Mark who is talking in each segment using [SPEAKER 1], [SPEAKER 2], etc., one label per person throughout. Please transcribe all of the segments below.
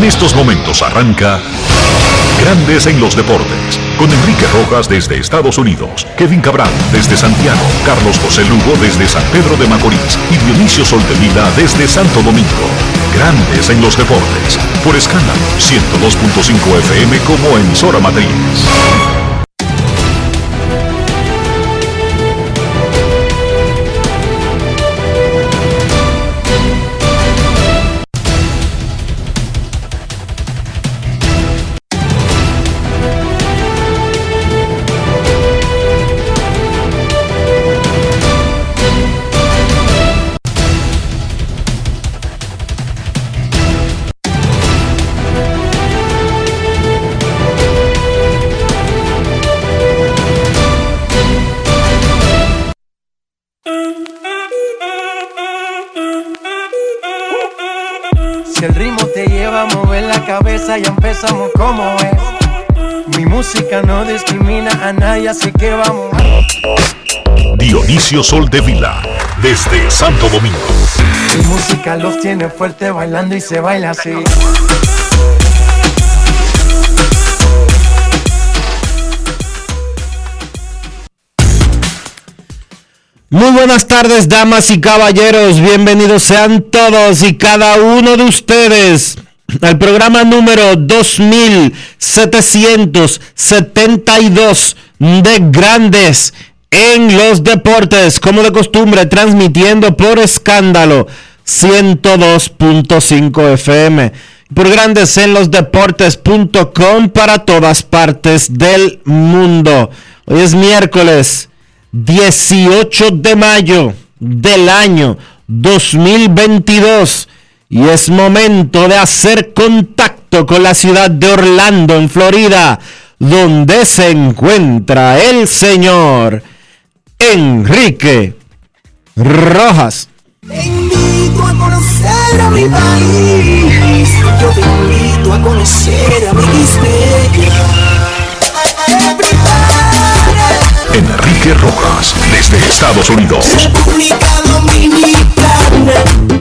[SPEAKER 1] estos momentos arranca Grandes en los Deportes, con Enrique Rojas desde Estados Unidos, Kevin Cabral desde Santiago, Carlos José Lugo desde San Pedro de Macorís y Dionisio Soltevila desde Santo Domingo. Grandes en los Deportes, por Escándalo 102.5 FM como emisora matriz.
[SPEAKER 2] Ya empezamos como es. Mi música no discrimina a nadie, así que vamos.
[SPEAKER 1] Dionisio Soltevila, desde Santo Domingo.
[SPEAKER 2] Mi música los tiene fuerte bailando y se baila así.
[SPEAKER 3] Muy buenas tardes, damas y caballeros. Bienvenidos sean todos y cada uno de ustedes al programa número 2772 de Grandes en los Deportes, como de costumbre, transmitiendo por Escándalo 102.5 FM, por Grandes en los Deportes.com para todas partes del mundo. Hoy es miércoles 18 de mayo del año 2022. Y es momento de hacer contacto con la ciudad de Orlando, en Florida, donde se encuentra el señor Enrique Rojas.
[SPEAKER 4] Te invito a conocer a mi país, yo te invito a conocer a mi Quispeya.
[SPEAKER 1] Enrique Rojas, desde Estados Unidos.
[SPEAKER 4] República Dominicana.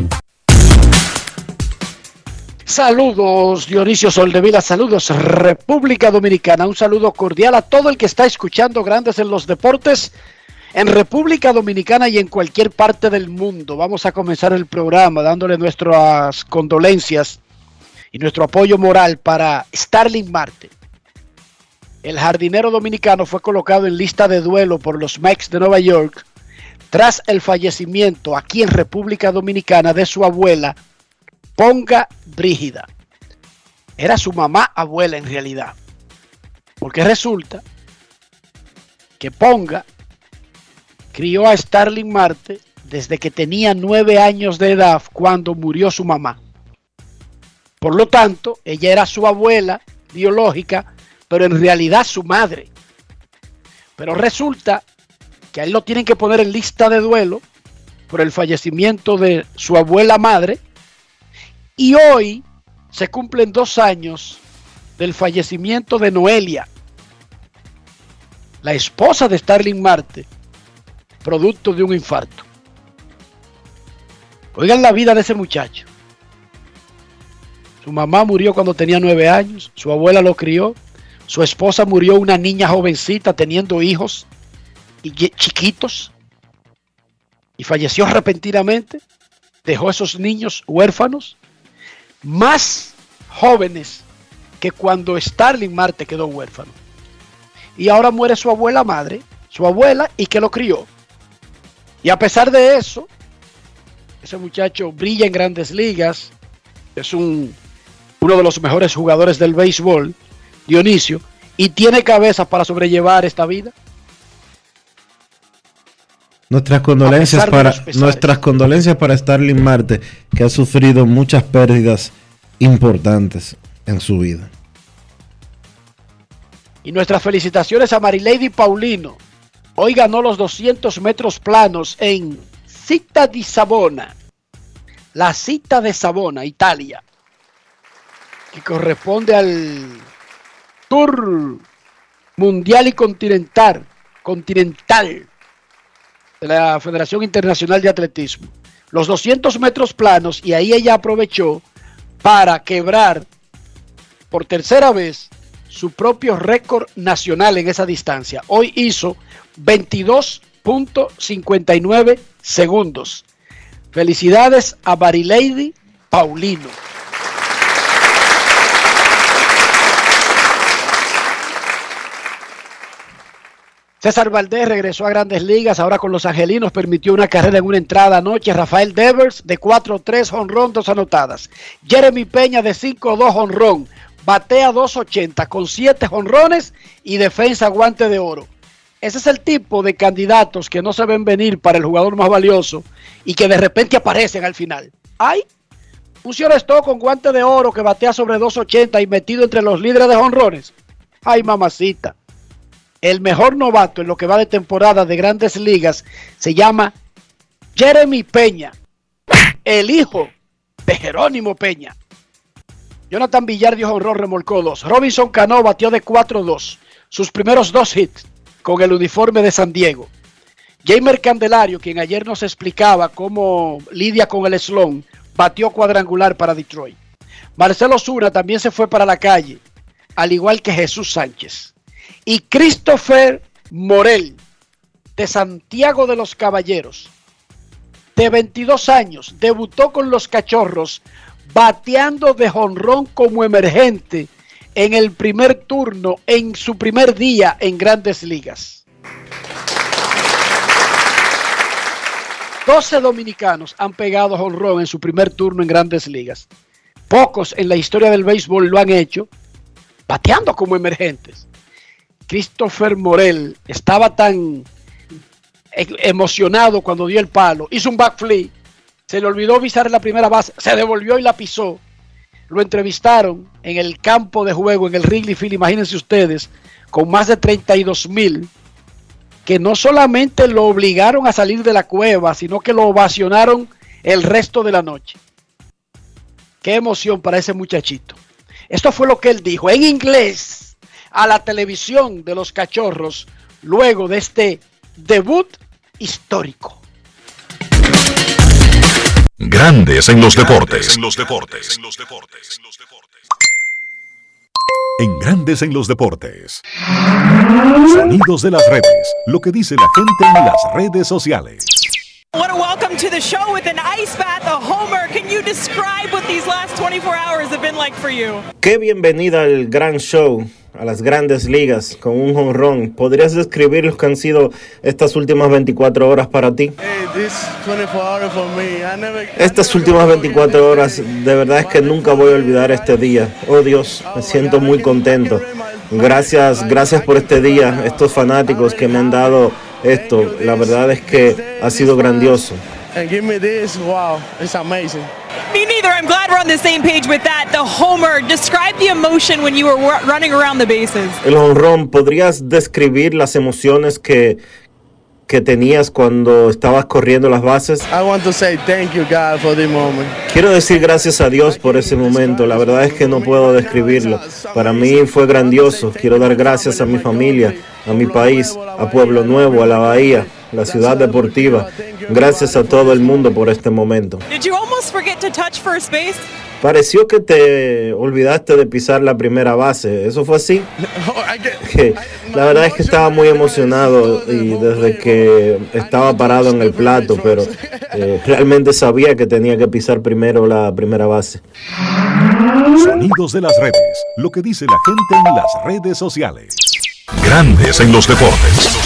[SPEAKER 5] Saludos Dionisio Soldevila, saludos República Dominicana, un saludo cordial a todo el que está escuchando Grandes en los Deportes en República Dominicana y en cualquier parte del mundo. Vamos a comenzar el programa dándole nuestras condolencias y nuestro apoyo moral para Starling Marte. El jardinero dominicano fue colocado en lista de duelo por los Mets de Nueva York tras el fallecimiento aquí en República Dominicana de su abuela Ponga Brígida. Era su mamá abuela en realidad, porque resulta que Ponga crió a Starling Marte desde que tenía 9 años de edad cuando murió su mamá. Por lo tanto, ella era su abuela biológica, pero en realidad su madre. Pero resulta que a él lo tienen que poner en lista de duelo por el fallecimiento de su abuela madre. Y hoy se cumplen 2 años del fallecimiento de Noelia, la esposa de Starling Marte, producto de un infarto. Oigan la vida de ese muchacho. Su mamá murió cuando tenía 9 años, su abuela lo crió, su esposa murió una niña jovencita teniendo hijos y chiquitos y falleció repentinamente, dejó esos niños huérfanos, más jóvenes que cuando Starling Marte quedó huérfano. Y ahora muere su abuela madre, su abuela, y que lo crió. Y a pesar de eso, ese muchacho brilla en Grandes Ligas, es uno de los mejores jugadores del béisbol, Dionisio, y tiene cabeza para sobrellevar esta vida.
[SPEAKER 3] Nuestras condolencias para Starling Marte, que ha sufrido muchas pérdidas importantes en su vida.
[SPEAKER 5] Y nuestras felicitaciones a Marilady Paulino. Hoy ganó los 200 metros planos en Città di Savona, la Città de Savona, Italia, que corresponde al Tour Mundial y Continental de la Federación Internacional de Atletismo. Los 200 metros planos, y ahí ella aprovechó para quebrar por tercera vez su propio récord nacional en esa distancia. Hoy hizo 22.59 segundos. Felicidades a Marilady Paulino. César Valdés regresó a Grandes Ligas, ahora con los Angelinos, permitió una carrera en una entrada anoche. Rafael Devers de 4-3, jonrón, 2 anotadas. Jeremy Peña de 5-2, jonrón, batea 2.80 con 7 jonrones y defensa guante de oro. Ese es el tipo de candidatos que no se ven venir para el jugador más valioso y que de repente aparecen al final. ¡Ay! Un shortstop con guante de oro que batea sobre 2.80 y metido entre los líderes de jonrones. ¡Ay, mamacita! El mejor novato en lo que va de temporada de Grandes Ligas se llama Jeremy Peña, el hijo de Jerónimo Peña. Jonathan Villar dio jonrón, remolcó 2. Robinson Cano batió de 4-2. Sus primeros 2 hits con el uniforme de San Diego. Jeimer Candelario, quien ayer nos explicaba cómo lidia con el slump, batió cuadrangular para Detroit. Marcelo Zuna también se fue para la calle, al igual que Jesús Sánchez. Y Christopher Morel, de Santiago de los Caballeros, de 22 años, debutó con los Cachorros, bateando de jonrón como emergente en el primer turno, en su primer día en Grandes Ligas. 12 dominicanos han pegado jonrón en su primer turno en Grandes Ligas. Pocos en la historia del béisbol lo han hecho, bateando como emergentes. Christopher Morel estaba tan emocionado cuando dio el palo, hizo un backflip, se le olvidó pisar la primera base, se devolvió y la pisó. Lo entrevistaron en el campo de juego, en el Wrigley Field, imagínense ustedes, con más de 32,000, que no solamente lo obligaron a salir de la cueva, sino que lo ovacionaron el resto de la noche. Qué emoción para ese muchachito. Esto fue lo que él dijo en inglés a la televisión de los Cachorros luego de este debut histórico.
[SPEAKER 1] Grandes en los deportes. En Grandes en los deportes. Sonidos de las redes. Lo que dice la gente en las redes sociales.
[SPEAKER 6] What a welcome to the show with an ice bath, a homer. Can you describe what these last 24 hours have been like for you?
[SPEAKER 3] Qué bienvenida al gran show, a las Grandes Ligas, con un jonrón. ¿Podrías describir lo que han sido estas últimas 24 horas para ti? Estas últimas 24 horas, de verdad es que nunca voy a olvidar este día. Oh Dios, me siento muy contento. Gracias por este día, estos fanáticos que me han dado esto. La verdad es que ha sido grandioso.
[SPEAKER 7] And give me this, wow, it's amazing.
[SPEAKER 6] Me neither. I'm glad we're on the same page with that. The homer. Describe the emotion when you were running around the bases.
[SPEAKER 3] El jonrón, ¿podrías describir las emociones que tenías cuando estabas corriendo las bases?
[SPEAKER 7] I want to say thank you, God, for this moment.
[SPEAKER 3] Quiero decir gracias a Dios por ese momento. La verdad es que no puedo describirlo. Para mí fue grandioso. Quiero dar gracias a mi familia, a mi país, a Pueblo Nuevo, a la Bahía, la ciudad deportiva. Gracias a todo el mundo por este momento.
[SPEAKER 6] Did you almost forget to touch first base?
[SPEAKER 3] Pareció que te olvidaste de pisar la primera base. ¿Eso fue así? La verdad es que estaba muy emocionado y desde que estaba parado en el plato, pero realmente sabía que tenía que pisar primero la primera base.
[SPEAKER 1] Sonidos de las redes. Lo que dice la gente en las redes sociales. Grandes en los deportes.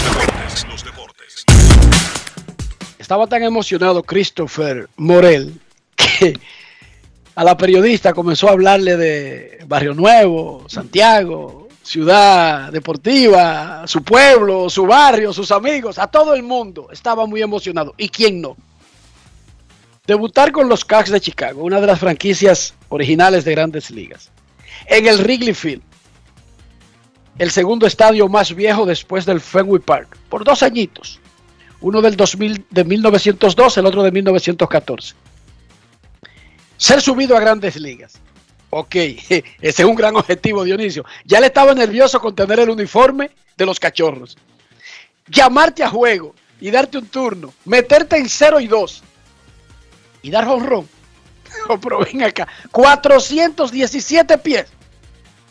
[SPEAKER 5] Estaba tan emocionado Christopher Morel que a la periodista comenzó a hablarle de Barrio Nuevo, Santiago, Ciudad Deportiva, su pueblo, su barrio, sus amigos, a todo el mundo. Estaba muy emocionado. ¿Y quién no? Debutar con los Cubs de Chicago, una de las franquicias originales de Grandes Ligas, en el Wrigley Field, el segundo estadio más viejo después del Fenway Park, por 2 añitos. Uno de 1912, el otro de 1914. Ser subido a Grandes Ligas. Ok, ese es un gran objetivo, Dionisio. Ya le estaba nervioso con tener el uniforme de los Cachorros. Llamarte a juego y darte un turno, meterte en 0-2 y dar jonrón. No, pero ven acá, 417 pies.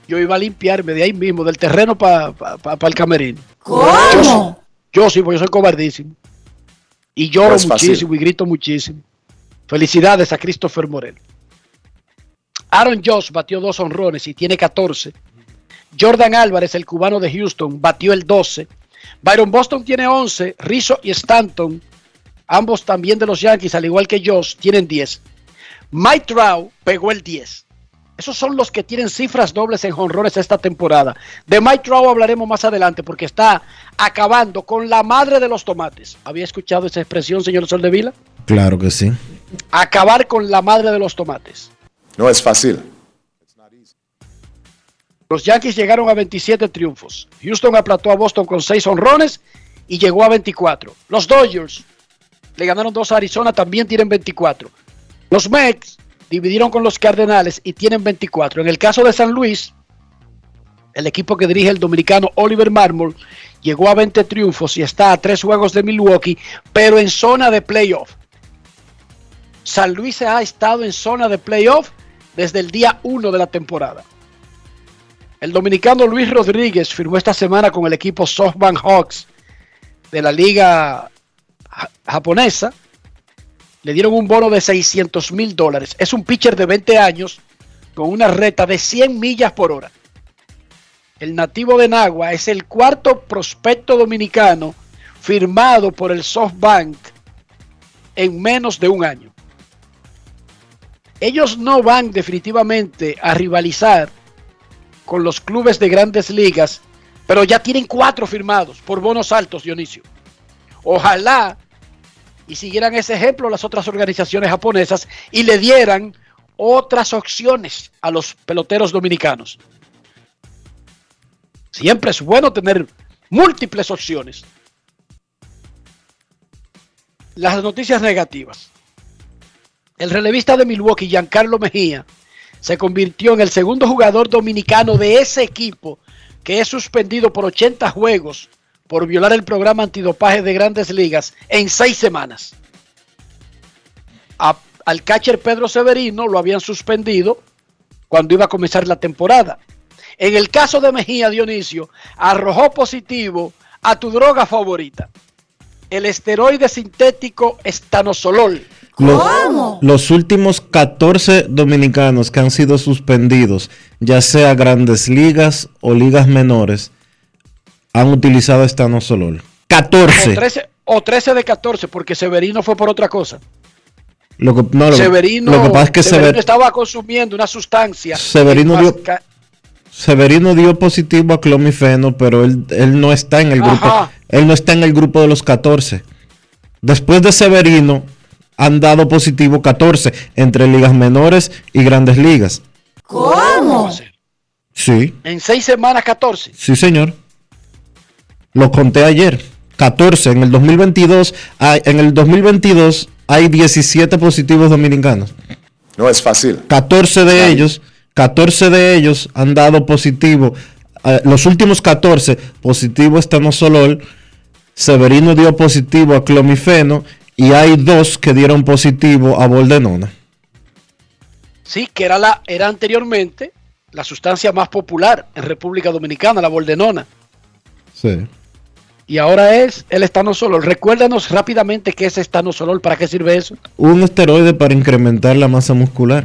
[SPEAKER 5] yo iba a limpiarme de ahí mismo, del terreno para el camerino.
[SPEAKER 4] ¿Cómo?
[SPEAKER 5] Yo sí, porque yo soy cobardísimo. Y lloro muchísimo y grito muchísimo. Felicidades a Christopher Morel. Aaron Judge batió 2 honrones y tiene 14. Jordan Álvarez, el cubano de Houston, batió el 12. Byron Boston tiene 11. Rizzo y Stanton, ambos también de los Yankees, al igual que Judge, tienen 10. Mike Trout pegó el 10. Esos son los que tienen cifras dobles en jonrones esta temporada. De Mike Trout hablaremos más adelante porque está acabando con la madre de los tomates. ¿Había escuchado esa expresión, señor Soldevila?
[SPEAKER 3] Claro que sí.
[SPEAKER 5] Acabar con la madre de los tomates.
[SPEAKER 8] No es fácil.
[SPEAKER 5] Los Yankees llegaron a 27 triunfos. Houston aplastó a Boston con 6 honrones y llegó a 24. Los Dodgers le ganaron 2 a Arizona, también tienen 24. Los Mets dividieron con los Cardenales y tienen 24. En el caso de San Luis, el equipo que dirige el dominicano Oliver Marmol llegó a 20 triunfos y está a 3 juegos de Milwaukee, pero en zona de playoff. San Luis ha estado en zona de playoff desde el día 1 de la temporada. El dominicano Luis Rodríguez firmó esta semana con el equipo SoftBank Hawks de la liga japonesa. Le dieron un bono de $600,000. Es un pitcher de 20 años con una reta de 100 millas por hora. El nativo de Nagua es el 4º prospecto dominicano firmado por el SoftBank en menos de un año. Ellos no van definitivamente a rivalizar con los clubes de grandes ligas, pero ya tienen 4 firmados por bonos altos, Dionisio. Ojalá y siguieran ese ejemplo las otras organizaciones japonesas y le dieran otras opciones a los peloteros dominicanos. Siempre es bueno tener múltiples opciones. Las noticias negativas. El relevista de Milwaukee, Giancarlo Mejía, se convirtió en el segundo jugador dominicano de ese equipo que es suspendido por 80 juegos por violar el programa antidopaje de Grandes Ligas en 6 semanas. Al catcher Pedro Severino lo habían suspendido cuando iba a comenzar la temporada. En el caso de Mejía, Dionisio, arrojó positivo a tu droga favorita, el esteroide sintético estanosol.
[SPEAKER 3] Los últimos 14 dominicanos que han sido suspendidos, ya sea Grandes Ligas o ligas menores, han utilizado estanosol. 14.
[SPEAKER 5] O 13 de 14, porque Severino fue por otra cosa.
[SPEAKER 3] Lo que pasa es que
[SPEAKER 5] Severino estaba consumiendo una sustancia.
[SPEAKER 3] Severino dio positivo a clomifeno, pero él no está en el grupo. Él no está en el grupo de los 14. Después de Severino han dado positivo 14 entre ligas menores y Grandes Ligas.
[SPEAKER 4] ¿Cómo?
[SPEAKER 3] Sí.
[SPEAKER 5] En 6 semanas 14.
[SPEAKER 3] Sí, señor. Lo conté ayer. 14 en el 2022. En el 2022 hay 17 positivos dominicanos.
[SPEAKER 8] No es fácil.
[SPEAKER 3] 14 de ellos han dado positivo. Los últimos 14 positivo a estanosol. Severino dio positivo a clomifeno y hay 2 que dieron positivo a boldenona.
[SPEAKER 5] Sí, que era anteriormente la sustancia más popular en República Dominicana, la boldenona.
[SPEAKER 3] Sí.
[SPEAKER 5] Y ahora es el estanosol. Recuérdanos rápidamente qué es estanosol, ¿para qué sirve eso?
[SPEAKER 3] Un esteroide para incrementar la masa muscular.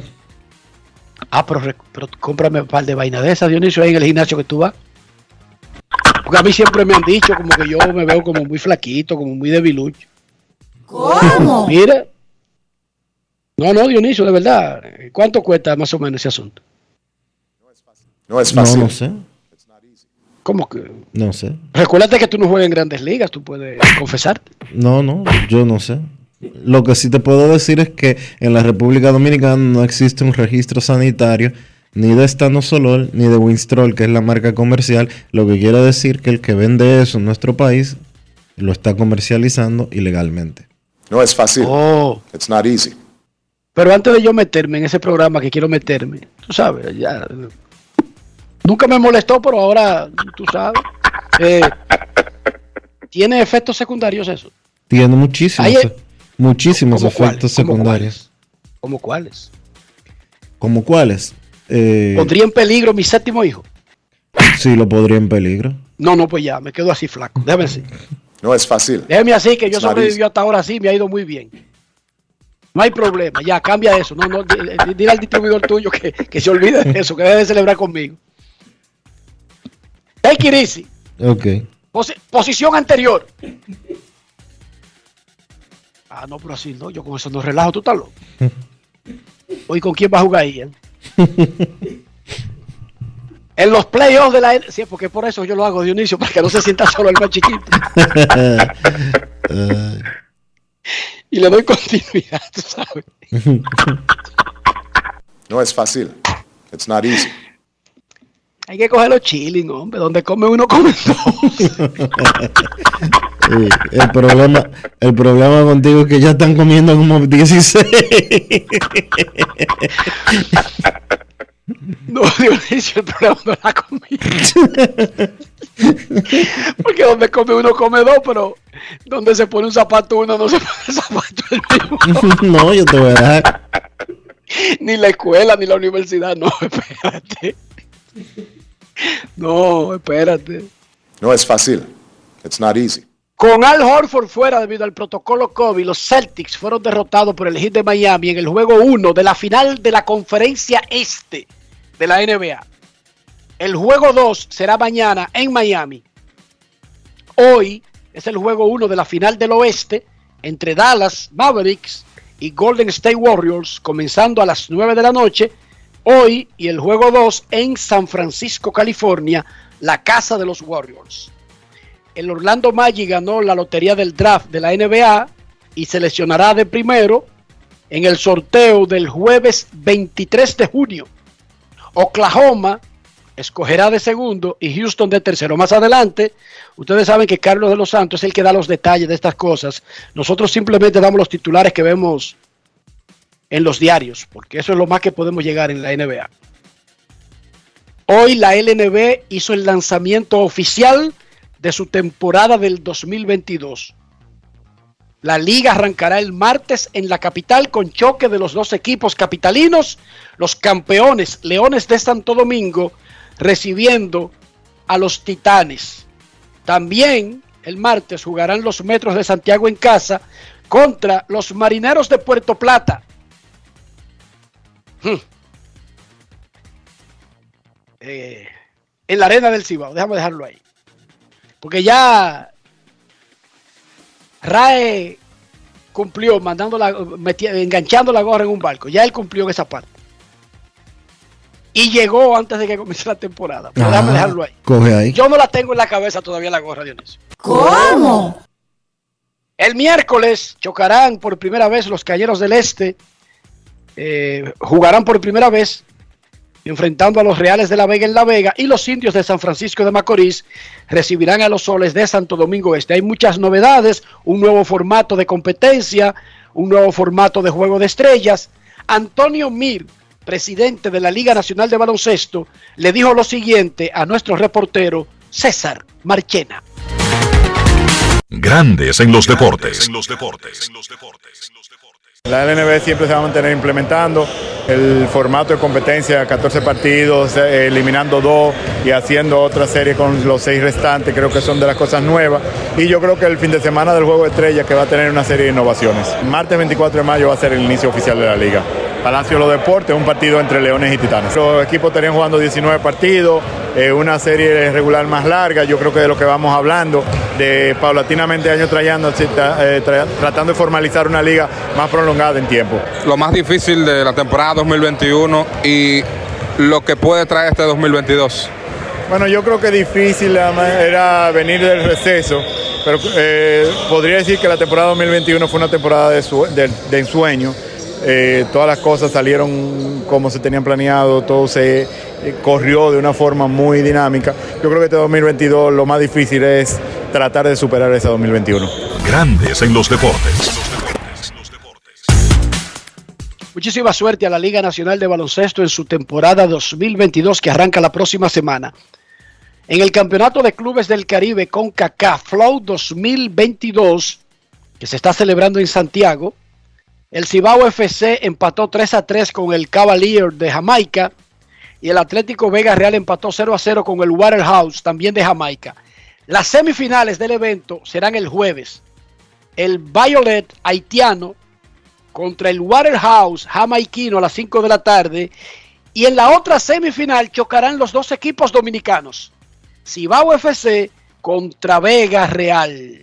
[SPEAKER 5] Pero cómprame un par de vainas de esas, Dionisio, ahí en el gimnasio que tú vas. Porque a mí siempre me han dicho como que yo me veo como muy flaquito, como muy debilucho.
[SPEAKER 4] ¿Cómo?
[SPEAKER 5] Mira. No, Dionisio, de verdad. ¿Cuánto cuesta más o menos ese asunto?
[SPEAKER 8] No es fácil.
[SPEAKER 3] No sé.
[SPEAKER 5] ¿Cómo que?
[SPEAKER 3] No sé.
[SPEAKER 5] Recuérdate que tú no juegas en Grandes Ligas, tú puedes confesarte.
[SPEAKER 3] No, yo no sé. Lo que sí te puedo decir es que en la República Dominicana no existe un registro sanitario ni de estanosol ni de Winstrol, que es la marca comercial, lo que quiere decir que el que vende eso en nuestro país lo está comercializando ilegalmente.
[SPEAKER 8] No es fácil. It's not easy.
[SPEAKER 5] Pero antes de yo meterme en ese programa que quiero meterme, tú sabes, ya nunca me molestó, pero ahora tú sabes, ¿tiene efectos secundarios eso?
[SPEAKER 3] Tiene muchísimos efectos secundarios.
[SPEAKER 5] ¿Cómo cuáles?
[SPEAKER 3] ¿Cómo cuáles?
[SPEAKER 5] ¿Pondría en peligro mi 7º hijo?
[SPEAKER 3] Sí, lo podría en peligro.
[SPEAKER 5] No, pues ya, me quedo así flaco. Déjame así.
[SPEAKER 8] No es fácil.
[SPEAKER 5] Déjeme así, que yo
[SPEAKER 8] It's not
[SPEAKER 5] sobreviví hasta ahora así, me ha ido muy bien. No hay problema, ya, cambia eso. Dile al distribuidor tuyo que se olvide de eso, que debe de celebrar conmigo. Take it easy.
[SPEAKER 3] Ok.
[SPEAKER 5] Posición anterior. No, pero así no, yo con eso no relajo, tú estás loco. Hoy, ¿con quién va a jugar ahí? En los playoffs de la... Sí, porque por eso yo lo hago, Dionisio, para que no se sienta solo el más chiquito. Y le doy continuidad, tú sabes.
[SPEAKER 8] No es fácil. It's not easy.
[SPEAKER 5] Hay que cogerlo chilling, hombre. Donde come uno, come dos.
[SPEAKER 3] Sí, el problema contigo es que ya están comiendo como 16.
[SPEAKER 5] No, Dionisio, el problema no es la comida. Porque donde come uno, come dos, pero donde se pone un zapato uno, no se pone el zapato el mismo.
[SPEAKER 3] No, yo te voy a dejar.
[SPEAKER 5] Ni la escuela, ni la universidad, no, espérate. No, espérate.
[SPEAKER 8] No es fácil. It's not easy.
[SPEAKER 5] Con Al Horford fuera debido al protocolo COVID, los Celtics fueron derrotados por el Heat de Miami en el juego 1 de la final de la conferencia este de la NBA. El juego 2 será mañana en Miami. Hoy es el juego 1 de la final del oeste entre Dallas Mavericks y Golden State Warriors, comenzando a las 9 de la noche. Hoy, y el juego 2 en San Francisco, California, la casa de los Warriors. El Orlando Magic ganó la lotería del draft de la NBA y seleccionará de primero en el sorteo del jueves 23 de junio. Oklahoma escogerá de segundo y Houston de tercero. Más adelante, ustedes saben que Carlos de los Santos es el que da los detalles de estas cosas. Nosotros simplemente damos los titulares que vemos en los diarios, porque eso es lo más que podemos llegar en la NBA. Hoy la LNB hizo el lanzamiento oficial de su temporada del 2022. La liga arrancará el martes en la capital con choque de los dos equipos capitalinos, los campeones Leones de Santo Domingo recibiendo a los Titanes. También el martes jugarán los Metros de Santiago en casa contra los Marineros de Puerto Plata. En la arena del Cibao, déjame dejarlo ahí. Porque ya Rae cumplió enganchando la gorra en un barco. Ya él cumplió en esa parte. Y llegó antes de que comience la temporada. Pero déjame dejarlo ahí.
[SPEAKER 3] Coge ahí.
[SPEAKER 5] Yo no la tengo en la cabeza todavía la gorra, Dionisio.
[SPEAKER 4] ¿Cómo?
[SPEAKER 5] El miércoles chocarán por primera vez los Cañeros del Este. Jugarán por primera vez enfrentando a los Reales de La Vega en La Vega, y los Indios de San Francisco de Macorís recibirán a los Soles de Santo Domingo Este. Hay muchas novedades, un nuevo formato de competencia, un nuevo formato de juego de estrellas. Antonio Mir, presidente de la Liga Nacional de Baloncesto, le dijo lo siguiente a nuestro reportero César Marchena.
[SPEAKER 1] Grandes en los deportes.
[SPEAKER 9] La LNB siempre se va a mantener implementando el formato de competencia, 14 partidos, eliminando 2 y haciendo otra serie con los 6 restantes. Creo que son de las cosas nuevas, y yo creo que el fin de semana del Juego de Estrellas, que va a tener una serie de innovaciones. Martes 24 de mayo va a ser el inicio oficial de la liga. Palacio de los Deportes, un partido entre Leones y Titanes. Los equipos estarían jugando 19 partidos, una serie regular más larga. Yo creo que de lo que vamos hablando, de paulatinamente año tratando de formalizar una liga más prolongada en tiempo.
[SPEAKER 10] Lo más difícil de la temporada 2021 y lo que puede traer este 2022.
[SPEAKER 9] Bueno, yo creo que difícil era venir del receso, pero podría decir que la temporada 2021 fue una temporada de ensueño. Todas las cosas salieron como se tenían planeado, todo se corrió de una forma muy dinámica. Yo creo que este 2022 lo más difícil es tratar de superar ese 2021.
[SPEAKER 1] Grandes en los deportes.
[SPEAKER 5] Muchísima suerte a la Liga Nacional de Baloncesto en su temporada 2022 que arranca la próxima semana. En el Campeonato de Clubes del Caribe CONCACAF Flow 2022, que se está celebrando en Santiago, el Cibao FC empató 3-3 con el Cavalier de Jamaica. y el Atlético Vega Real empató 0-0 con el Waterhouse, también de Jamaica. Las semifinales del evento serán el jueves. El Violet haitiano contra el Waterhouse jamaiquino a las 5 de la tarde. Y en la otra semifinal chocarán los dos equipos dominicanos. Cibao FC contra Vega Real.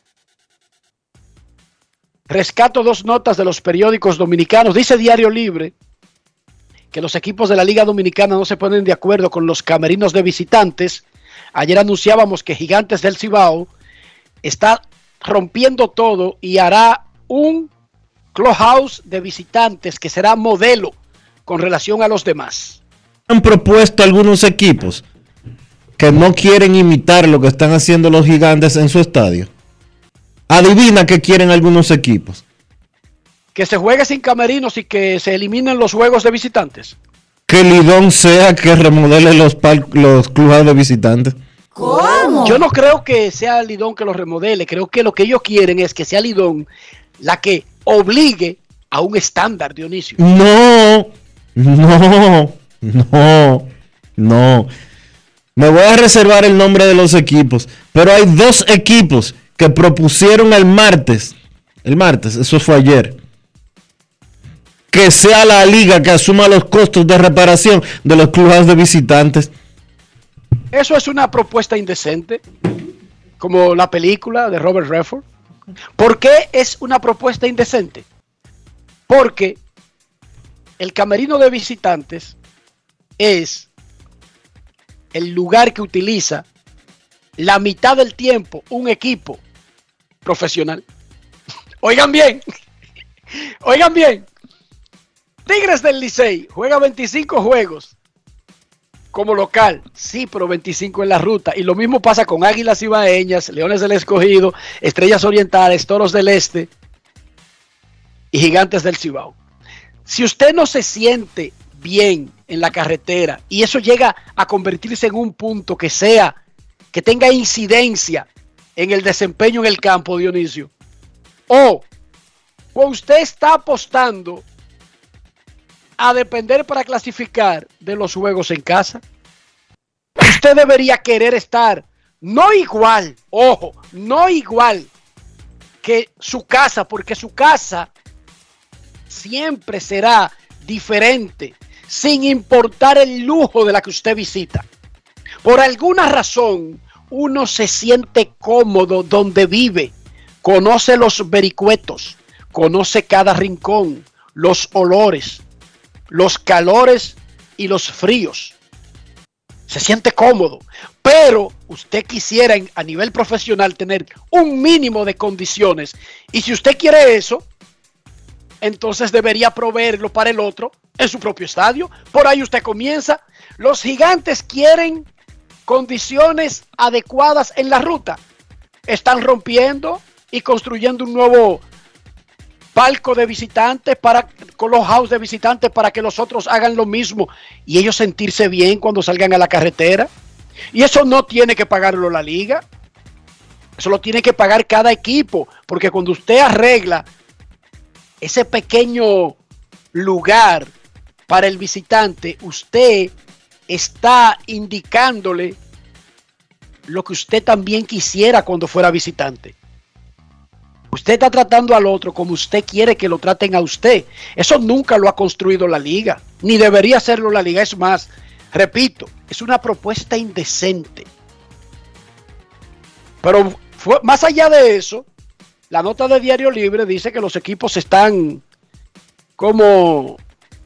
[SPEAKER 5] Rescato dos notas de los periódicos dominicanos. Dice Diario Libre que los equipos de la Liga Dominicana no se ponen de acuerdo con los camerinos de visitantes. Ayer anunciábamos que Gigantes del Cibao está rompiendo todo y hará un clubhouse de visitantes que será modelo con relación a los demás.
[SPEAKER 3] Han propuesto algunos equipos que no quieren imitar lo que están haciendo los Gigantes en su estadio. Adivina qué quieren algunos equipos.
[SPEAKER 5] Que se juegue sin camerinos y que se eliminen los juegos de visitantes.
[SPEAKER 3] Que Lidón sea que remodele los clubhouse de visitantes.
[SPEAKER 5] ¿Cómo? Yo no creo que sea Lidón que los remodele. Creo que lo que ellos quieren es que sea Lidón la que obligue a un estándar, Dionisio.
[SPEAKER 3] No. Me voy a reservar el nombre de los equipos, pero hay dos equipos que propusieron el martes, eso fue ayer, que sea la liga que asuma los costos de reparación de los clubes de visitantes.
[SPEAKER 5] Eso es una propuesta indecente, como la película de Robert Redford. ¿Por qué es una propuesta indecente? Porque el camerino de visitantes es el lugar que utiliza la mitad del tiempo un equipo profesional. Oigan bien. Tigres del Licey juega 25 juegos como local, sí, pero 25 en la ruta. Y lo mismo pasa con Águilas Ibaeñas, Leones del Escogido, Estrellas Orientales, Toros del Este y Gigantes del Cibao. Si usted no se siente bien en la carretera y eso llega a convertirse en un punto que tenga incidencia en el desempeño en el campo, Dionisio, o usted está apostando a depender para clasificar de los juegos en casa, usted debería querer estar no igual que su casa, porque su casa siempre será diferente, sin importar el lujo de la que usted visita. Por alguna razón, uno se siente cómodo donde vive, conoce los vericuetos, conoce cada rincón, los olores, los calores y los fríos. Se siente cómodo, pero usted quisiera a nivel profesional tener un mínimo de condiciones, y si usted quiere eso, entonces debería proveerlo para el otro en su propio estadio. Por ahí usted comienza. Los Gigantes quieren condiciones adecuadas en la ruta. Están rompiendo y construyendo un nuevo palco de visitantes con los house de visitantes para que los otros hagan lo mismo y ellos sentirse bien cuando salgan a la carretera. Y eso no tiene que pagarlo la liga. Eso lo tiene que pagar cada equipo, porque cuando usted arregla ese pequeño lugar para el visitante, usted está indicándole lo que usted también quisiera cuando fuera visitante. Usted está tratando al otro como usted quiere que lo traten a usted. Eso nunca lo ha construido la liga, ni debería hacerlo la liga. Es más, repito, es una propuesta indecente. Pero más allá de eso, la nota de Diario Libre dice que los equipos están como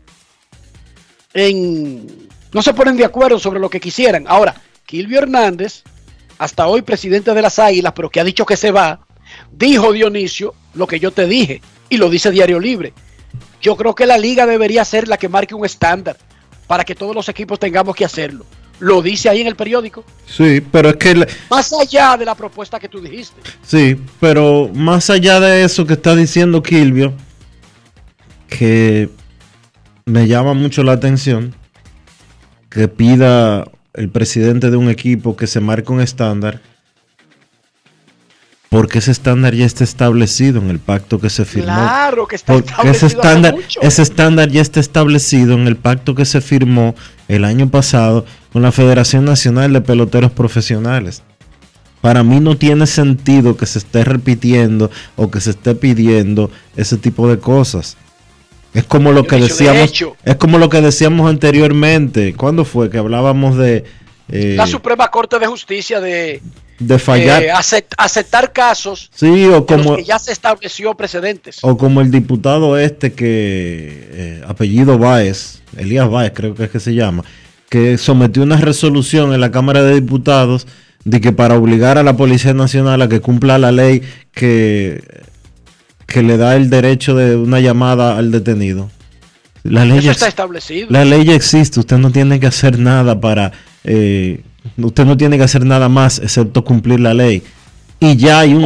[SPEAKER 5] no se ponen de acuerdo sobre lo que quisieran. Ahora, Kilvio Hernández, hasta hoy presidente de las Águilas, pero que ha dicho que se va, dijo, Dionisio, lo que yo te dije, y lo dice Diario Libre. Yo creo que la liga debería ser la que marque un estándar para que todos los equipos tengamos que hacerlo. Lo dice ahí en el periódico.
[SPEAKER 3] Sí, pero es que
[SPEAKER 5] más allá de la propuesta que tú dijiste.
[SPEAKER 3] Sí, pero más allá de eso que está diciendo Kilvio, que me llama mucho la atención que pida el presidente de un equipo que se marque un estándar. Porque ese estándar ya está establecido en el pacto que se firmó.
[SPEAKER 5] Claro que está
[SPEAKER 3] Porque
[SPEAKER 5] establecido.
[SPEAKER 3] ese estándar ya está establecido en el pacto que se firmó el año pasado con la Federación Nacional de Peloteros Profesionales. Para mí no tiene sentido que se esté repitiendo o que se esté pidiendo ese tipo de cosas. Es como lo que decíamos anteriormente. ¿Cuándo fue que hablábamos de
[SPEAKER 5] la Suprema Corte de Justicia de
[SPEAKER 3] fallar,
[SPEAKER 5] aceptar casos,
[SPEAKER 3] sí, o como
[SPEAKER 5] los que ya se estableció precedentes?
[SPEAKER 3] O como el diputado que apellido Báez, Elías Báez creo que es que se llama, que sometió una resolución en la Cámara de Diputados de que para obligar a la Policía Nacional a que cumpla la ley que le da el derecho de una llamada al detenido.
[SPEAKER 5] Eso está establecido.
[SPEAKER 3] La ley ya existe, usted no tiene que hacer nada usted no tiene que hacer nada más excepto cumplir la ley. Y ya hay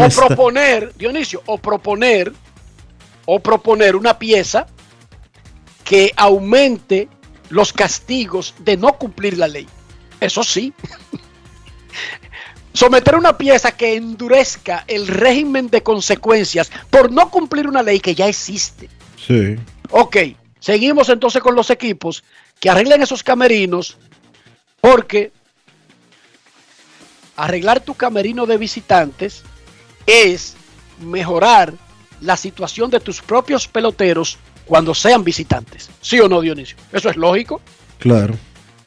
[SPEAKER 3] proponer una pieza que aumente los castigos de no cumplir la ley. Eso sí. Someter una pieza que endurezca el régimen de consecuencias por no cumplir una ley que ya existe. Sí.
[SPEAKER 5] Ok, seguimos entonces con los equipos que arreglen esos camerinos, porque arreglar tu camerino de visitantes es mejorar la situación de tus propios peloteros cuando sean visitantes. ¿Sí o no, Dionisio? Eso es lógico.
[SPEAKER 3] Claro.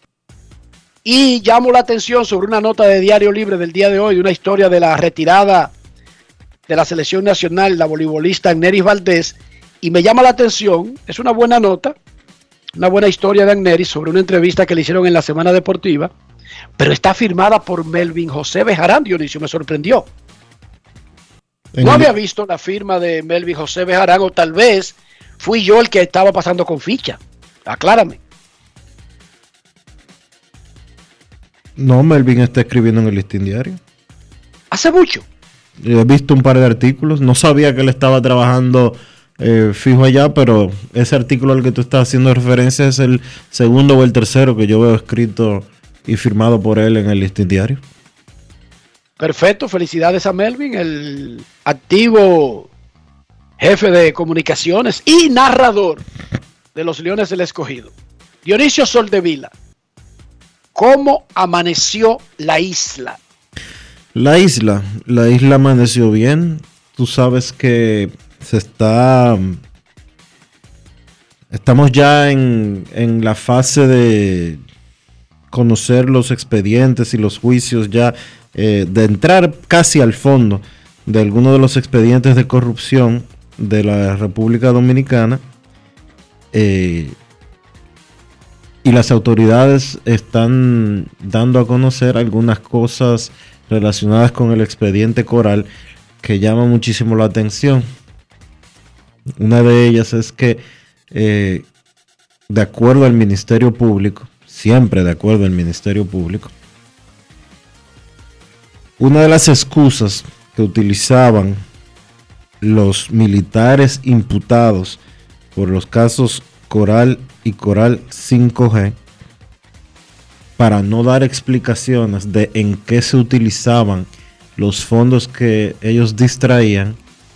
[SPEAKER 5] Y llamo la atención sobre una nota de Diario Libre del día de hoy, una historia de la retirada de la selección nacional, la voleibolista Agneris Valdés, y me llama la atención, es una buena nota, una buena historia de Agneris sobre una entrevista que le hicieron en la Semana Deportiva, pero está firmada por Melvin José Bejarán, Dionisio, me sorprendió. No había visto la firma de Melvin José Bejarán, o tal vez fui yo el que estaba pasando con ficha. Aclárame.
[SPEAKER 3] No, Melvin está escribiendo en el Listín Diario.
[SPEAKER 5] ¿Hace mucho?
[SPEAKER 3] He visto un par de artículos. No sabía que él estaba trabajando fijo allá, pero ese artículo al que tú estás haciendo referencia es el segundo o el tercero que yo veo escrito y firmado por él en el Listín Diario.
[SPEAKER 5] Perfecto, felicidades a Melvin, el activo jefe de comunicaciones y narrador de los Leones del Escogido. Dionisio Soldevila, ¿cómo amaneció la isla?
[SPEAKER 3] La isla amaneció bien. Tú sabes que estamos ya en la fase de conocer los expedientes y los juicios ya, de entrar casi al fondo de algunos de los expedientes de corrupción de la República Dominicana, y las autoridades están dando a conocer algunas cosas relacionadas con el expediente Coral que llaman muchísimo la atención. Una de ellas es que, de acuerdo al Ministerio Público, siempre de acuerdo al Ministerio Público, una de las excusas que utilizaban los militares imputados por los casos Coral y Coral 5G para no dar explicaciones de en qué se utilizaban los fondos que ellos distraían,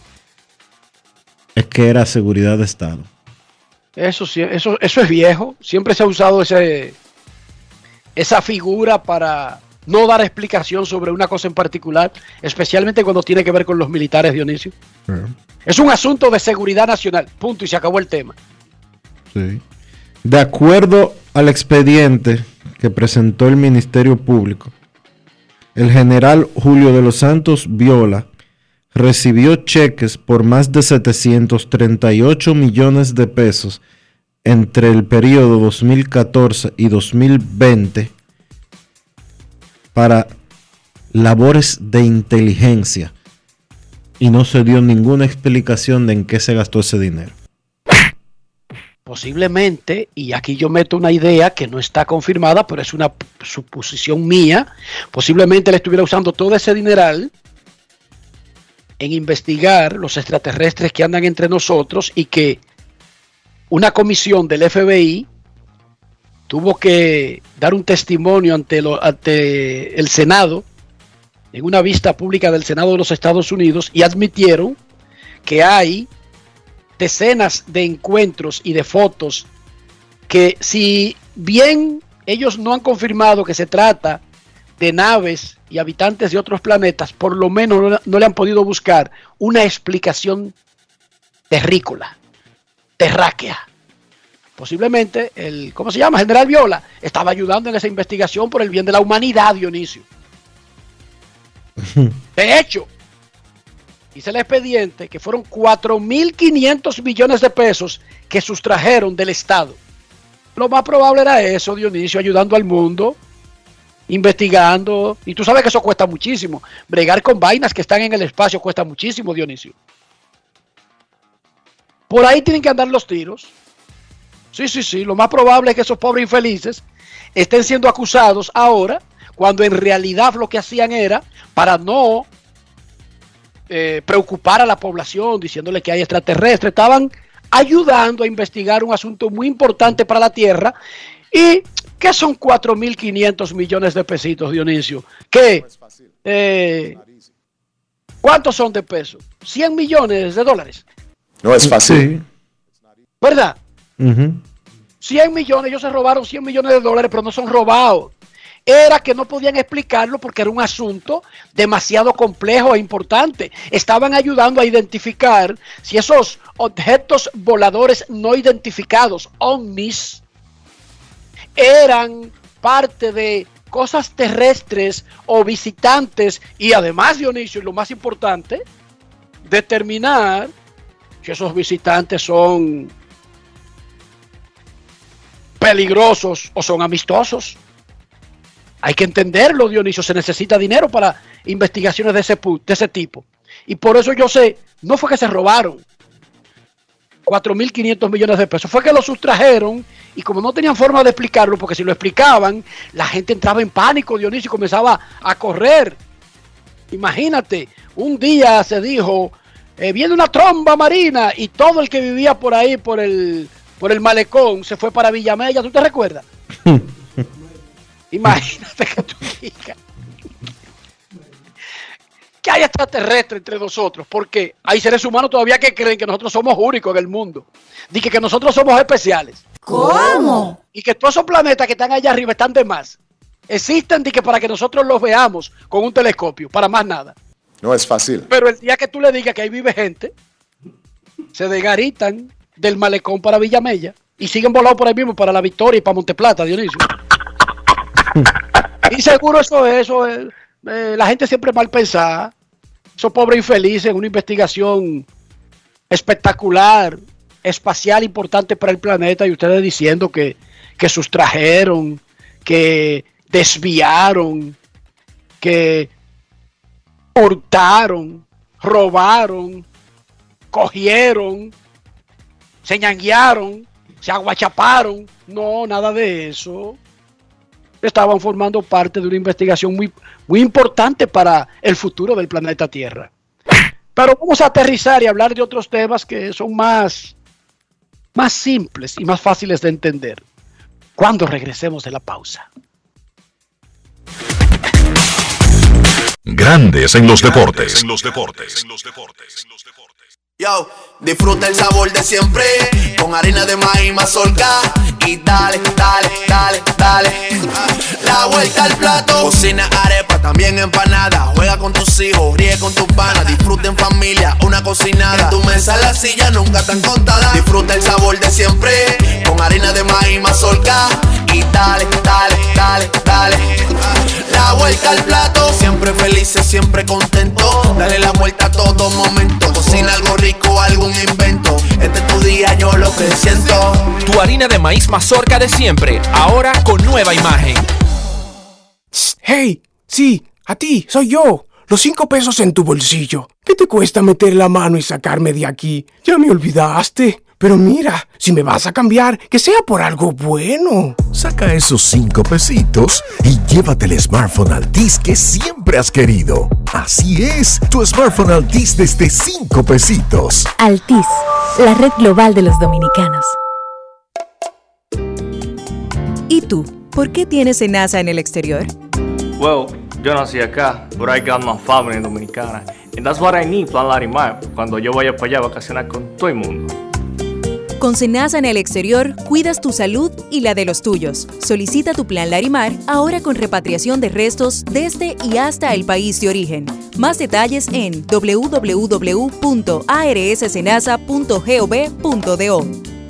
[SPEAKER 3] es que era seguridad de Estado.
[SPEAKER 5] Eso es viejo. Siempre se ha usado esa figura para no dar explicación sobre una cosa en particular, especialmente cuando tiene que ver con los militares, Dionisio. Es un asunto de seguridad nacional, punto, y se acabó el tema.
[SPEAKER 3] Sí. De acuerdo al expediente que presentó el Ministerio Público, el general Julio de los Santos Viola recibió cheques por más de 738 millones de pesos entre el periodo 2014 y 2020 para labores de inteligencia, y no se dio ninguna explicación de en qué se gastó ese dinero.
[SPEAKER 5] Posiblemente, y aquí yo meto una idea que no está confirmada, pero es una suposición mía, posiblemente le estuviera usando todo ese dineral en investigar los extraterrestres que andan entre nosotros, y que una comisión del FBI tuvo que dar un testimonio ante el Senado en una vista pública del Senado de los Estados Unidos y admitieron que hay decenas de encuentros y de fotos que, si bien ellos no han confirmado que se trata de naves y habitantes de otros planetas, por lo menos no le han podido buscar una explicación terrícola, terráquea. Posiblemente el, ¿cómo se llama? General Viola estaba ayudando en esa investigación por el bien de la humanidad, Dionisio. De hecho, hice el expediente que fueron 4.500 millones de pesos que sustrajeron del Estado. Lo más probable era eso, Dionisio, ayudando al mundo, investigando. Y tú sabes que eso cuesta muchísimo. Bregar con vainas que están en el espacio cuesta muchísimo, Dionisio. Por ahí tienen que andar los tiros. Sí. Lo más probable es que esos pobres infelices estén siendo acusados ahora, cuando en realidad lo que hacían era, para no preocupar a la población, diciéndole que hay extraterrestres, estaban ayudando a investigar un asunto muy importante para la Tierra. ¿Y qué son 4.500 millones de pesitos, Dionisio? ¿Qué? ¿Cuántos son de pesos? 100 millones de dólares.
[SPEAKER 8] No es fácil.
[SPEAKER 5] ¿Verdad? 100 millones, ellos se robaron 100 millones de dólares, pero no son robados. Era que no podían explicarlo porque era un asunto demasiado complejo e importante. Estaban ayudando a identificar si esos objetos voladores no identificados, ovnis, eran parte de cosas terrestres o visitantes. Y además, Dionisio, y lo más importante, determinar si esos visitantes son peligrosos o son amistosos. Hay que entenderlo, Dionisio. Se necesita dinero para investigaciones de ese tipo. Y por eso yo sé, no fue que se robaron 4.500 millones de pesos, fue que lo sustrajeron, y como no tenían forma de explicarlo, porque si lo explicaban, la gente entraba en pánico, Dionisio, y comenzaba a correr. Imagínate, un día se dijo, viene una tromba marina, y todo el que vivía por ahí, por el malecón, se fue para Villamella. ¿Tú te recuerdas? Imagínate que tú digas que hay extraterrestres entre nosotros, porque hay seres humanos todavía que creen que nosotros somos únicos en el mundo. Dicen que nosotros somos especiales.
[SPEAKER 4] ¿Cómo?
[SPEAKER 5] Y que todos esos planetas que están allá arriba están de más. Existen para que nosotros los veamos con un telescopio, para más nada.
[SPEAKER 8] No es fácil.
[SPEAKER 5] Pero el día que tú le digas que ahí vive gente, se desgaritan del malecón para Villamella y siguen volando por ahí mismo para La Victoria y para Monteplata, Dionisio. Y seguro eso es la gente siempre mal pensada. Esos pobres infelices en una investigación espectacular, espacial, importante para el planeta, y ustedes diciendo que sustrajeron, que desviaron, que hurtaron, robaron, cogieron, se ñanguearon, se aguachaparon. No, nada de eso. Estaban formando parte de una investigación muy, muy importante para el futuro del planeta Tierra. Pero vamos a aterrizar y hablar de otros temas que son más simples y más fáciles de entender cuando regresemos de la pausa.
[SPEAKER 1] Grandes en los deportes.
[SPEAKER 11] Yo, disfruta el sabor de siempre con harina de maíz mazorca y dale, dale, dale, dale. La vuelta al plato. Cocina arepa, también empanada. Juega con tus hijos, ríe con tus panas. Disfruta en familia, una cocinada. En tu mesa la silla nunca tan contada. Disfruta el sabor de siempre con harina de maíz mazorca y dale, dale, dale, dale. La vuelta al plato. Siempre felices, siempre contento. Dale la vuelta a todo momento. Cocina algo rico, algún invento. Este es tu día, yo lo que siento.
[SPEAKER 12] Tu harina de maíz mazorca de siempre, ahora con nueva imagen.
[SPEAKER 13] Hey, sí, a ti, soy yo. Los 5 pesos en tu bolsillo. ¿Qué te cuesta meter la mano y sacarme de aquí? Ya me olvidaste. Pero mira, si me vas a cambiar, que sea por algo bueno.
[SPEAKER 14] Saca esos 5 pesitos y llévate el smartphone Altis que siempre has querido. Así es, tu smartphone Altis desde 5 pesitos.
[SPEAKER 15] Altis, la red global de los dominicanos. ¿Y tú? ¿Por qué tienes SENASA en el exterior?
[SPEAKER 16] Well, Yo nací acá, but I got my family dominicana. And that's what I need, Plan Larimar, cuando yo vaya para allá a vacacionar con todo el mundo.
[SPEAKER 17] Con Senasa en el exterior, cuidas tu salud y la de los tuyos. Solicita tu Plan Larimar ahora con repatriación de restos desde y hasta el país de origen. Más detalles en www.arssenasa.gov.do.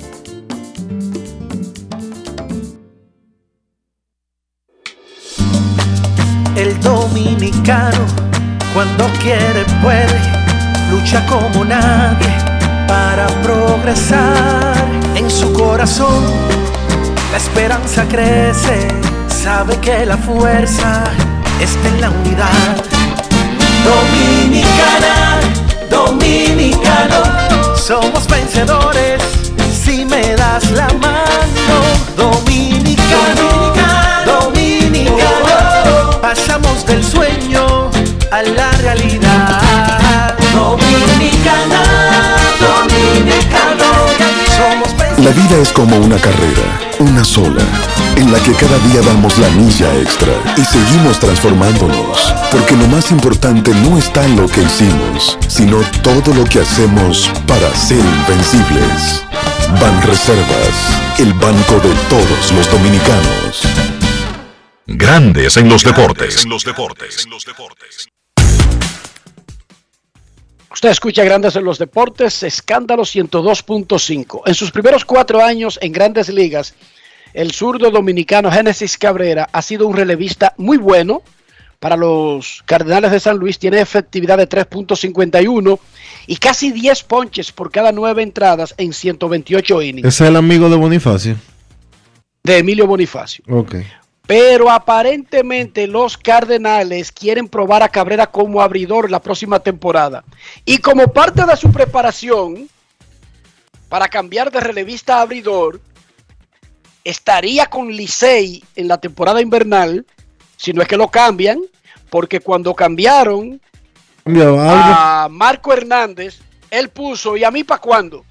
[SPEAKER 2] El dominicano, cuando quiere puede, lucha como nadie para progresar. En su corazón la esperanza crece, sabe que la fuerza está en la unidad. Dominicana, dominicano, somos vencedores si me das la mano. Dominicano, dominicano, pasamos del sueño a la realidad. Dominicana, dominicano, somos vencedores.
[SPEAKER 14] La vida es como una carrera, una sola, en la que cada día damos la milla extra y seguimos transformándonos, porque lo más importante no está en lo que hicimos, sino todo lo que hacemos para ser invencibles. Banreservas, el banco de todos los dominicanos.
[SPEAKER 1] Grandes en los deportes.
[SPEAKER 5] Usted escucha Grandes en los Deportes, Escándalo 102.5. En sus primeros 4 años en Grandes Ligas, el zurdo dominicano Génesis Cabrera ha sido un relevista muy bueno para los Cardenales de San Luis. Tiene efectividad de 3.51 y casi 10 ponches por cada 9 entradas en 128 innings.
[SPEAKER 3] Ese es el amigo de Bonifacio.
[SPEAKER 5] De Emilio Bonifacio.
[SPEAKER 3] Ok.
[SPEAKER 5] Pero aparentemente los Cardenales quieren probar a Cabrera como abridor la próxima temporada. Y como parte de su preparación para cambiar de relevista a abridor, estaría con Licey en la temporada invernal, si no es que lo cambian, porque cuando cambiaron a Marco Hernández, él puso, ¿y a mí para cuándo?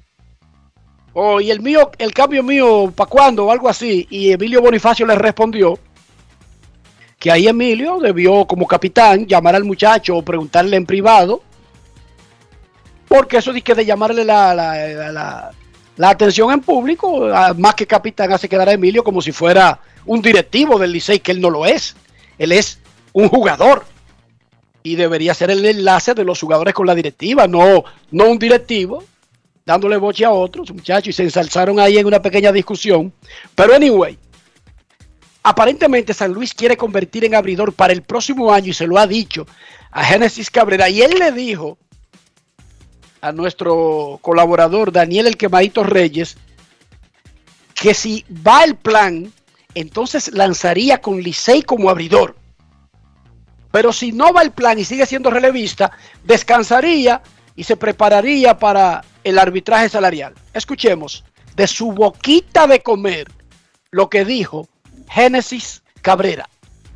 [SPEAKER 5] Y el cambio mío, ¿para cuándo? O algo así. Y Emilio Bonifacio le respondió que ahí Emilio debió, como capitán, llamar al muchacho o preguntarle en privado, porque eso de llamarle la atención en público, más que capitán, hace quedar a Emilio como si fuera un directivo del Licey, que él no lo es. Él es un jugador y debería ser el enlace de los jugadores con la directiva, no un directivo dándole boche a otros muchachos, y se ensalzaron ahí en una pequeña discusión. Pero anyway, aparentemente San Luis quiere convertir en abridor para el próximo año y se lo ha dicho a Génesis Cabrera, y él le dijo a nuestro colaborador Daniel El Quemadito Reyes que si va el plan, entonces lanzaría con Licey como abridor. Pero si no va el plan y sigue siendo relevista, descansaría y se prepararía para el arbitraje salarial. Escuchemos de su boquita de comer lo que dijo Génesis Cabrera.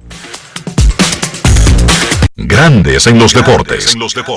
[SPEAKER 1] Grandes en los deportes.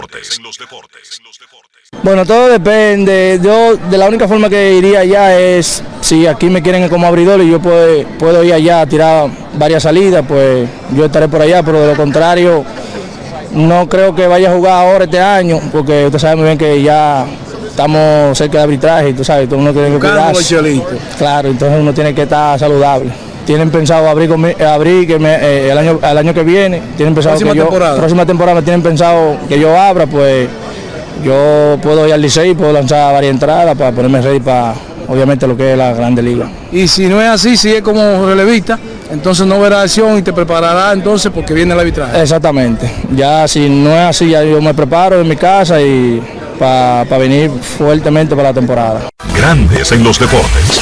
[SPEAKER 18] Bueno, todo depende. Yo de la única forma que iría allá es si aquí me quieren como abridor y yo puedo ir allá a tirar varias salidas, pues yo estaré por allá, pero de lo contrario no creo que vaya a jugar ahora este año, porque usted sabe muy bien que ya estamos cerca de arbitraje y tú sabes, uno tiene que cuidarse. Claro, entonces uno tiene que estar saludable. Tienen pensado abrir que el año que viene, tienen pensado próxima temporada me tienen pensado que yo abra, pues yo puedo ir al Licey, puedo lanzar varias entradas para ponerme ready para, obviamente, lo que es la Grande Liga.
[SPEAKER 19] Y si no es así, si es como relevista, entonces no verá acción y te preparará entonces porque viene el arbitraje.
[SPEAKER 18] Exactamente. Ya si no es así, ya yo me preparo en mi casa y para venir fuertemente para la temporada.
[SPEAKER 1] Grandes en los deportes.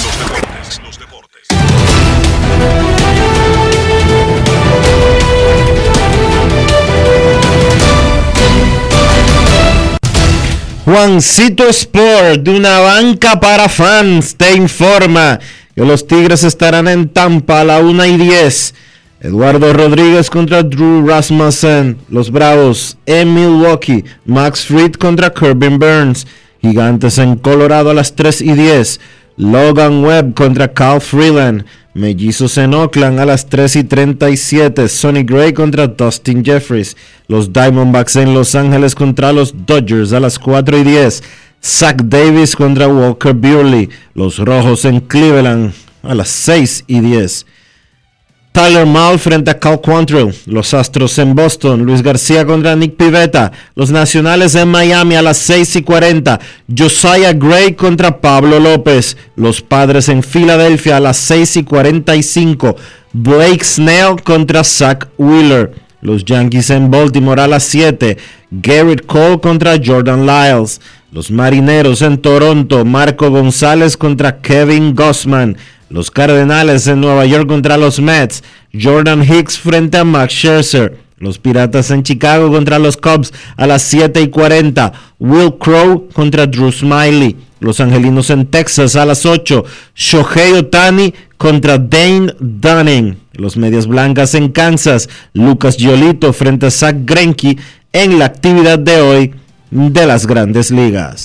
[SPEAKER 3] Juancito Sport, de una banca para fans, te informa que los Tigres estarán en Tampa a la 1:10. Eduardo Rodríguez contra Drew Rasmussen. Los Bravos en Milwaukee. Max Fried contra Corbin Burns. Gigantes en Colorado a las 3:10. Logan Webb contra Kyle Freeland. Mellizos en Oakland a las 3:37. Sonny Gray contra Dustin Jeffries. Los Diamondbacks en Los Ángeles contra los Dodgers a las 4:10. Zach Davis contra Walker Buehler. Los Rojos en Cleveland a las 6:10. Tyler Mahle frente a Cal Quantrill. Los Astros en Boston. Luis García contra Nick Pivetta. Los Nacionales en Miami a las 6:40. Josiah Gray contra Pablo López. Los Padres en Filadelfia a las 6:45. Blake Snell contra Zach Wheeler. Los Yankees en Baltimore a las 7. Garrett Cole contra Jordan Lyles. Los Marineros en Toronto. Marco González contra Kevin Gausman. Los Cardenales en Nueva York contra los Mets. Jordan Hicks frente a Max Scherzer. Los Piratas en Chicago contra los Cubs a las 7:40. Will Crowe contra Drew Smyly. Los Angelinos en Texas a las 8. Shohei Ohtani contra Dane Dunning. Los Medias Blancas en Kansas. Lucas Giolito frente a Zach Greinke en la actividad de hoy de las Grandes Ligas.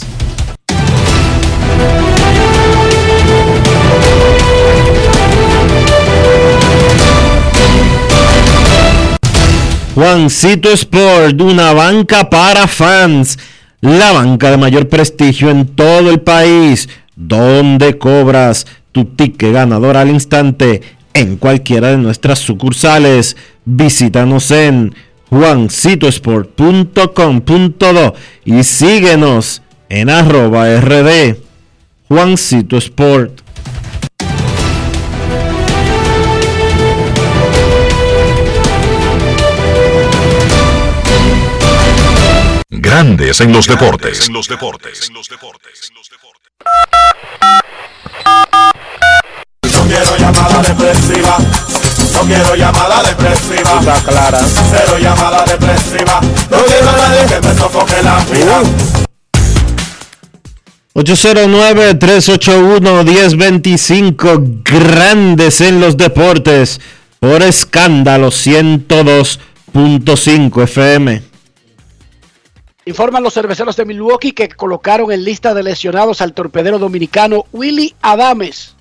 [SPEAKER 3] Juancito Sport, una banca para fans, la banca de mayor prestigio en todo el país, donde cobras tu ticket ganador al instante en cualquiera de nuestras sucursales. Visítanos en juancitosport.com.do y síguenos en @RD Juancito Sport.
[SPEAKER 1] Grandes en los deportes.
[SPEAKER 11] No quiero llamada depresiva. No quiero llamada depresiva.
[SPEAKER 18] Está clara.
[SPEAKER 11] Cero llamada depresiva. No quiero a nadie que me sofoque la vida.
[SPEAKER 3] 809-381-1025. Grandes en los deportes. Por Escándalo 102.5 FM.
[SPEAKER 5] Informan los cerveceros de Milwaukee que colocaron en lista de lesionados al torpedero dominicano Willy Adames.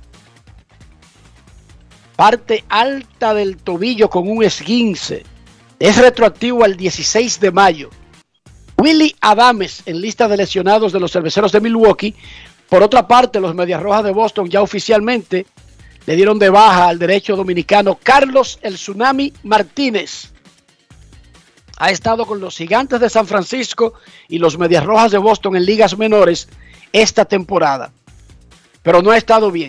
[SPEAKER 5] Parte alta del tobillo con un esguince. Es retroactivo al 16 de mayo. Willy Adames en lista de lesionados de los cerveceros de Milwaukee. Por otra parte, los Medias Rojas de Boston ya oficialmente le dieron de baja al derecho dominicano Carlos El Tsunami Martínez. Ha estado con los Gigantes de San Francisco y los Medias Rojas de Boston en ligas menores esta temporada, pero no ha estado bien.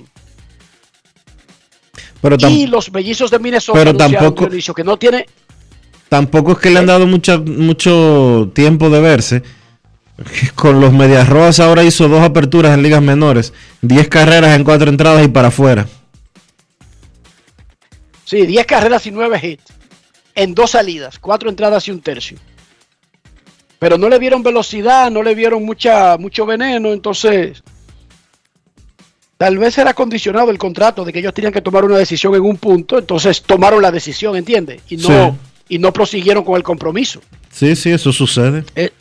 [SPEAKER 5] Y los Mellizos de Minnesota anunciaron que no tiene.
[SPEAKER 3] Tampoco es que le han dado mucho tiempo de verse. Con los Medias Rojas ahora hizo 2 aperturas en ligas menores, 10 carreras en 4 entradas y para afuera.
[SPEAKER 5] Sí, 10 carreras y 9 hits. En 2 salidas, 4 entradas y 1/3. Pero no le vieron velocidad, no le vieron mucho veneno, entonces tal vez era condicionado el contrato de que ellos tenían que tomar una decisión en un punto, entonces tomaron la decisión, ¿entiendes? Y no prosiguieron con el compromiso.
[SPEAKER 3] Sí, eso sucede.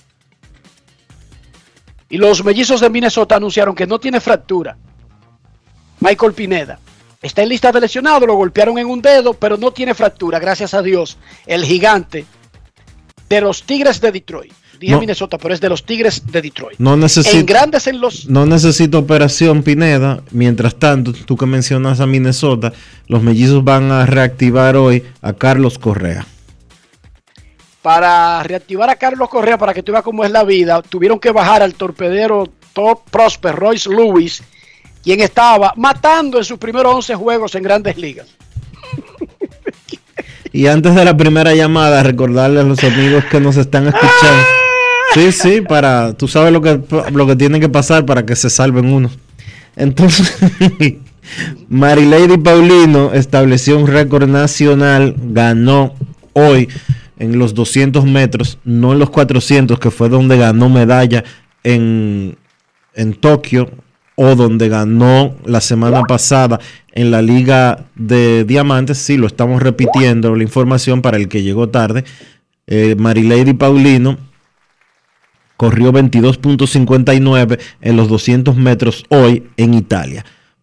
[SPEAKER 5] Y los Mellizos de Minnesota anunciaron que no tiene fractura. Michael Pineda está en lista de lesionados, lo golpearon en un dedo, pero no tiene fractura, gracias a Dios. El gigante de los Tigres de Detroit. Dije Minnesota, pero es de los Tigres de Detroit.
[SPEAKER 3] No necesita operación, Pineda. Mientras tanto, tú que mencionas a Minnesota, los Mellizos van a reactivar hoy a Carlos Correa.
[SPEAKER 5] Para reactivar a Carlos Correa, para que tú veas cómo es la vida, tuvieron que bajar al torpedero top Prosper Royce Lewis, quien estaba matando en sus primeros 11 juegos en Grandes Ligas.
[SPEAKER 3] Y antes de la primera llamada, recordarles a los amigos que nos están escuchando. Sí, tú sabes lo que tiene que pasar para que se salven uno. Entonces, Marilady Paulino estableció un récord nacional, ganó hoy en los 200 metros, no en los 400, que fue donde ganó medalla en Tokio, o donde ganó la semana pasada en la Liga de Diamantes. Sí, lo estamos repitiendo la información para el que llegó tarde. Marilady Paulino corrió 22.59 en los 200 metros hoy en Italia.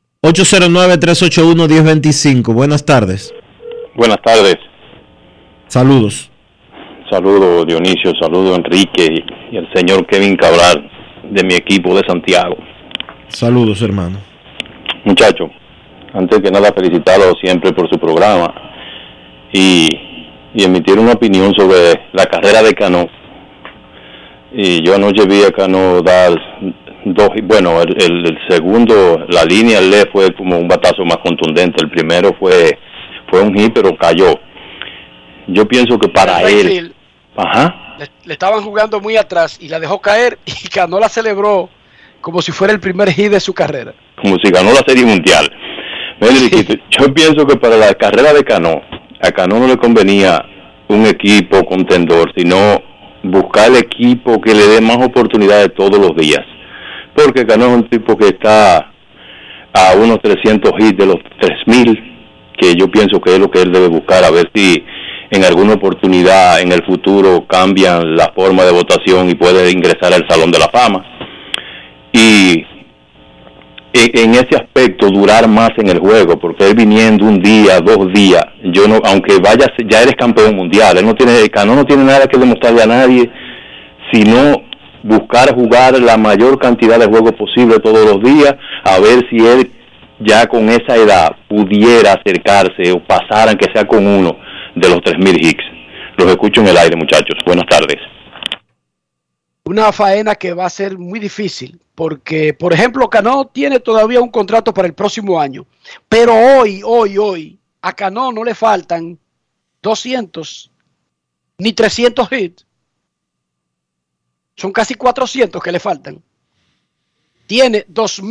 [SPEAKER 3] 809-381-1025. Buenas tardes.
[SPEAKER 20] Buenas tardes.
[SPEAKER 3] Saludos.
[SPEAKER 20] Saludos Dionisio, saludos Enrique y el señor Kevin Cabral de mi equipo de Santiago.
[SPEAKER 3] Saludos, hermano.
[SPEAKER 20] Muchachos, antes que nada felicitarlos siempre por su programa y emitir una opinión sobre la carrera de Cano. Y yo anoche vi a Cano dar dos, bueno, el segundo, la línea le fue como un batazo más contundente. El primero fue un hit, pero cayó. Yo pienso que para él... Ajá.
[SPEAKER 5] Le estaban jugando muy atrás y la dejó caer y Cano la celebró como si fuera el primer hit de su carrera.
[SPEAKER 20] Como si ganó la Serie Mundial. Yo pienso que para la carrera de Cano, a Cano no le convenía un equipo contendor, sino buscar el equipo que le dé más oportunidades todos los días. Porque Cano es un tipo que está a unos 300 hits de los 3,000, que yo pienso que es lo que él debe buscar, a ver si en alguna oportunidad en el futuro cambian la forma de votación y puede ingresar al Salón de la Fama. Y en ese aspecto durar más en el juego, porque él viniendo un día, 2 días, yo no, aunque vayas, ya eres campeón mundial, Cano no tiene nada que demostrarle a nadie, sino buscar jugar la mayor cantidad de juegos posible todos los días, a ver si él ya con esa edad pudiera acercarse o pasar, aunque sea con uno de los 3,000 hits. Los escucho en el aire, muchachos. Buenas tardes.
[SPEAKER 5] Una faena que va a ser muy difícil, porque, por ejemplo, Cano tiene todavía un contrato para el próximo año, pero hoy, a Cano no le faltan 200 ni 300 hits. Son casi 400 que le faltan. Tiene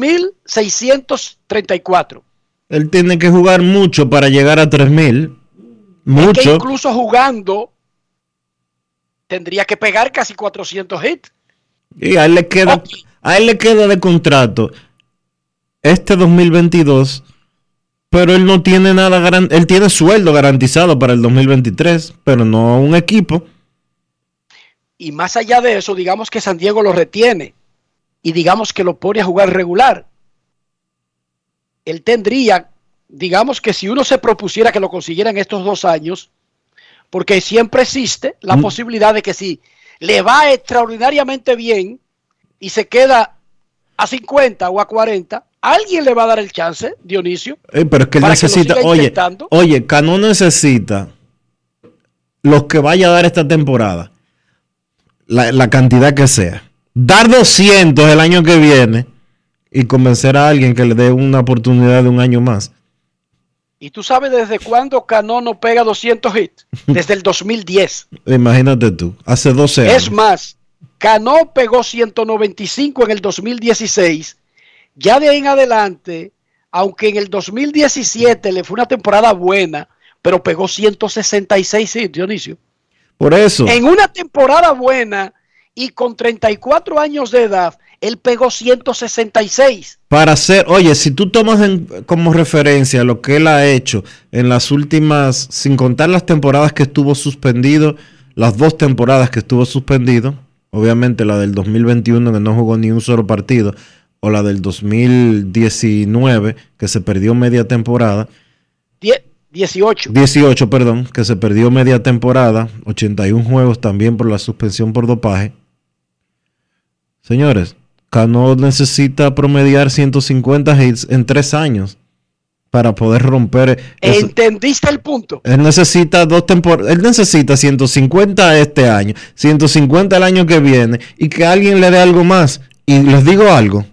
[SPEAKER 5] 2,634.
[SPEAKER 3] Él tiene que jugar mucho para llegar a 3,000. Mucho.
[SPEAKER 5] Es que incluso jugando tendría que pegar casi 400 hits.
[SPEAKER 3] Y a él le queda, de contrato este 2022, pero él no tiene nada él tiene sueldo garantizado para el 2023, pero no un equipo.
[SPEAKER 5] Y más allá de eso, digamos que San Diego lo retiene y digamos que lo pone a jugar regular. Él tendría, digamos que si uno se propusiera que lo consiguiera en estos 2 años, porque siempre existe la posibilidad de que si le va extraordinariamente bien y se queda a 50 o a 40, alguien le va a dar el chance, Dionisio.
[SPEAKER 3] Pero es que él necesita, oye, Cano necesita los que vaya a dar esta temporada, la cantidad que sea. Dar 200 el año que viene y convencer a alguien que le dé una oportunidad de un año más.
[SPEAKER 5] ¿Y tú sabes desde cuándo Cano no pega 200 hits? Desde el 2010.
[SPEAKER 3] Imagínate tú, hace 12 años.
[SPEAKER 5] Es más, Cano pegó 195 en el 2016. Ya de ahí en adelante, aunque en el 2017 le fue una temporada buena, pero pegó 166 hits, Dionisio.
[SPEAKER 3] Por eso.
[SPEAKER 5] En una temporada buena y con 34 años de edad, él pegó 166.
[SPEAKER 3] Para hacer, oye, si tú tomas como referencia lo que él ha hecho en las últimas, sin contar las temporadas que estuvo suspendido, las 2 temporadas que estuvo suspendido, obviamente la del 2021 que no jugó ni un solo partido, o la del 2019 que se perdió media temporada. 18, perdón, que se perdió media temporada, 81 juegos también por la suspensión por dopaje. Señores, Cano necesita promediar 150 hits en 3 años para poder romper.
[SPEAKER 5] ¿Entendiste el punto?
[SPEAKER 3] Él necesita 2 temporadas. Él necesita 150 este año, 150 el año que viene y que alguien le dé algo más. Y les digo algo.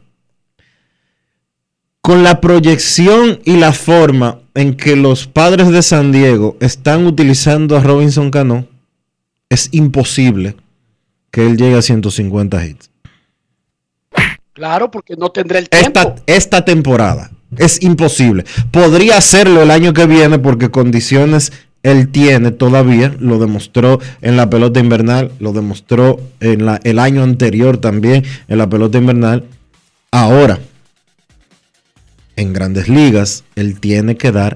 [SPEAKER 3] Con la proyección y la forma en que los Padres de San Diego están utilizando a Robinson Cano, es imposible que él llegue a 150 hits.
[SPEAKER 5] Claro, porque no tendrá el tiempo.
[SPEAKER 3] Esta temporada es imposible. Podría hacerlo el año que viene porque condiciones él tiene todavía. Lo demostró en la pelota invernal, lo demostró en el año anterior también en la pelota invernal. Ahora, en Grandes Ligas, él tiene que dar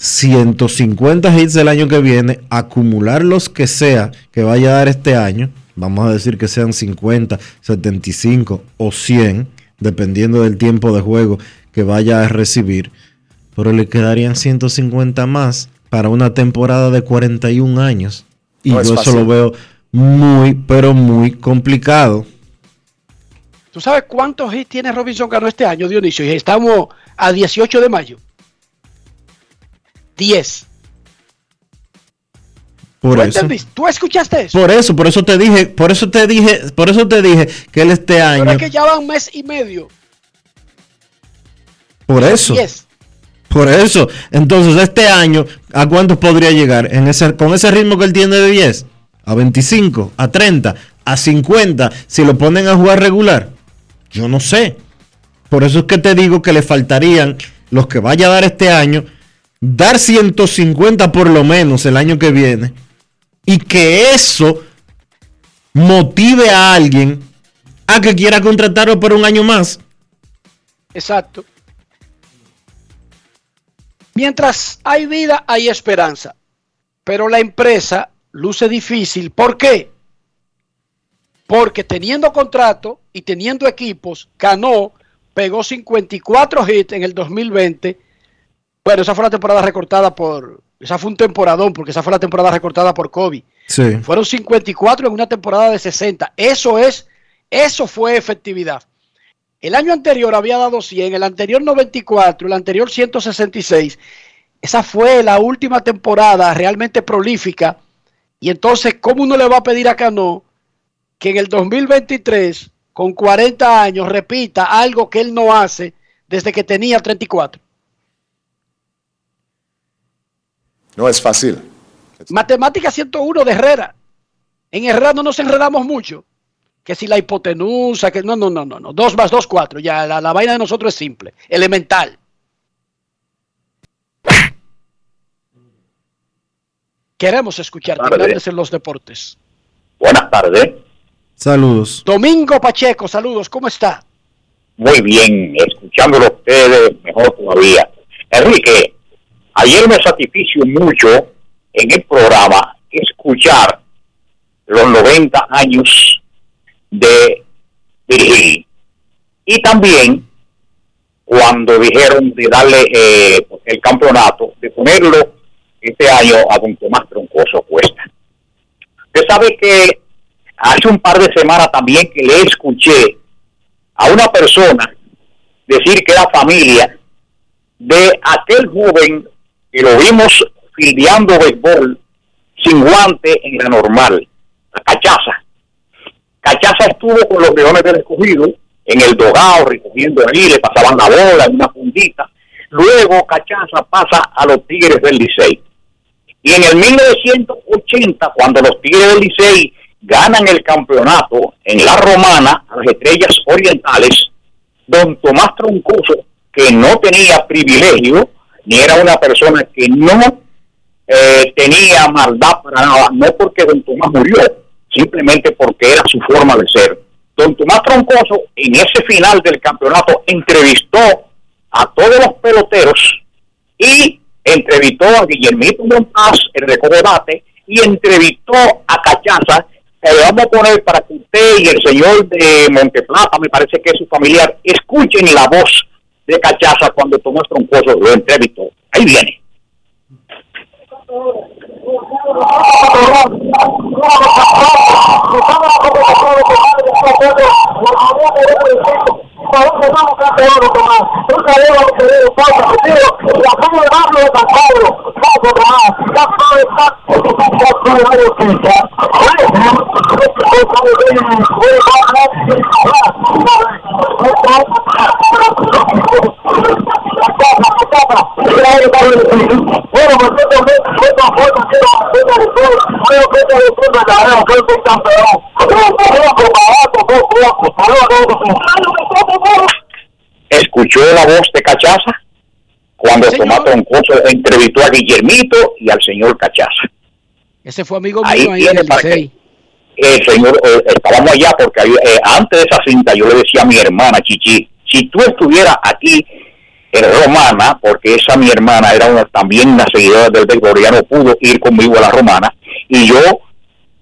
[SPEAKER 3] 150 hits el año que viene, acumular los que sea que vaya a dar este año vamos a decir que sean 50, 75 o 100, dependiendo del tiempo de juego que vaya a recibir, pero le quedarían 150 más para una temporada de 41 años. Y yo eso lo veo muy, pero muy complicado.
[SPEAKER 5] ¿Tú sabes cuántos hits tiene Robinson Cano este año, Dionisio? Y estamos a 18 de mayo. 10.
[SPEAKER 3] Por eso.
[SPEAKER 5] ¿Tú escuchaste eso?
[SPEAKER 3] Por eso te dije que él este año.
[SPEAKER 5] Pero es que ya va un mes y medio.
[SPEAKER 3] Por eso.
[SPEAKER 5] 10.
[SPEAKER 3] Por eso. Entonces, este año, ¿a cuántos podría llegar? Con ese ritmo que él tiene de 10, a 25, a 30, a 50, si lo ponen a jugar regular. Yo no sé. Por eso es que te digo que le faltarían los que vaya a dar este año, dar 150 por lo menos el año que viene, y que eso motive a alguien a que quiera contratarlo por un año más.
[SPEAKER 5] Exacto. Mientras hay vida, hay esperanza. Pero la empresa luce difícil. ¿Por qué? Porque teniendo contrato y teniendo equipos, Cano pegó 54 hits en el 2020. Bueno, esa fue la temporada recortada esa fue un temporadón, porque esa fue la temporada recortada por COVID.
[SPEAKER 3] Sí.
[SPEAKER 5] Fueron 54 en una temporada de 60. Eso fue efectividad. El año anterior había dado 100, el anterior 94, el anterior 166. Esa fue la última temporada realmente prolífica. Y entonces, ¿cómo uno le va a pedir a Cano que en el 2023, con 40 años, repita algo que él no hace desde que tenía 34?
[SPEAKER 8] No es fácil.
[SPEAKER 5] Matemática 101 de Herrera. En Herrera no nos enredamos mucho. Que si la hipotenusa, que no. 2 más 2, 4. Ya la vaina de nosotros es simple, elemental. Queremos escucharte. Grandes en los deportes.
[SPEAKER 21] Buenas tardes.
[SPEAKER 3] Saludos.
[SPEAKER 5] Domingo Pacheco, saludos. ¿Cómo está?
[SPEAKER 21] Muy bien, escuchándolo a ustedes, mejor todavía. Enrique, ayer me satisfizo mucho en el programa escuchar los 90 años de Virgil. Y también cuando dijeron de darle el campeonato, de ponerlo este año a don Tomás Troncoso Cuesta. Usted sabe que hace un par de semanas también que le escuché a una persona decir que era familia de aquel joven que lo vimos fildeando béisbol sin guante en la normal, la Cachaza. Cachaza estuvo con los Leones del Escogido en el dogado recogiendo ahí, le pasaban la bola en una puntita. Luego Cachaza pasa a los Tigres del Licey. Y en el 1980, cuando los Tigres del Licey ganan el campeonato en la Romana a las Estrellas Orientales, don Tomás Troncoso, que no tenía privilegio, ni era una persona que no tenía maldad para nada, no porque don Tomás murió, simplemente porque era su forma de ser. Don Tomás Troncoso, en ese final del campeonato, entrevistó a todos los peloteros y entrevistó a Guillermito Montaz, el recordate, y entrevistó a Cachaza. Le vamos a poner para que usted y el señor de Monteplata, me parece que es su familiar, escuchen la voz de Cachaza cuando Tomás Troncoso lo entrevistó. Ahí viene. ¿Escuchó la voz de Cachaza cuando Tomás Troncoso entrevistó a Guillermito y al señor Cachaza?
[SPEAKER 5] Ese fue amigo mío ahí en el Licey.
[SPEAKER 21] Señor, estábamos allá porque antes de esa cinta yo le decía a mi hermana Chichi, si tú estuvieras aquí en Romana, porque esa mi hermana era también una seguidora del béisbol, ya no pudo ir conmigo a la Romana, y yo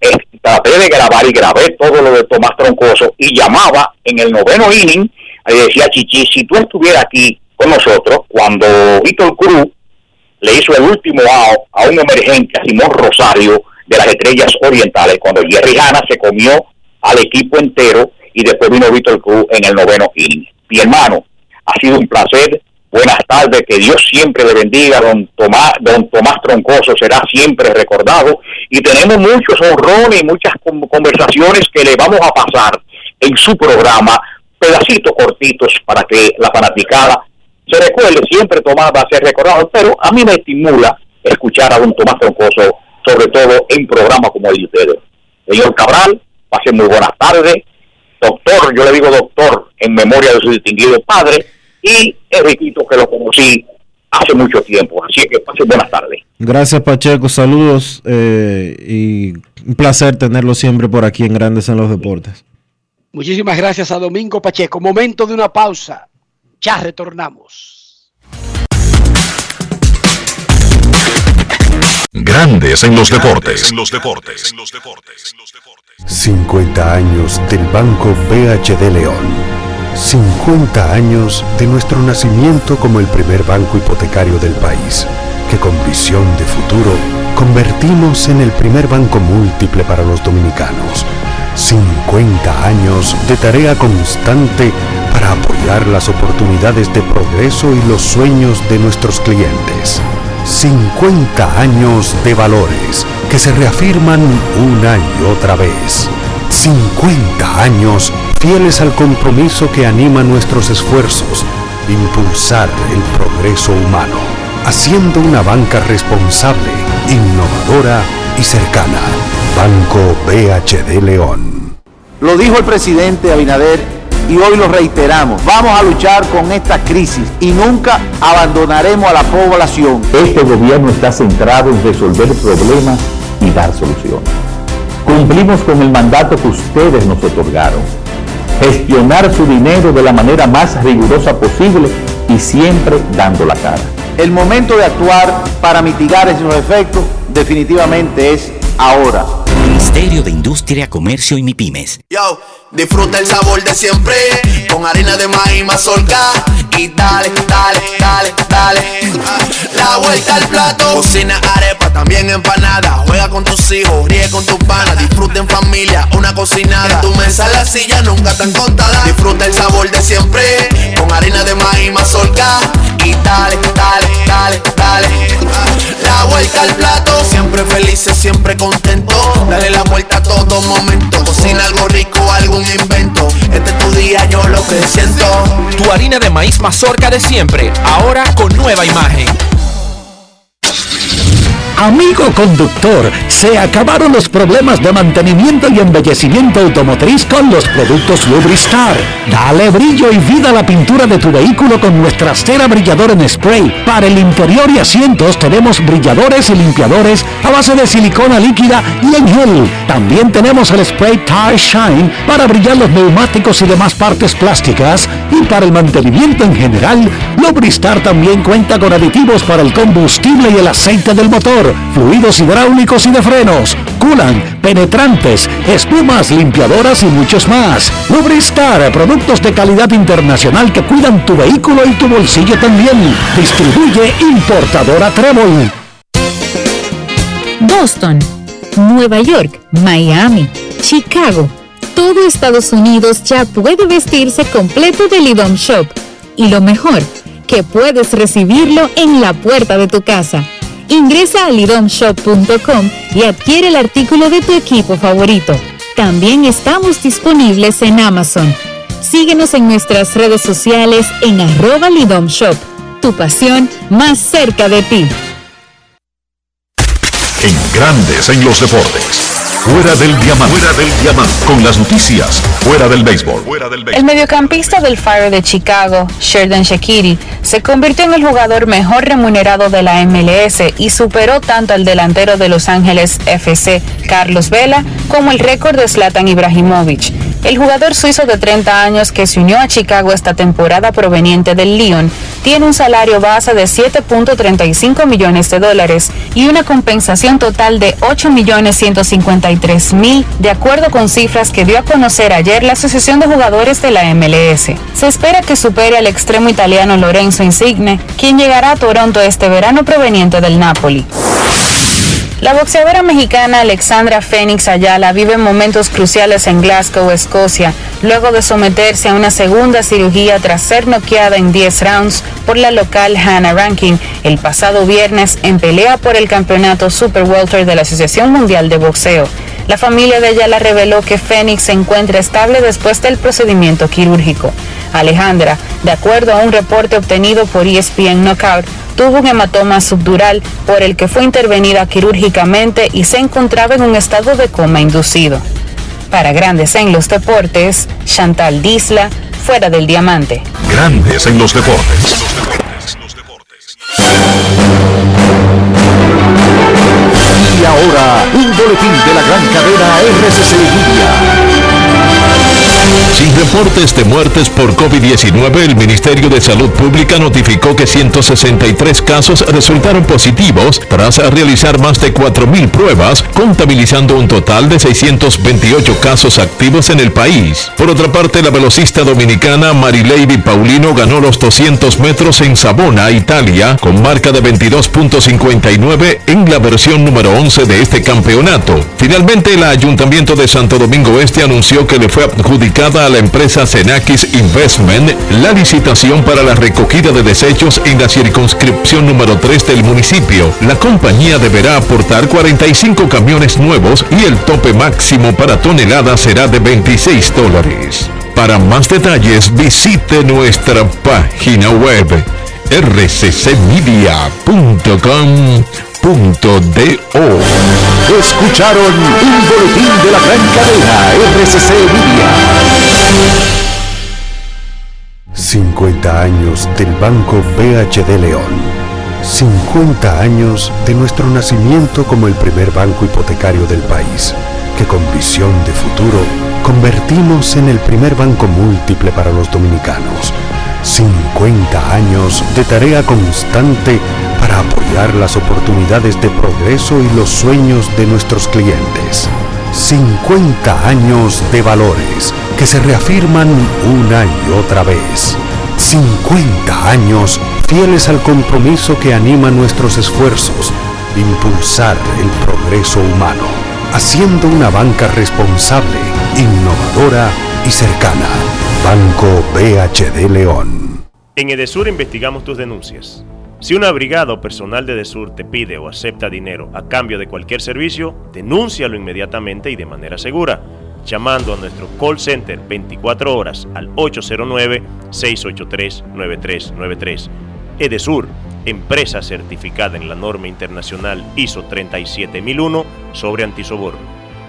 [SPEAKER 21] traté de grabar y grabé todo lo de Tomás Troncoso y llamaba en el 9º inning y decía: Chichi, si tú estuvieras aquí con nosotros cuando Víctor Cruz le hizo el último out a un emergente, a Simón Rosario de las Estrellas Orientales, cuando Jerry Hanna se comió al equipo entero y después vino Víctor Cruz en el 9º inning. Mi hermano, ha sido un placer. Buenas tardes, que Dios siempre le bendiga. Don Tomás Troncoso será siempre recordado y tenemos muchos honrones y muchas conversaciones que le vamos a pasar en su programa, pedacitos cortitos para que la fanaticada se recuerde. Siempre Tomás va a ser recordado, pero a mí me estimula escuchar a don Tomás Troncoso, sobre todo en programas como el de ustedes. Señor Cabral, pase muy buenas tardes. Doctor, yo le digo doctor en memoria de su distinguido padre, y Enriquito, que lo conocí hace mucho tiempo. Así que pase buenas tardes.
[SPEAKER 3] Gracias, Pacheco, saludos y un placer tenerlo siempre por aquí en Grandes en los Deportes.
[SPEAKER 5] Muchísimas gracias a Domingo Pacheco. Momento de una pausa. Ya retornamos.
[SPEAKER 1] Grandes en los deportes.
[SPEAKER 14] 50 años del Banco BHD León. 50 años de nuestro nacimiento como el primer banco hipotecario del país, que con visión de futuro convertimos en el primer banco múltiple para los dominicanos. 50 años de tarea constante para apoyar las oportunidades de progreso y los sueños de nuestros clientes. 50 años de valores que se reafirman una y otra vez. 50 años fieles al compromiso que anima nuestros esfuerzos de impulsar el progreso humano, haciendo una banca responsable, innovadora y cercana. Banco BHD León.
[SPEAKER 7] Lo dijo el presidente Abinader y hoy lo reiteramos. Vamos a luchar con esta crisis y nunca abandonaremos a la población.
[SPEAKER 22] Este gobierno está centrado en resolver problemas y dar soluciones. Cumplimos con el mandato que ustedes nos otorgaron. Gestionar su dinero de la manera más rigurosa posible y siempre dando la cara.
[SPEAKER 7] El momento de actuar para mitigar esos efectos definitivamente es ahora.
[SPEAKER 23] Ministerio de Industria, Comercio y MIPYMES.
[SPEAKER 11] Yo, disfruta el sabor de siempre con harina de maíz mazorca y dale, dale, dale, dale. La vuelta al plato, cocina arepa, también empanada. Juega con tus hijos, ríe con tus panas, disfruta en familia, una cocinada. En tu mesa la silla nunca tan contada. Disfruta el sabor de siempre con harina de maíz mazorca y dale, dale, dale, dale. La vuelta al plato, siempre felices, siempre contentos. Dale la vuelta a todo momento. Cocina algo rico, algún invento. Este es tu día, yo lo que siento.
[SPEAKER 12] Tu harina de maíz mazorca de siempre, ahora con nueva imagen.
[SPEAKER 24] Amigo conductor, se acabaron los problemas de mantenimiento y embellecimiento automotriz con los productos Lubristar. Dale brillo y vida a la pintura de tu vehículo con nuestra cera brilladora en spray. Para el interior y asientos tenemos brilladores y limpiadores a base de silicona líquida y en gel. También tenemos el spray Tire Shine para brillar los neumáticos y demás partes plásticas. Y para el mantenimiento en general, Lubristar también cuenta con aditivos para el combustible y el aceite del motor, fluidos hidráulicos y de frenos, culan, penetrantes, espumas, limpiadoras y muchos más. Lubristar, productos de calidad internacional que cuidan tu vehículo y tu bolsillo también. Distribuye importadora Trébol.
[SPEAKER 25] Boston, Nueva York, Miami, Chicago. Todo Estados Unidos ya puede vestirse completo de Lidom Shop. Y lo mejor, que puedes recibirlo en la puerta de tu casa. Ingresa a lidomshop.com y adquiere el artículo de tu equipo favorito. También estamos disponibles en Amazon. Síguenos en nuestras redes sociales en @lidomshop. Tu pasión más cerca de ti.
[SPEAKER 1] En Grandes en los Deportes. Fuera del diamante. Con las noticias. Fuera del béisbol.
[SPEAKER 26] El mediocampista del Fire de Chicago, Sheldon Shaqiri, se convirtió en el jugador mejor remunerado de la MLS y superó tanto al delantero de Los Ángeles FC, Carlos Vela, como el récord de Zlatan Ibrahimovic. El jugador suizo de 30 años que se unió a Chicago esta temporada proveniente del Lyon tiene un salario base de $7.35 millones y una compensación total de $8.153.000, de acuerdo con cifras que dio a conocer ayer la Asociación de Jugadores de la MLS. Se espera que supere al extremo italiano Lorenzo Insigne, quien llegará a Toronto este verano proveniente del Napoli. La boxeadora mexicana Alexandra Fénix Ayala vive momentos cruciales en Glasgow, Escocia, luego de someterse a una segunda cirugía tras ser noqueada en 10 rounds por la local Hannah Rankin el pasado viernes en pelea por el campeonato Super Welter de la Asociación Mundial de Boxeo. La familia de Ayala reveló que Fénix se encuentra estable después del procedimiento quirúrgico. Alejandra, de acuerdo a un reporte obtenido por ESPN Knockout, tuvo un hematoma subdural por el que fue intervenida quirúrgicamente y se encontraba en un estado de coma inducido. Para Grandes en los Deportes, Chantal Disla, Fuera del Diamante.
[SPEAKER 1] Grandes en los Deportes.
[SPEAKER 24] Y ahora, un boletín de la gran cadena RCC Libia.
[SPEAKER 4] Sin reportes de muertes por COVID-19, el Ministerio de Salud Pública notificó que 163 casos resultaron positivos tras realizar más de 4.000 pruebas, contabilizando un total de 628 casos activos en el país. Por otra parte, la velocista dominicana Marileiby Paulino ganó los 200 metros en Savona, Italia, con marca de 22.59 en la versión número 11 de este campeonato. Finalmente, el Ayuntamiento de Santo Domingo Este anunció que le fue adjudicada a la empresa Xenakis Investment la licitación para la recogida de desechos en la circunscripción número 3 del municipio. La compañía deberá aportar 45 camiones nuevos y el tope máximo para toneladas será de $26. Para más detalles visite nuestra página web rccmedia.com.do.
[SPEAKER 24] Escucharon un boletín de la gran cadena RCC Media.
[SPEAKER 6] 50 años del Banco BHD León. 50 años de nuestro nacimiento como el primer banco hipotecario del país, que con visión de futuro convertimos en el primer banco múltiple para los dominicanos. 50 años de tarea constante para apoyar las oportunidades de progreso y los sueños de nuestros clientes. 50 años de valores que se reafirman una y otra vez. 50 años fieles al compromiso que anima nuestros esfuerzos, impulsar el progreso humano, haciendo una banca responsable, innovadora y cercana. Banco BHD León.
[SPEAKER 9] En Edesur investigamos tus denuncias. Si una brigada o personal de Edesur te pide o acepta dinero a cambio de cualquier servicio, denúncialo inmediatamente y de manera segura, llamando a nuestro call center 24 horas al 809-683-9393. Edesur, empresa certificada en la norma internacional ISO 37001 sobre antisoborno.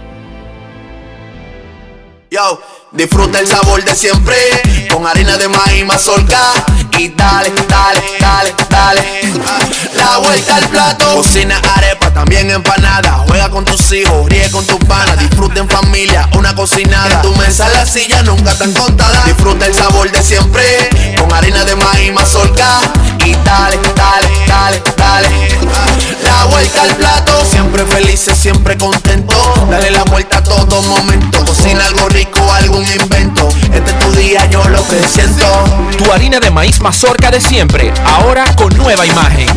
[SPEAKER 11] Yo, disfruta el sabor de siempre, con harina de maíz mazorca y dale, dale, dale, dale, la vuelta al plato. Cocina arepa, también empanada, juega con tus hijos, ríe con tus panas, disfruta en familia, una cocinada, en tu mesa la silla nunca tan contada. Disfruta el sabor de siempre, con harina de maíz mazorca y dale, dale, dale, dale, la vuelta al plato. Siempre felices, siempre contentos, dale la vuelta a todo momento. Cocina algo rico, algún invento, este es tu día, yo lo que siento.
[SPEAKER 12] Tu harina de maíz mazorca de siempre, ahora con nueva imagen.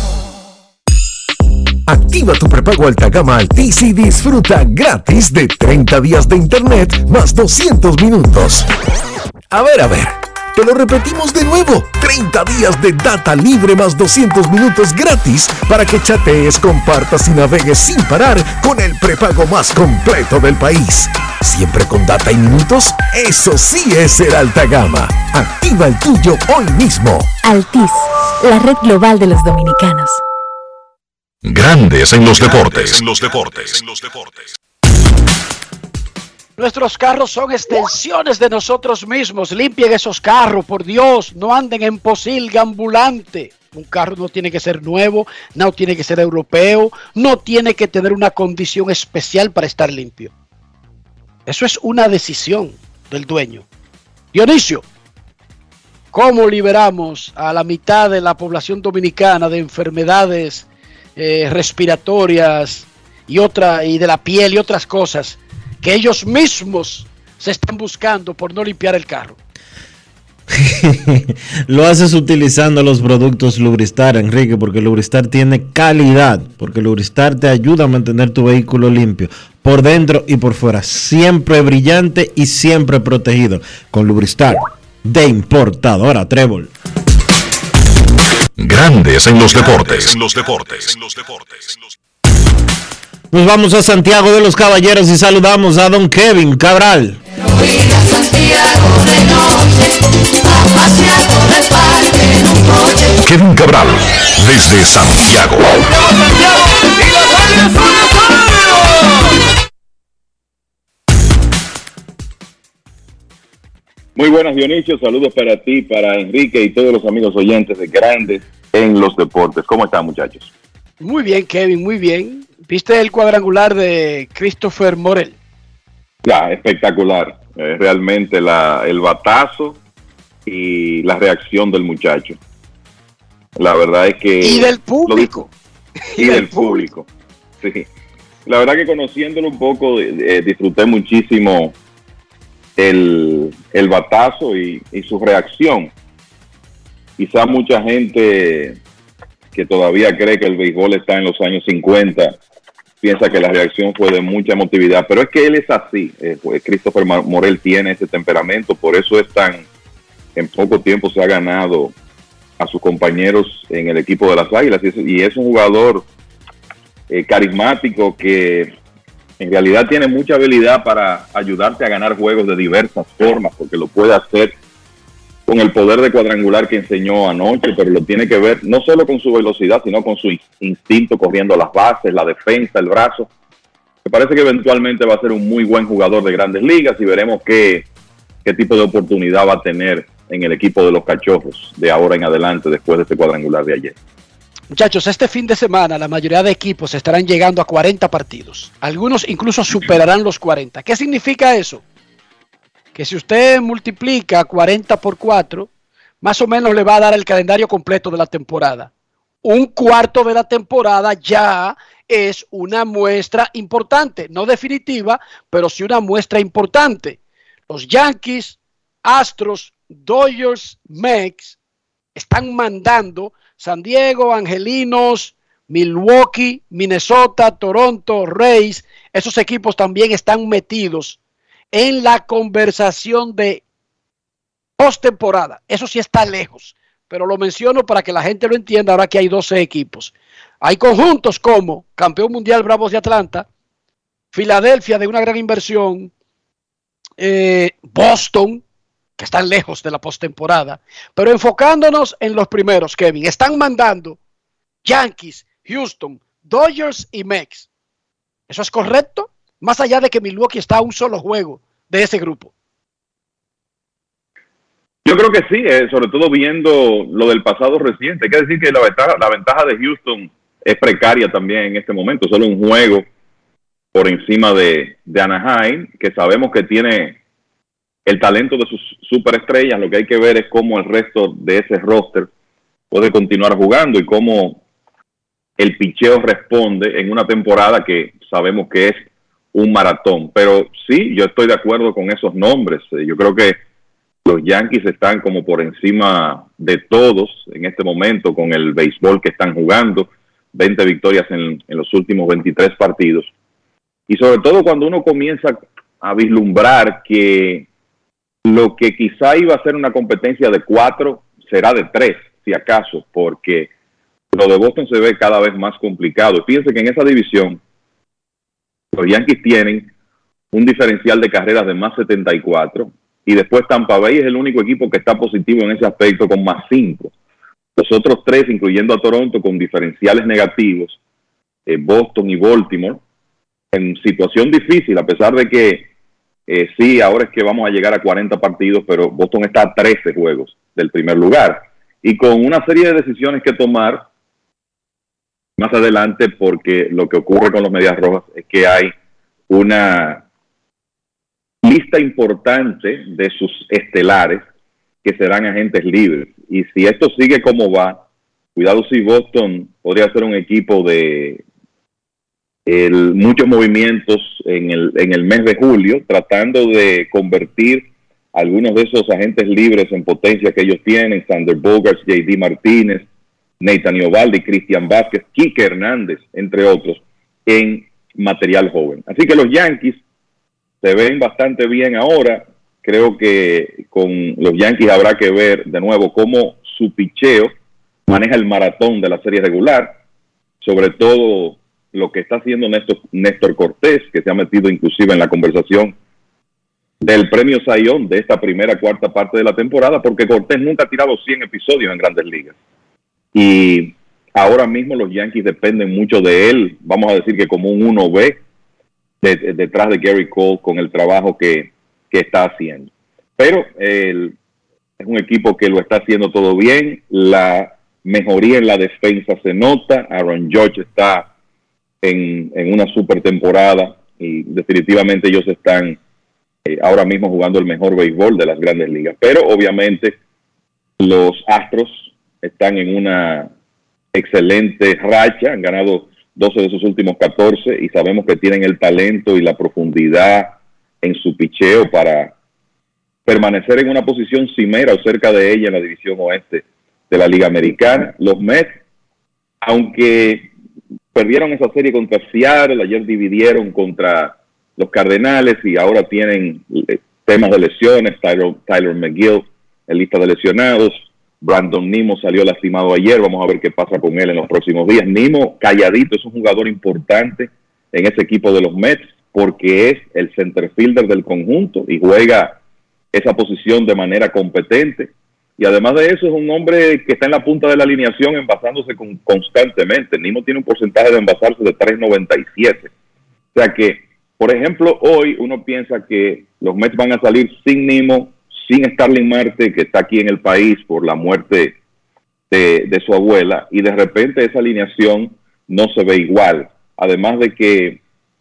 [SPEAKER 24] Activa tu prepago alta gama Altis y disfruta gratis de 30 días de internet más 200 minutos. A ver, te lo repetimos de nuevo. 30 días de data libre más 200 minutos gratis para que chatees, compartas y navegues sin parar con el prepago más completo del país. Siempre con data y minutos, eso sí es ser alta gama. Activa el tuyo hoy mismo.
[SPEAKER 25] Altis, la red global de los dominicanos.
[SPEAKER 1] Grandes en los deportes.
[SPEAKER 5] Nuestros carros son extensiones de nosotros mismos. Limpien esos carros, por Dios. No anden en posilga ambulante. Un carro no tiene que ser nuevo, no tiene que ser europeo, no tiene que tener una condición especial para estar limpio. Eso es una decisión. del dueño. Dionisio, ¿cómo liberamos a la mitad de la población dominicana de enfermedades respiratorias y de la piel y otras cosas que ellos mismos se están buscando por no limpiar el carro?
[SPEAKER 3] Lo haces utilizando los productos Lubristar, Enrique, porque Lubristar tiene calidad, porque Lubristar te ayuda a mantener tu vehículo limpio por dentro y por fuera, siempre brillante y siempre protegido con Lubristar de importadora Trébol.
[SPEAKER 1] Grandes en los deportes.
[SPEAKER 3] Nos vamos a Santiago de los Caballeros y saludamos a don Kevin Cabral.
[SPEAKER 1] Kevin Cabral, desde Santiago.
[SPEAKER 2] Muy buenas, Dionisio, saludos para ti, para Enrique y todos los amigos oyentes de Grandes en los Deportes. ¿Cómo están, muchachos?
[SPEAKER 5] Muy bien, Kevin, muy bien. ¿Viste el cuadrangular de Christopher Morel?
[SPEAKER 2] Ya, espectacular. Realmente el batazo y la reacción del muchacho. La verdad es que...
[SPEAKER 5] Y del público.
[SPEAKER 2] Y del público. Sí. La verdad que conociéndolo un poco, disfruté muchísimo el batazo y su reacción. Quizá mucha gente que todavía cree que el béisbol está en los años 50 piensa que la reacción fue de mucha emotividad, pero es que él es así. Christopher Morel tiene ese temperamento, por eso en poco tiempo se ha ganado a sus compañeros en el equipo de las Águilas, y es un jugador carismático que en realidad tiene mucha habilidad para ayudarte a ganar juegos de diversas formas, porque lo puede hacer con el poder de cuadrangular que enseñó anoche, pero lo tiene que ver no solo con su velocidad, sino con su instinto corriendo a las bases, la defensa, el brazo. Me parece que eventualmente va a ser un muy buen jugador de Grandes Ligas y veremos qué tipo de oportunidad va a tener en el equipo de los Cachorros de ahora en adelante, después de este cuadrangular de ayer.
[SPEAKER 5] Muchachos, este fin de semana la mayoría de equipos estarán llegando a 40 partidos. Algunos incluso superarán los 40. ¿Qué significa eso? Que si usted multiplica 40 por 4, más o menos le va a dar el calendario completo de la temporada. Un cuarto de la temporada ya es una muestra importante, no definitiva, pero sí una muestra importante. Los Yankees, Astros, Dodgers, Mets están mandando. San Diego, Angelinos, Milwaukee, Minnesota, Toronto, Rays, esos equipos también están metidos en la conversación de postemporada. Eso sí está lejos, pero lo menciono para que la gente lo entienda ahora que hay 12 equipos. Hay conjuntos como campeón mundial Bravos de Atlanta, Filadelfia de una gran inversión, Boston, que están lejos de la postemporada, pero enfocándonos en los primeros, Kevin, están mandando Yankees, Houston, Dodgers y Mets. ¿Eso es correcto? Más allá de que Milwaukee está a un solo juego de ese grupo.
[SPEAKER 2] Yo creo que sí, sobre todo viendo lo del pasado reciente. Hay que decir que la ventaja de Houston es precaria también en este momento, solo un juego por encima de Anaheim, que sabemos que tiene el talento de sus superestrellas. Lo que hay que ver es cómo el resto de ese roster puede continuar jugando y cómo el picheo responde en una temporada que sabemos que es un maratón. Pero sí, yo estoy de acuerdo con esos nombres. Yo creo que los Yankees están como por encima de todos en este momento con el béisbol que están jugando. 20 victorias en los últimos 23 partidos. Y sobre todo cuando uno comienza a vislumbrar que lo que quizá iba a ser una competencia de 4 será de 3, si acaso, porque lo de Boston se ve cada vez más complicado. Fíjense que en esa división los Yankees tienen un diferencial de carreras de más 74 y después Tampa Bay es el único equipo que está positivo en ese aspecto con más 5. Los otros 3, incluyendo a Toronto, con diferenciales negativos, Boston y Baltimore, en situación difícil, a pesar de que sí, ahora es que vamos a llegar a 40 partidos, pero Boston está a 13 juegos del primer lugar. Y con una serie de decisiones que tomar más adelante, porque lo que ocurre con los Medias Rojas es que hay una lista importante de sus estelares que serán agentes libres. Y si esto sigue como va, cuidado si Boston podría ser un equipo de muchos movimientos en el mes de julio, tratando de convertir algunos de esos agentes libres en potencia que ellos tienen, Sander Bogaerts, J.D. Martínez, Nathan Eovaldi, Cristian Vázquez, Kike Hernández, entre otros, en material joven. Así que los Yankees se ven bastante bien ahora. Creo que con los Yankees habrá que ver de nuevo cómo su picheo maneja el maratón de la serie regular, sobre todo lo que está haciendo Néstor Cortés, que se ha metido inclusive en la conversación del premio Cy Young de esta primera cuarta parte de la temporada, porque Cortés nunca ha tirado 100 episodios en Grandes Ligas. Y ahora mismo los Yankees dependen mucho de él, vamos a decir que como un 1B detrás de Gary Cole con el trabajo que está haciendo. Pero es un equipo que lo está haciendo todo bien, la mejoría en la defensa se nota, Aaron Judge está en una super temporada y definitivamente ellos están ahora mismo jugando el mejor béisbol de las Grandes Ligas. Pero obviamente los Astros están en una excelente racha, han ganado 12 de sus últimos 14 y sabemos que tienen el talento y la profundidad en su picheo para permanecer en una posición cimera o cerca de ella en la división oeste de la Liga Americana. Los Mets, aunque perdieron esa serie contra Seattle, ayer dividieron contra los Cardenales y ahora tienen temas de lesiones. Tyler McGill en lista de lesionados. Brandon Nimmo salió lastimado ayer. Vamos a ver qué pasa con él en los próximos días. Nimmo, calladito, es un jugador importante en ese equipo de los Mets porque es el center fielder del conjunto y juega esa posición de manera competente. Y además de eso es un hombre que está en la punta de la alineación envasándose constantemente. Nimmo tiene un porcentaje de envasarse de 3.97. O sea que, por ejemplo, hoy uno piensa que los Mets van a salir sin Nimmo, sin Starling Marte, que está aquí en el país por la muerte de su abuela, y de repente esa alineación no se ve igual. Además de que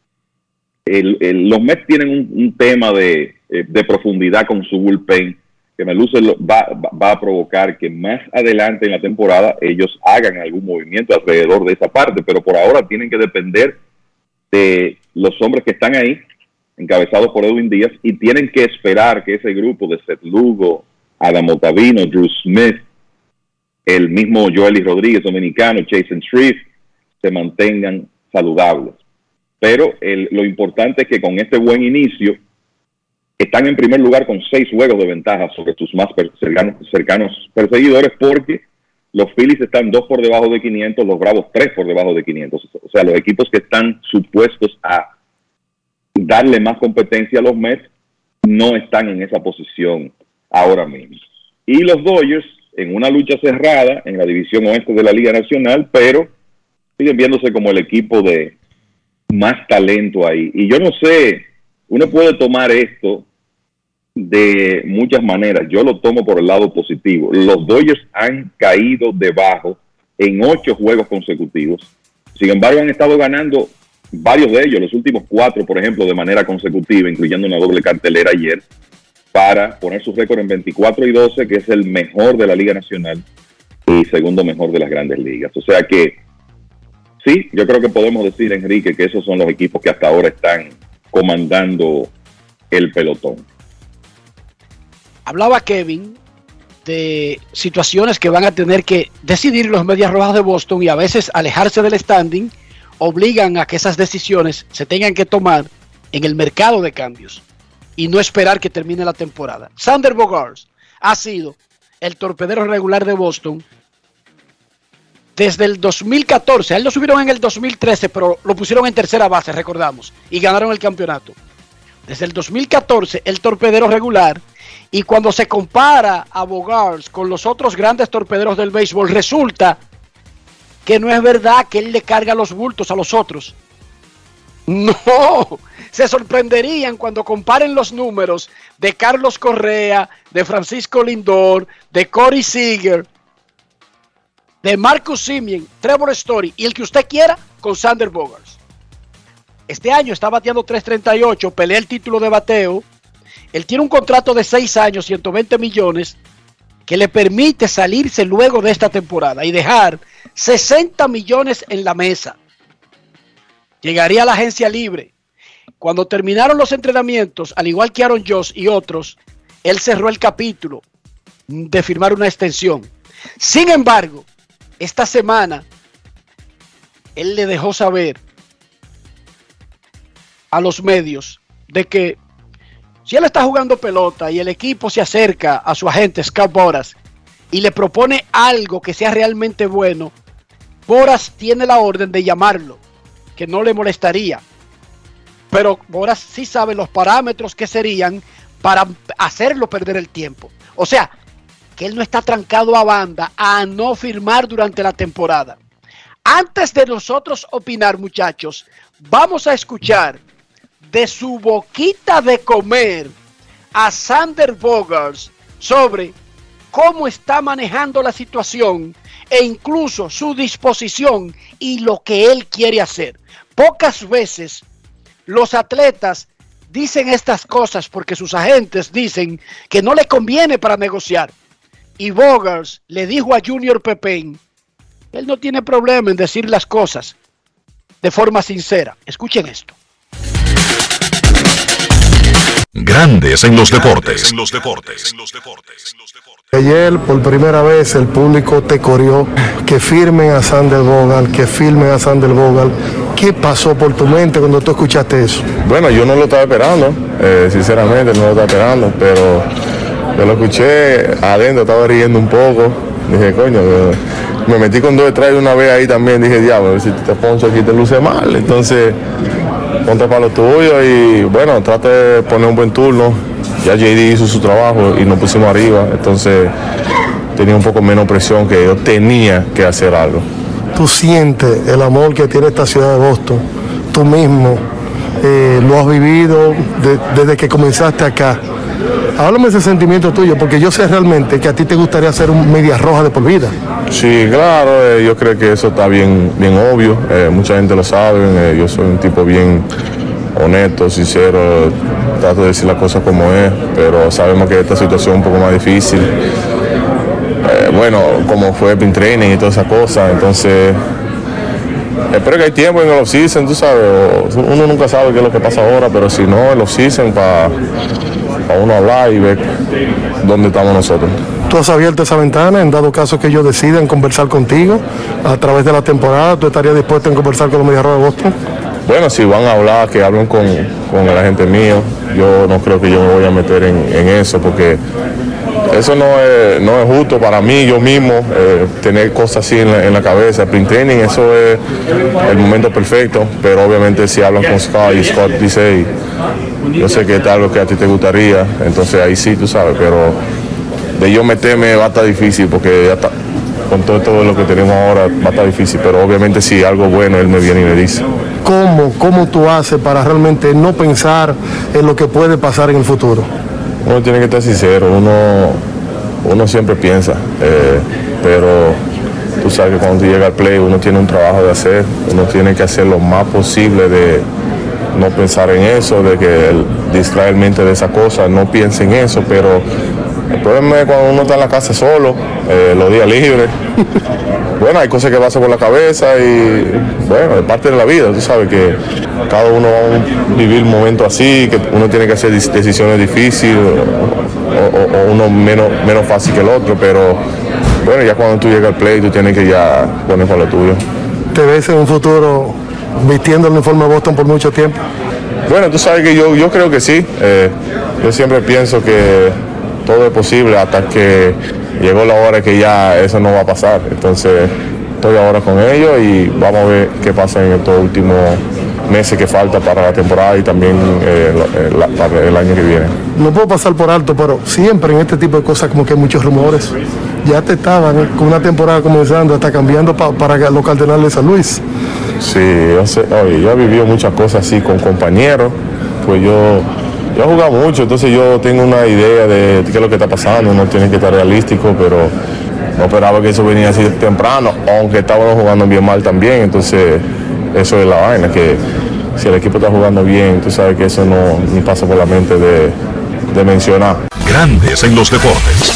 [SPEAKER 2] los Mets tienen un tema de profundidad con su bullpen, que me luce va a provocar que más adelante en la temporada ellos hagan algún movimiento alrededor de esa parte, pero por ahora tienen que depender de los hombres que están ahí, encabezados por Edwin Díaz, y tienen que esperar que ese grupo de Seth Lugo, Adam Ottavino, Drew Smith, el mismo Joely Rodríguez dominicano, Jason Shreve, se mantengan saludables. Pero lo importante es que con este buen inicio están en primer lugar con 6 juegos de ventaja sobre sus más cercanos perseguidores, porque los Phillies están 2 por debajo de 500, los Bravos 3 por debajo de 500. O sea, los equipos que están supuestos a darle más competencia a los Mets no están en esa posición ahora mismo. Y los Dodgers en una lucha cerrada en la división oeste de la Liga Nacional, pero siguen viéndose como el equipo de más talento ahí. Y yo no sé, uno puede tomar esto de muchas maneras. Yo lo tomo por el lado positivo. Los Dodgers han caído debajo en 8 juegos consecutivos. Sin embargo, han estado ganando varios de ellos, los últimos 4, por ejemplo, de manera consecutiva, incluyendo una doble cartelera ayer, para poner su récord en 24-12, que es el mejor de la Liga Nacional y segundo mejor de las Grandes Ligas. O sea que sí, yo creo que podemos decir, Enrique, que esos son los equipos que hasta ahora están comandando el pelotón.
[SPEAKER 5] Hablaba Kevin de situaciones que van a tener que decidir los Medias Rojas de Boston, y a veces alejarse del standing obligan a que esas decisiones se tengan que tomar en el mercado de cambios y no esperar que termine la temporada. Sander Bogaerts ha sido el torpedero regular de Boston desde el 2014. A él lo subieron en el 2013, pero lo pusieron en tercera base, recordamos, y ganaron el campeonato. Desde el 2014, el torpedero regular. Y cuando se compara a Bogaerts con los otros grandes torpederos del béisbol, resulta que no es verdad que él le carga los bultos a los otros. No, se sorprenderían cuando comparen los números de Carlos Correa, de Francisco Lindor, de Corey Seager, de Marcus Semien, Trevor Story y el que usted quiera con Sander Bogaerts. Este año está bateando 3.38, pelea el título de bateo Él tiene un contrato de 6 años, 120 millones, que le permite salirse luego de esta temporada y dejar 60 millones en la mesa. Llegaría a la agencia libre. Cuando terminaron los entrenamientos, al igual que Aaron Judge y otros, él cerró el capítulo de firmar una extensión. Sin embargo, esta semana, él le dejó saber a los medios de que si él está jugando pelota y el equipo se acerca a su agente Scott Boras y le propone algo que sea realmente bueno, Boras tiene la orden de llamarlo, que no le molestaría. Pero Boras sí sabe los parámetros que serían para hacerlo perder el tiempo. O sea, que él no está trancado a banda a no firmar durante la temporada. Antes de nosotros opinar, muchachos, vamos a escuchar de su boquita de comer a Xander Bogaerts sobre cómo está manejando la situación e incluso su disposición y lo que él quiere hacer. Pocas veces los atletas dicen estas cosas porque sus agentes dicen que no le conviene para negociar. Y Bogaerts le dijo a Junior Pepin, él no tiene problema en decir las cosas de forma sincera. Escuchen esto.
[SPEAKER 1] Grandes en los deportes.
[SPEAKER 10] Ayer, por primera vez, el público te coreó que firmen a Xander Bogaerts, que firmen a Xander Bogaerts. ¿Qué pasó por tu mente cuando tú escuchaste eso?
[SPEAKER 13] Bueno, yo no lo estaba esperando, sinceramente no lo estaba esperando, pero yo lo escuché adentro, estaba riendo un poco. Dije, coño, me metí con 2 detrás de una vez ahí también. Dije, diablo, si te poncho aquí te luce mal. Entonces, ponte para lo tuyo y bueno, trate de poner un buen turno. Ya JD hizo su trabajo y nos pusimos arriba. Entonces, tenía un poco menos presión que yo tenía que hacer algo.
[SPEAKER 10] Tú sientes el amor que tiene esta ciudad de Boston. Tú mismo lo has vivido desde que comenzaste acá. Háblame de ese sentimiento tuyo, porque yo sé realmente que a ti te gustaría ser un Medias Rojas de por vida.
[SPEAKER 13] Sí, claro, yo creo que eso está bien obvio, mucha gente lo sabe, yo soy un tipo bien honesto, sincero, trato de decir las cosas como es, pero sabemos que esta situación es un poco más difícil, bueno, como fue el training y todas esas cosas, entonces espero que hay tiempo en el off-season, tú sabes, uno nunca sabe qué es lo que pasa ahora, pero si no, el off-season para uno hablar y ver dónde estamos nosotros.
[SPEAKER 10] Tú has abierto esa ventana, en dado caso que ellos decidan conversar contigo a través de la temporada, ¿tú estarías dispuesto a conversar con los Medias Rojas de Boston?
[SPEAKER 13] Bueno, si van a hablar, que hablen con el agente mío. Yo no creo que yo me voy a meter en eso, porque eso no es justo para mí, yo mismo, tener cosas así en la cabeza. Sprint training, eso es el momento perfecto, pero obviamente si hablan con Scott y Scott dice, yo sé que es algo que a ti te gustaría, entonces ahí sí, tú sabes, pero de yo meterme va a estar difícil, porque ya está, con todo lo que tenemos ahora va a estar difícil, pero obviamente si algo bueno él me viene y me dice.
[SPEAKER 10] ¿Cómo tú haces para realmente no pensar en lo que puede pasar en el futuro?
[SPEAKER 13] Uno tiene que estar sincero, uno siempre piensa, pero tú sabes que cuando tú llegas al play uno tiene un trabajo de hacer, uno tiene que hacer lo más posible de no pensar en eso, de que distraer mente de esa cosa, no piense en eso, pero el problema es cuando uno está en la casa solo, los días libres. Bueno, hay cosas que pasan por la cabeza y bueno, es parte de la vida, tú sabes que cada uno va a vivir momentos así, que uno tiene que hacer decisiones difíciles o uno menos fácil que el otro, pero bueno, ya cuando tú llegas al play tú tienes que ya poner para lo tuyo.
[SPEAKER 10] ¿Te ves en un futuro vistiendo el uniforme de Boston por mucho tiempo?
[SPEAKER 13] Bueno, tú sabes que yo creo que sí, yo siempre pienso que todo es posible hasta que llegó la hora que ya eso no va a pasar. Entonces estoy ahora con ellos y vamos a ver qué pasa en estos últimos meses que falta para la temporada y también para el año que viene.
[SPEAKER 10] No puedo pasar por alto, pero siempre en este tipo de cosas como que hay muchos rumores. Ya te estaban con una temporada comenzando, hasta cambiando para los Cardenales de San Luis.
[SPEAKER 13] Sí, yo he vivido muchas cosas así con compañeros, pues yo he jugado mucho, entonces yo tengo una idea de qué es lo que está pasando, uno tiene que estar realístico, pero no esperaba que eso venía así temprano, aunque estábamos jugando bien mal también, entonces eso es la vaina, que si el equipo está jugando bien, tú sabes que eso no ni pasa por la mente de de mencionar.
[SPEAKER 1] Grandes en los deportes.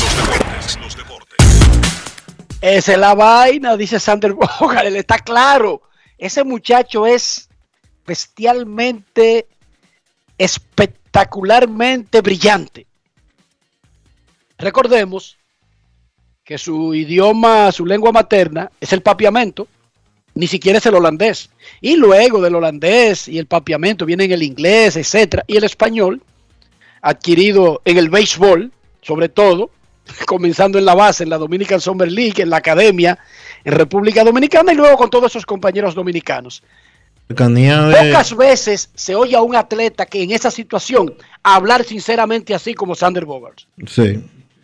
[SPEAKER 5] Esa es la vaina, dice Sander Bogart, él está claro. Ese muchacho es bestialmente, espectacularmente brillante. Recordemos que su idioma, su lengua materna es el papiamento, ni siquiera es el holandés. Y luego del holandés y el papiamento vienen el inglés, etcétera, y el español, adquirido en el béisbol, sobre todo, comenzando en la base, en la Dominican Summer League, en la academia, en República Dominicana, y luego con todos esos compañeros dominicanos. Pocas veces se oye a un atleta que en esa situación hablar sinceramente así como Sander Bogart.
[SPEAKER 3] Sí.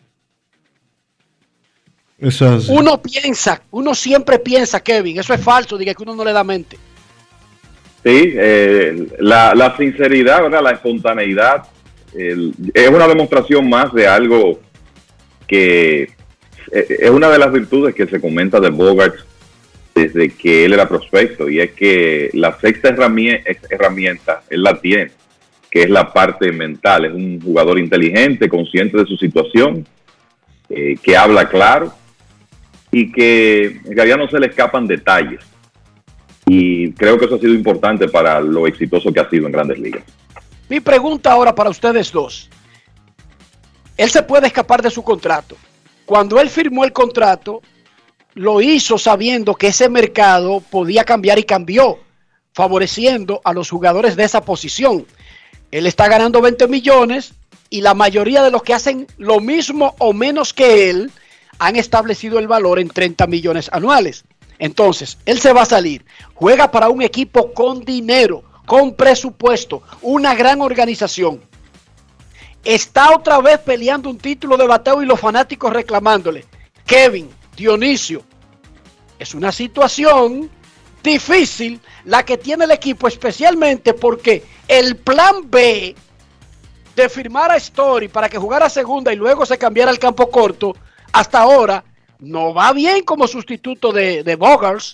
[SPEAKER 3] Eso es.
[SPEAKER 5] Uno siempre piensa, Kevin, eso es falso, diga que uno no le da mente.
[SPEAKER 2] Sí, la sinceridad, ¿verdad? La espontaneidad, es una demostración más de algo que es una de las virtudes que se comenta de Bogart desde que él era prospecto, y es que la sexta herramienta él la tiene, que es la parte mental. Es un jugador inteligente, consciente de su situación, que habla claro y que en realidad no se le escapan detalles, y creo que eso ha sido importante para lo exitoso que ha sido en Grandes Ligas.
[SPEAKER 5] Mi pregunta ahora para ustedes dos: él se puede escapar de su contrato. Cuando él firmó el contrato, lo hizo sabiendo que ese mercado podía cambiar, y cambió, favoreciendo a los jugadores de esa posición. Él está ganando 20 millones y la mayoría de los que hacen lo mismo o menos que él han establecido el valor en 30 millones anuales. Entonces, él se va a salir, juega para un equipo con dinero, con presupuesto, una gran organización. Está otra vez peleando un título de bateo y los fanáticos reclamándole. Kevin, Dionisio, es una situación difícil la que tiene el equipo, especialmente porque el plan B de firmar a Story para que jugara segunda y luego se cambiara al campo corto, hasta ahora no va bien como sustituto de Bogart.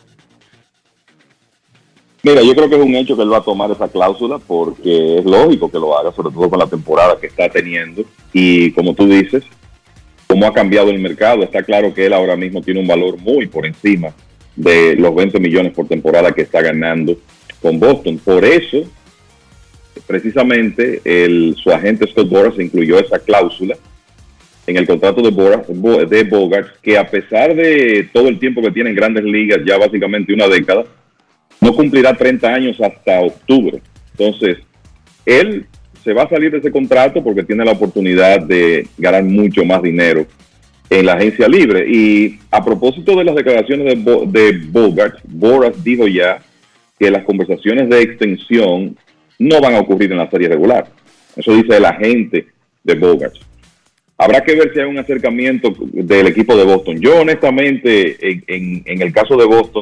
[SPEAKER 2] Mira, yo creo que es un hecho que él va a tomar esa cláusula, porque es lógico que lo haga, sobre todo con la temporada que está teniendo. Y como tú dices, cómo ha cambiado el mercado, está claro que él ahora mismo tiene un valor muy por encima de los 20 millones por temporada que está ganando con Boston. Por eso, precisamente, su agente Scott Boras incluyó esa cláusula en el contrato de Bogart, que a pesar de todo el tiempo que tiene en Grandes Ligas, ya básicamente una década, no cumplirá 30 años hasta octubre. Entonces, él se va a salir de ese contrato porque tiene la oportunidad de ganar mucho más dinero en la agencia libre. Y a propósito de las declaraciones de Bogart, Boras dijo ya que las conversaciones de extensión no van a ocurrir en la serie regular. Eso dice el agente de Bogart. Habrá que ver si hay un acercamiento del equipo de Boston. Yo honestamente, en el caso de Boston,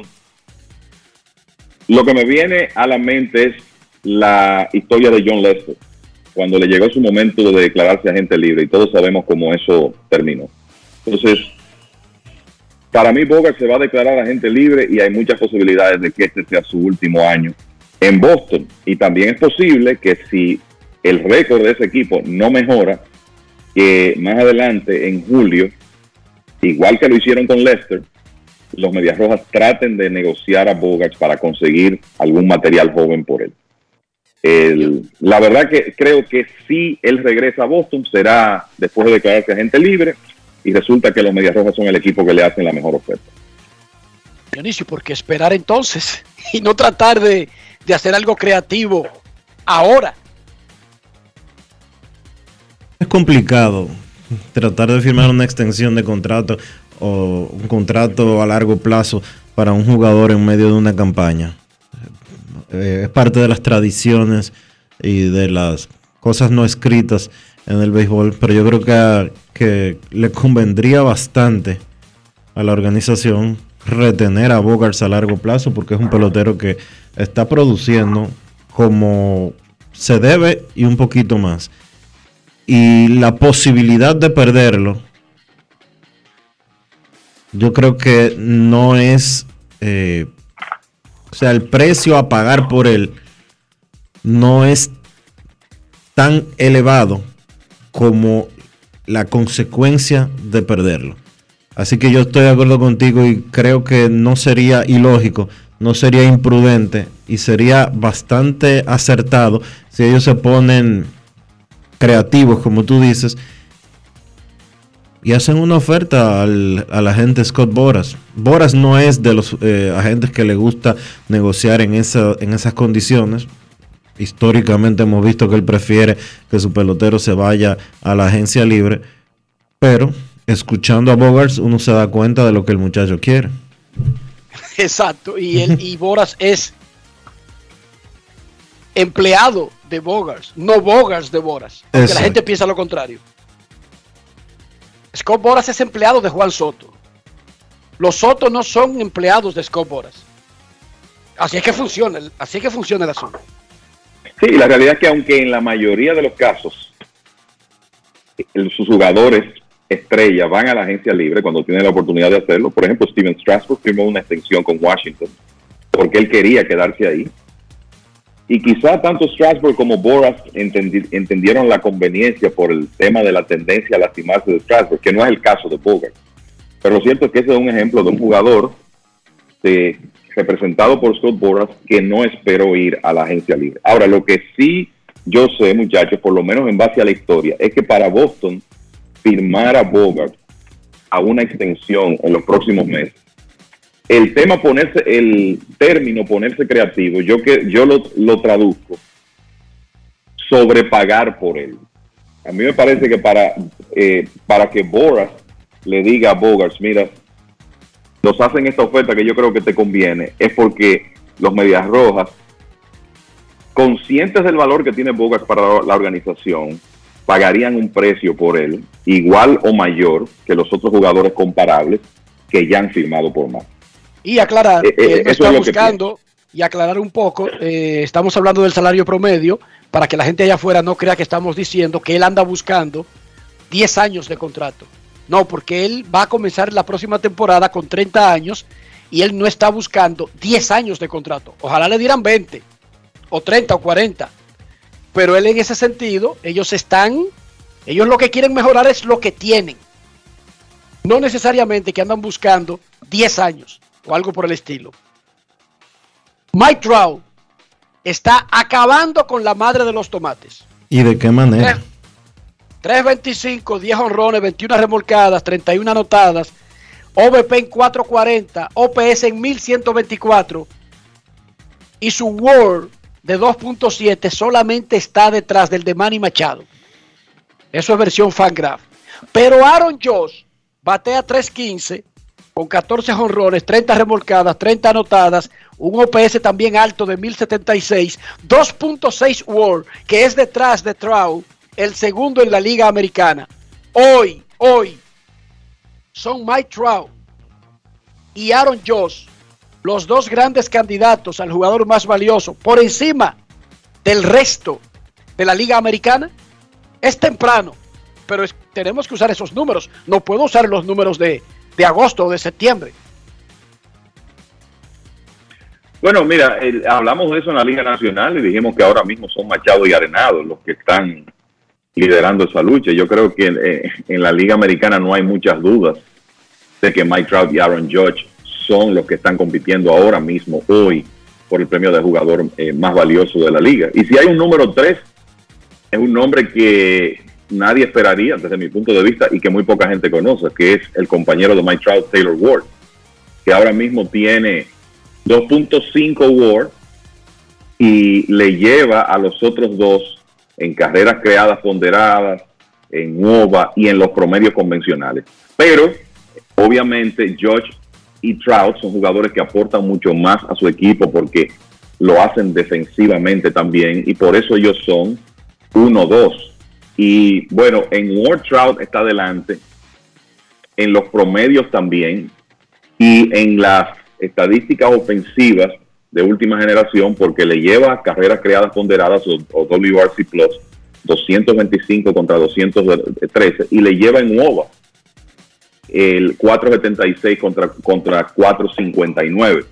[SPEAKER 2] lo que me viene a la mente es la historia de Jon Lester, cuando le llegó su momento de declararse agente libre, y todos sabemos cómo eso terminó. Entonces, para mí Bogart se va a declarar agente libre y hay muchas posibilidades de que este sea su último año en Boston. Y también es posible que si el récord de ese equipo no mejora, que más adelante, en julio, igual que lo hicieron con Lester, los Medias Rojas traten de negociar a Bogart para conseguir algún material joven por él. La verdad que creo que si él regresa a Boston será después de declararse agente libre, y resulta que los Medias Rojas son el equipo que le hacen la mejor oferta.
[SPEAKER 5] Dionisio, ¿por qué esperar entonces? Y no tratar de hacer algo creativo ahora.
[SPEAKER 3] Es complicado tratar de firmar una extensión de contrato o un contrato a largo plazo para un jugador en medio de una campaña. Es parte de las tradiciones y de las cosas no escritas en el béisbol, pero yo creo que le convendría bastante a la organización retener a Bogart a largo plazo, porque es un pelotero que está produciendo como se debe y un poquito más. Y la posibilidad de perderlo, yo creo que no es, o sea, el precio a pagar por él no es tan elevado como la consecuencia de perderlo. Así que yo estoy de acuerdo contigo y creo que no sería ilógico, no sería imprudente y sería bastante acertado si ellos se ponen creativos, como tú dices, y hacen una oferta al agente Scott Boras. Boras no es de los agentes que le gusta negociar en esas condiciones. Históricamente hemos visto que él prefiere que su pelotero se vaya a la agencia libre, pero escuchando a Bogaerts uno se da cuenta de lo que el muchacho quiere.
[SPEAKER 5] Exacto, y Boras es empleado de Bogaerts, no Bogaerts de Boras, porque exacto, la gente piensa lo contrario. Scott Boras es empleado de Juan Soto. Los Soto no son empleados de Scott Boras. Así es que funciona el asunto.
[SPEAKER 2] Sí, la realidad es que aunque en la mayoría de los casos sus jugadores estrella van a la agencia libre cuando tienen la oportunidad de hacerlo, por ejemplo Steven Strasburg firmó una extensión con Washington porque él quería quedarse ahí, y quizá tanto Strasburg como Boras entendieron la conveniencia por el tema de la tendencia a lastimarse de Strasburg, que no es el caso de Bogaerts, pero lo cierto es que ese es un ejemplo de un jugador representado por Scott Boras que no esperó ir a la agencia libre. Ahora, lo que sí yo sé, muchachos, por lo menos en base a la historia, es que para Boston firmar a Bogaerts a una extensión en los próximos meses, el término ponerse creativo, yo lo traduzco, sobrepagar por él. A mí me parece que para que Boras le diga a Bogaerts, mira, nos hacen esta oferta que yo creo que te conviene, es porque los Medias Rojas, conscientes del valor que tiene Bogaerts para la organización, pagarían un precio por él igual o mayor que los otros jugadores comparables que ya han firmado por más.
[SPEAKER 5] Y aclarar, él no está buscando, y aclarar un poco, estamos hablando del salario promedio, para que la gente allá afuera no crea que estamos diciendo que él anda buscando 10 años de contrato. No, porque él va a comenzar la próxima temporada con 30 años y él no está buscando 10 años de contrato. Ojalá le dieran 20 o 30 o 40. Pero él en ese sentido, ellos lo que quieren mejorar es lo que tienen. No necesariamente que andan buscando 10 años o algo por el estilo. Mike Trout está acabando con la madre de los tomates.
[SPEAKER 3] ¿Y de qué manera?
[SPEAKER 5] 3.25, 10 honrones, 21 remolcadas, 31 anotadas, OVP en 4.40, OPS en 1.124 y su WAR de 2.7 solamente está detrás del de Manny Machado. Eso es versión Fangraph. Pero Aaron Josh batea 3.15 con 14 jonrones, 30 remolcadas, 30 anotadas, un OPS también alto de 1076, 2.6 WAR, que es detrás de Trout, el segundo en la Liga Americana. Hoy son Mike Trout y Aaron Josh los dos grandes candidatos al jugador más valioso por encima del resto de la Liga Americana. Es temprano, pero tenemos que usar esos números. No puedo usar los números de agosto o de septiembre.
[SPEAKER 2] Bueno, mira, hablamos de eso en la Liga Nacional y dijimos que ahora mismo son Machado y Arenado los que están liderando esa lucha. Yo creo que en la Liga Americana no hay muchas dudas de que Mike Trout y Aaron Judge son los que están compitiendo ahora mismo, hoy, por el premio de jugador más valioso de la liga. Y si hay un número 3, es un nombre que nadie esperaría desde mi punto de vista y que muy poca gente conoce, que es el compañero de Mike Trout, Taylor Ward, que ahora mismo tiene 2.5 WAR y le lleva a los otros dos en carreras creadas ponderadas, en OVA y en los promedios convencionales. Pero, obviamente, Judge y Trout son jugadores que aportan mucho más a su equipo porque lo hacen defensivamente también y por eso ellos son 1-2. Y bueno, en WAR Trout está adelante, en los promedios también y en las estadísticas ofensivas de última generación porque le lleva carreras creadas ponderadas o WRC Plus 225 contra 213 y le lleva en OVA el 476 contra 459.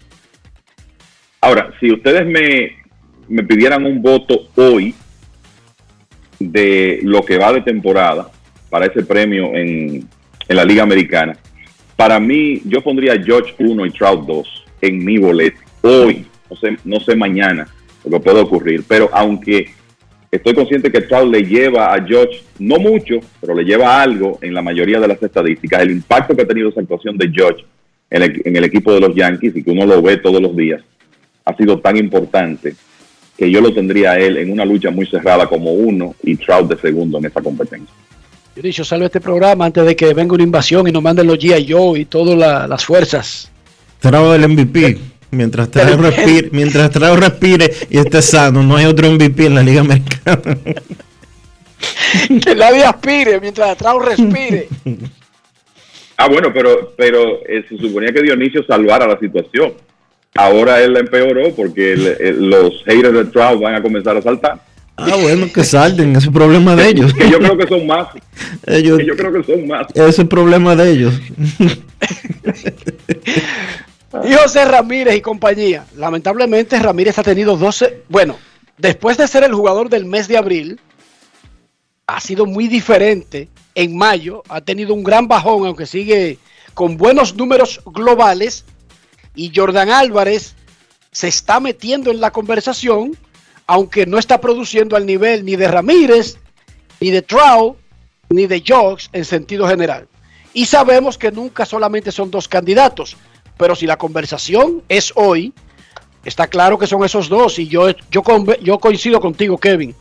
[SPEAKER 2] Ahora, si ustedes me pidieran un voto hoy, de lo que va de temporada para ese premio en la Liga Americana, para mí yo pondría Judge 1 y Trout 2 en mi boleto. Hoy, no sé mañana lo que puede ocurrir, pero aunque estoy consciente que Trout le lleva a Judge, no mucho, pero le lleva algo en la mayoría de las estadísticas, el impacto que ha tenido esa actuación de Judge en el equipo de los Yankees, y que uno lo ve todos los días, ha sido tan importante que yo lo tendría a él en una lucha muy cerrada como 1 y Trout de segundo en esa competencia.
[SPEAKER 5] Dionisio, salve este programa antes de que venga una invasión y nos manden los G.I. Joe y todas las fuerzas.
[SPEAKER 3] Trout el MVP. Mientras Trout respire y esté sano, no hay otro MVP en la Liga Americana.
[SPEAKER 5] Que nadie aspire mientras Trout respire.
[SPEAKER 2] Bueno, pero se suponía que Dionisio salvara la situación. Ahora él la empeoró porque los haters de Trout van a comenzar a saltar.
[SPEAKER 3] Bueno, que salten, ese es el problema de ellos.
[SPEAKER 2] Que yo creo que son más. Ese
[SPEAKER 3] es el problema de ellos.
[SPEAKER 5] Y José Ramírez y compañía. Lamentablemente Ramírez ha tenido 12. Bueno, después de ser el jugador del mes de abril, ha sido muy diferente. En mayo ha tenido un gran bajón, aunque sigue con buenos números globales. Y Jordan Álvarez se está metiendo en la conversación, aunque no está produciendo al nivel ni de Ramírez, ni de Trout, ni de Judge en sentido general. Y sabemos que nunca solamente son dos candidatos, pero si la conversación es hoy, está claro que son esos dos. Y yo coincido contigo, Kevin.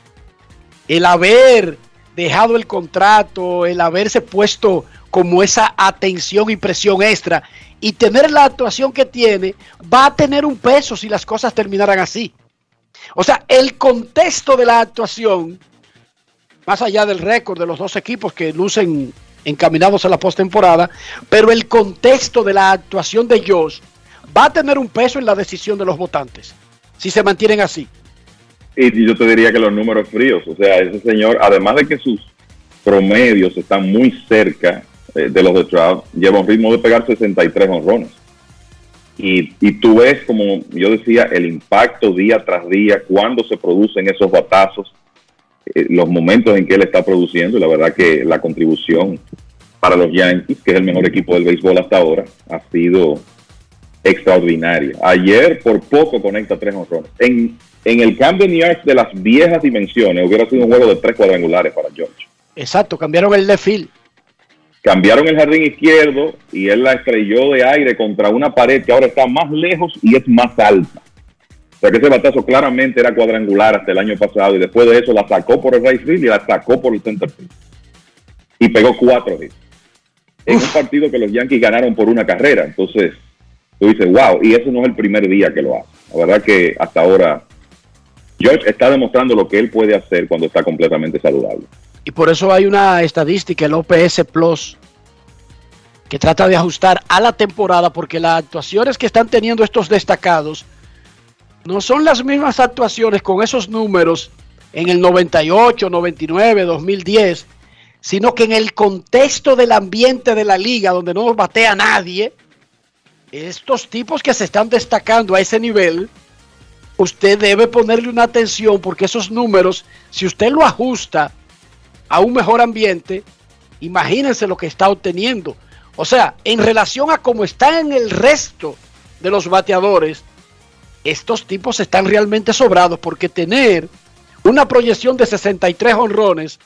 [SPEAKER 5] El haber dejado el contrato, el haberse puesto como esa atención y presión extra y tener la actuación que tiene, va a tener un peso si las cosas terminaran así. O sea, el contexto de la actuación, más allá del récord de los dos equipos que lucen encaminados a la postemporada, pero el contexto de la actuación de Josh va a tener un peso en la decisión de los votantes, si se mantienen así.
[SPEAKER 2] Y yo te diría que los números fríos, o sea, ese señor, además de que sus promedios están muy cerca de los de Trout, lleva un ritmo de pegar 63 honrones. Y tú ves, como yo decía, el impacto día tras día, cuando se producen esos batazos, los momentos en que él está produciendo, y la verdad que la contribución para los Yankees, que es el mejor equipo del béisbol hasta ahora, ha sido extraordinaria. Ayer por poco conecta 3 honrones. En el Camden Yards de las viejas dimensiones hubiera sido un juego de 3 cuadrangulares para George.
[SPEAKER 5] Exacto, cambiaron el left field.
[SPEAKER 2] Cambiaron el jardín izquierdo y él la estrelló de aire contra una pared que ahora está más lejos y es más alta. O sea que ese batazo claramente era cuadrangular hasta el año pasado, y después de eso la sacó por el right field y la sacó por el center field. Y pegó 4 hits. En un partido que los Yankees ganaron por una carrera. Entonces, tú dices, wow, y eso no es el primer día que lo hace. La verdad que hasta ahora George está demostrando lo que él puede hacer cuando está completamente saludable.
[SPEAKER 5] Y por eso hay una estadística, el OPS Plus, que trata de ajustar a la temporada, porque las actuaciones que están teniendo estos destacados no son las mismas actuaciones con esos números en el 98, 99, 2010, sino que en el contexto del ambiente de la liga, donde no batea nadie, estos tipos que se están destacando a ese nivel, usted debe ponerle una atención, porque esos números, si usted lo ajusta a un mejor ambiente, imagínense lo que está obteniendo. O sea, en relación a cómo están en el resto de los bateadores, estos tipos están realmente sobrados, porque tener una proyección de 63 honrones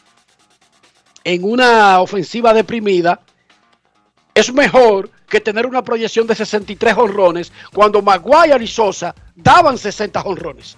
[SPEAKER 5] en una ofensiva deprimida es mejor que tener una proyección de 63 honrones cuando Maguire y Sosa daban 60 honrones.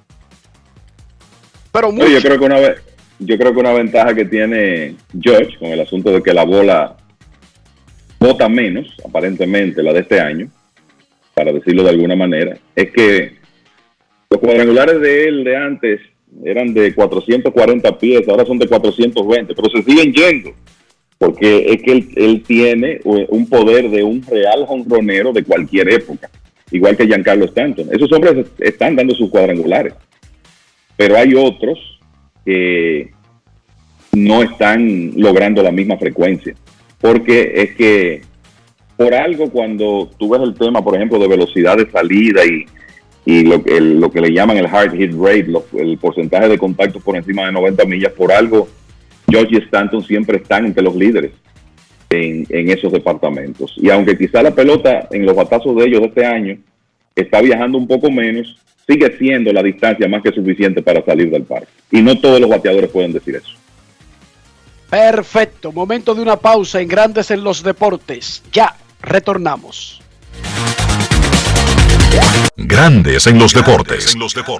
[SPEAKER 5] Pero mucho.
[SPEAKER 2] Yo creo que una ventaja que tiene George con el asunto de que la bola bota menos, aparentemente, la de este año, para decirlo de alguna manera, es que los cuadrangulares de él de antes eran de 440 pies, ahora son de 420, pero se siguen yendo, porque es que él tiene un poder de un real jonronero de cualquier época, igual que Giancarlo Stanton. Esos hombres están dando sus cuadrangulares, pero hay otros que no están logrando la misma frecuencia, porque es que por algo, cuando tú ves el tema, por ejemplo, de velocidad de salida y y lo que le llaman el hard hit rate, el porcentaje de contactos por encima de 90 millas. Por algo, George y Stanton siempre están entre los líderes en esos departamentos. Y aunque quizá la pelota en los batazos de ellos de este año está viajando un poco menos, sigue siendo la distancia más que suficiente para salir del parque. Y no todos los bateadores pueden decir eso.
[SPEAKER 5] Perfecto, momento de una pausa en Grandes en los Deportes. Ya retornamos.
[SPEAKER 1] Grandes en los deportes.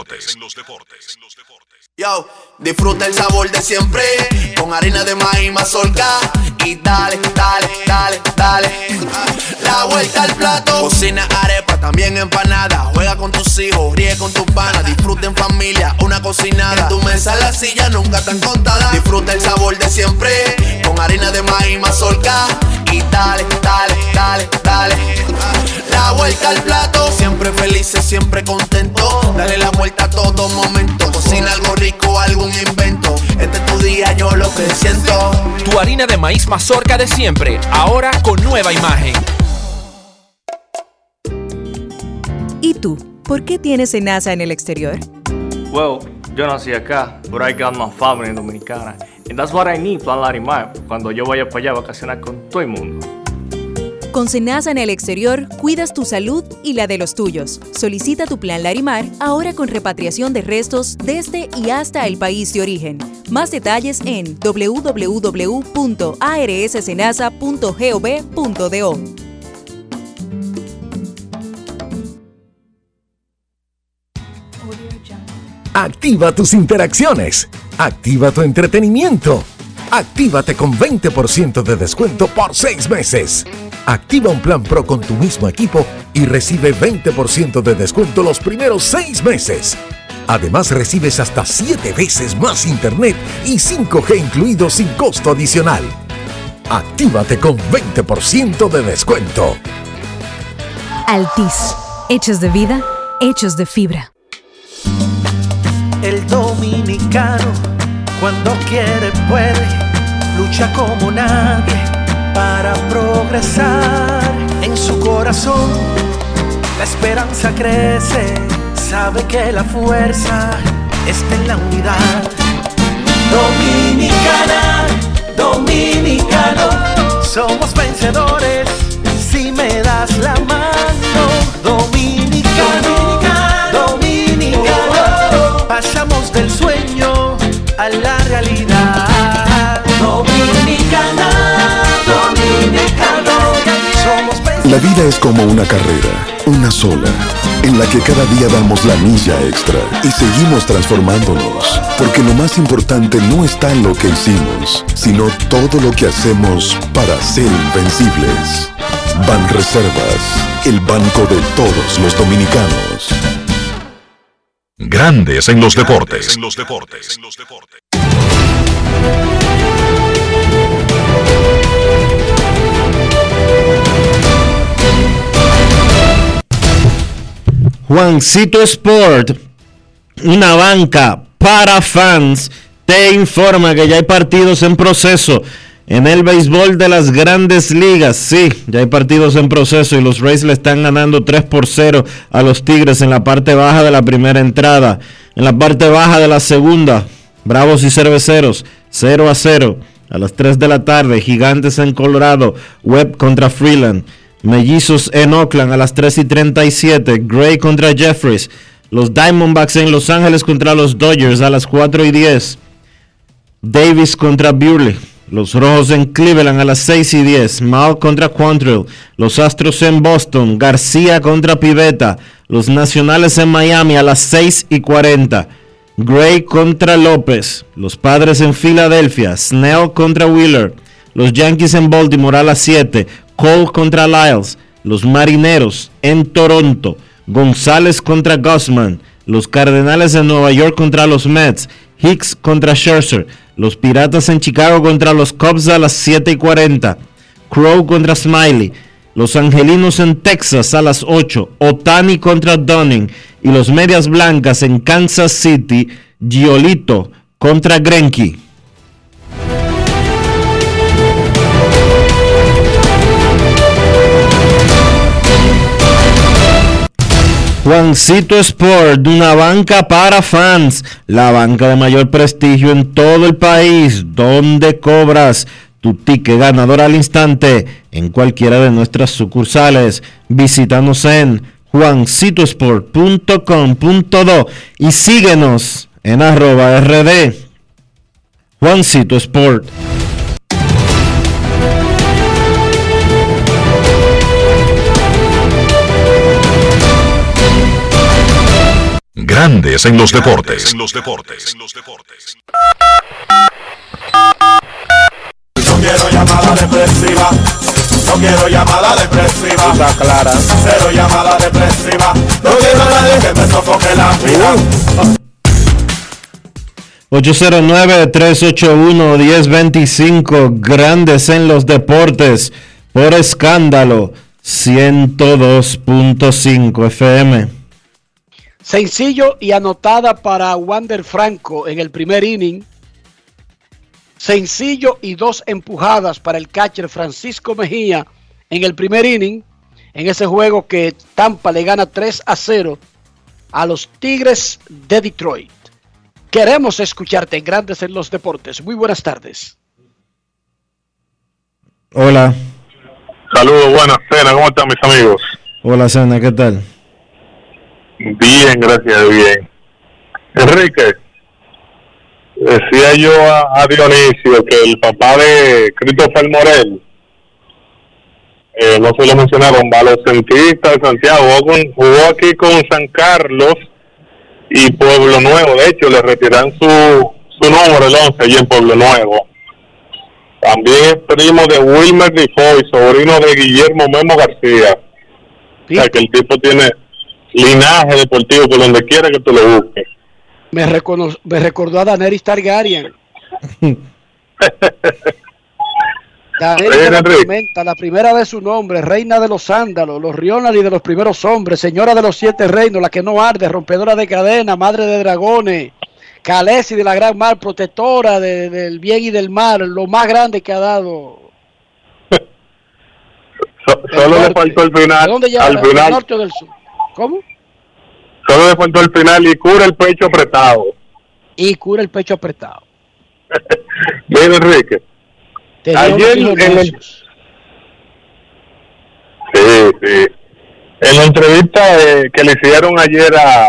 [SPEAKER 11] Yo, disfruta el sabor de siempre con harina de maíz mazorca y dale, dale, dale, dale. La vuelta al plato, cocina arepa, también empanada. Juega con tus hijos, ríe con tus panas, disfruta en familia, una cocinada. En tu mesa la silla nunca tan contada. Disfruta el sabor de siempre con harina de maíz mazorca y dale, dale, dale, dale. La vuelta al plato, siempre felices, siempre contento. Dale la vuelta a todo momento. Cocina algo rico, algún invento. Este es tu día, yo lo que siento.
[SPEAKER 12] Tu harina de maíz mazorca de siempre, ahora con nueva imagen.
[SPEAKER 15] ¿Y tú? ¿Por qué tienes SENASA en el exterior?
[SPEAKER 16] Well, yo nací acá, but I got my family dominicana. And that's what I need, Plan Larimar, cuando yo vaya para allá a vacacionar con todo el mundo.
[SPEAKER 15] Con SENASA en el exterior, cuidas tu salud y la de los tuyos. Solicita tu plan Larimar ahora con repatriación de restos desde y hasta el país de origen. Más detalles en www.arssenasa.gov.do.
[SPEAKER 24] Activa tus interacciones. Activa tu entretenimiento. Actívate con 20% de descuento por 6 meses. Activa un plan Pro con tu mismo equipo y recibe 20% de descuento los primeros 6 meses. Además, recibes hasta 7 veces más internet y 5G incluido sin costo adicional. Actívate con 20% de descuento.
[SPEAKER 15] Altis. Hechos de vida, hechos de fibra.
[SPEAKER 17] El dominicano, cuando quiere puede, lucha como nadie para progresar. En su corazón la esperanza crece, sabe que la fuerza está en la unidad. Dominicana, dominicano, somos vencedores si me das la mano. Dominicano, dominicano, pasamos del sueño a la realidad. Dominicana, dominicano, somos vencedores.
[SPEAKER 14] La vida es como una carrera, una sola, en la que cada día damos la milla extra y seguimos transformándonos, porque lo más importante no está en lo que hicimos, sino todo lo que hacemos para ser invencibles. Banreservas, el banco de todos los dominicanos.
[SPEAKER 1] Grandes en los deportes.
[SPEAKER 3] Juancito Sport, una banca para fans, te informa que ya hay partidos en proceso en el béisbol de las Grandes Ligas. Sí, ya hay partidos en proceso y los Rays le están ganando 3-0 a los Tigres en la parte baja de la primera entrada. En la parte baja de la segunda, Bravos y Cerveceros 0-0 a las 3 de la tarde. Gigantes en Colorado, Webb contra Freeland. Mellizos en Oakland a las 3:37. Gray contra Jeffries. Los Diamondbacks en Los Ángeles contra los Dodgers a las 4:10. Davis contra Burley. Los Rojos en Cleveland a las 6:10. Mal contra Quantrill. Los Astros en Boston. García contra Pivetta. Los Nacionales en Miami a las 6:40. Gray contra López. Los Padres en Filadelfia. Snell contra Wheeler. Los Yankees en Baltimore a las 7. Cole contra Lyles. Los Marineros en Toronto. González contra Gausman. Los Cardenales en Nueva York contra los Mets. Hicks contra Scherzer. Los Piratas en Chicago contra los Cubs a las 7:40. Crow contra Smiley. Los Angelinos en Texas a las 8. Ohtani contra Dunning. Y los Medias Blancas en Kansas City. Giolito contra Greinke. Juancito Sport, una banca para fans, la banca de mayor prestigio en todo el país, donde cobras tu ticket ganador al instante en cualquiera de nuestras sucursales. Visítanos en juancitosport.com.do y síguenos en @RD Juancito Sport.
[SPEAKER 1] Grandes en los deportes.
[SPEAKER 11] No quiero llamada depresiva. No quiero llamada depresiva.
[SPEAKER 8] Está clara.
[SPEAKER 11] Cero llamada depresiva. No quiero a nadie que me sofoque la vida.
[SPEAKER 3] 809-381-1025, Grandes en los deportes, por Escándalo 102.5 FM.
[SPEAKER 5] Sencillo y anotada para Wander Franco en el primer inning. Sencillo y 2 empujadas para el catcher Francisco Mejía en el primer inning, en ese juego que Tampa le gana 3-0 a los Tigres de Detroit. Queremos escucharte en Grandes en los Deportes. Muy buenas tardes.
[SPEAKER 3] Hola.
[SPEAKER 18] Saludos, buenas, Cena, ¿cómo están mis amigos?
[SPEAKER 3] Hola, Cena, ¿qué tal?
[SPEAKER 18] Bien, gracias, bien. Enrique, decía yo a Dionisio que el papá de Christopher Morel, no se lo mencionaron, baloncelista de Santiago, jugó aquí con San Carlos y Pueblo Nuevo. De hecho, le retiran su número, el 11, allí en Pueblo Nuevo. También es primo de Wilmer Difoy, sobrino de Guillermo Memo García. ¿Sí? O sea, que el tipo tiene linaje deportivo por donde quiera que tú lo busques.
[SPEAKER 5] Me recordó a Daenerys Targaryen. Daenerys la Tormenta, la primera de su nombre, reina de los sándalos, los Rionali de los primeros hombres, señora de los 7 reinos, la que no arde, rompedora de cadena, madre de dragones, Khaleesi de la gran mar, protectora del bien y del mal, lo más grande que ha dado.
[SPEAKER 18] Solo le faltó el final.
[SPEAKER 5] ¿De dónde ya?
[SPEAKER 18] Al final.
[SPEAKER 5] ¿Del norte o del sur? ¿Cómo?
[SPEAKER 18] Solo le faltó el final y cura el pecho apretado.
[SPEAKER 5] Y cura el pecho apretado.
[SPEAKER 18] Mira, Enrique. Ayer en la entrevista que le hicieron ayer a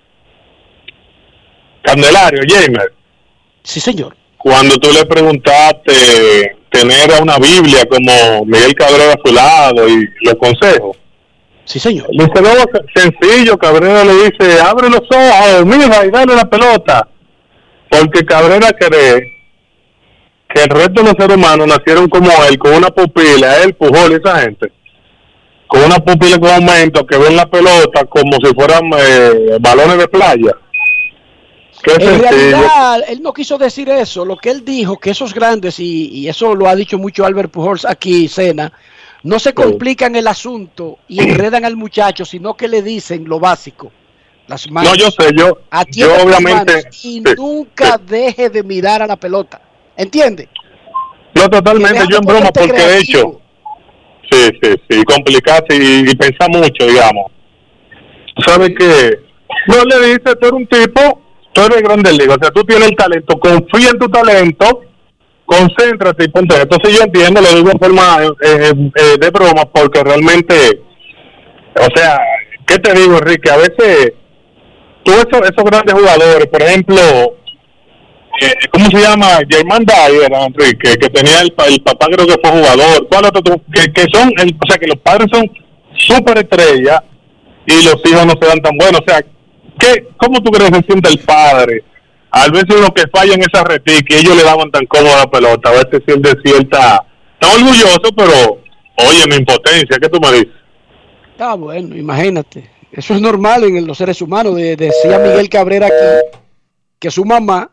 [SPEAKER 18] Candelario, Jamer.
[SPEAKER 5] Sí, señor.
[SPEAKER 18] Cuando tú le preguntaste tener a una Biblia como Miguel Cabrera a su lado y los consejos.
[SPEAKER 5] Sí, señor.
[SPEAKER 18] Le dice, no, sencillo, Cabrera le dice, abre los ojos, mira y dale la pelota. Porque Cabrera cree que el resto de los seres humanos nacieron como él, con una pupila, él, Pujol y esa gente, con una pupila con aumento, que ven la pelota como si fueran balones de playa.
[SPEAKER 5] En realidad, él no quiso decir eso. Lo que él dijo, que esos grandes, y eso lo ha dicho mucho Albert Pujols aquí, Cena, no se complican el asunto y enredan al muchacho, sino que le dicen lo básico. Las manos.
[SPEAKER 18] No, yo sé, yo obviamente.
[SPEAKER 5] Y nunca deje de mirar a la pelota. ¿Entiende?
[SPEAKER 18] No, totalmente, yo en broma, porque de hecho, sí, complicarse y pensar mucho, digamos. ¿Sabes qué? No le dice, tú eres un tipo, tú eres grande liga, o sea, tú tienes el talento, confía en tu talento, concéntrate y ponte. Entonces yo entiendo, lo digo en forma de broma, porque realmente, o sea, ¿qué te digo, Enrique? A veces, tú esos grandes jugadores, por ejemplo, ¿cómo se llama? Germán Dyer, Enrique, que tenía el papá, creo que fue jugador. ¿Cuál otro? Que son, o sea, que los padres son súper estrellas y los hijos no se dan tan buenos. O sea, ¿cómo tú crees que se siente el padre al ver uno que falla en esa retica y ellos le daban tan cómoda la pelota? A veces siente cierta, está orgulloso, pero oye, mi impotencia, ¿qué tú me dices?
[SPEAKER 5] Está bueno, imagínate. Eso es normal en los seres humanos. Decía Miguel Cabrera aquí que su mamá,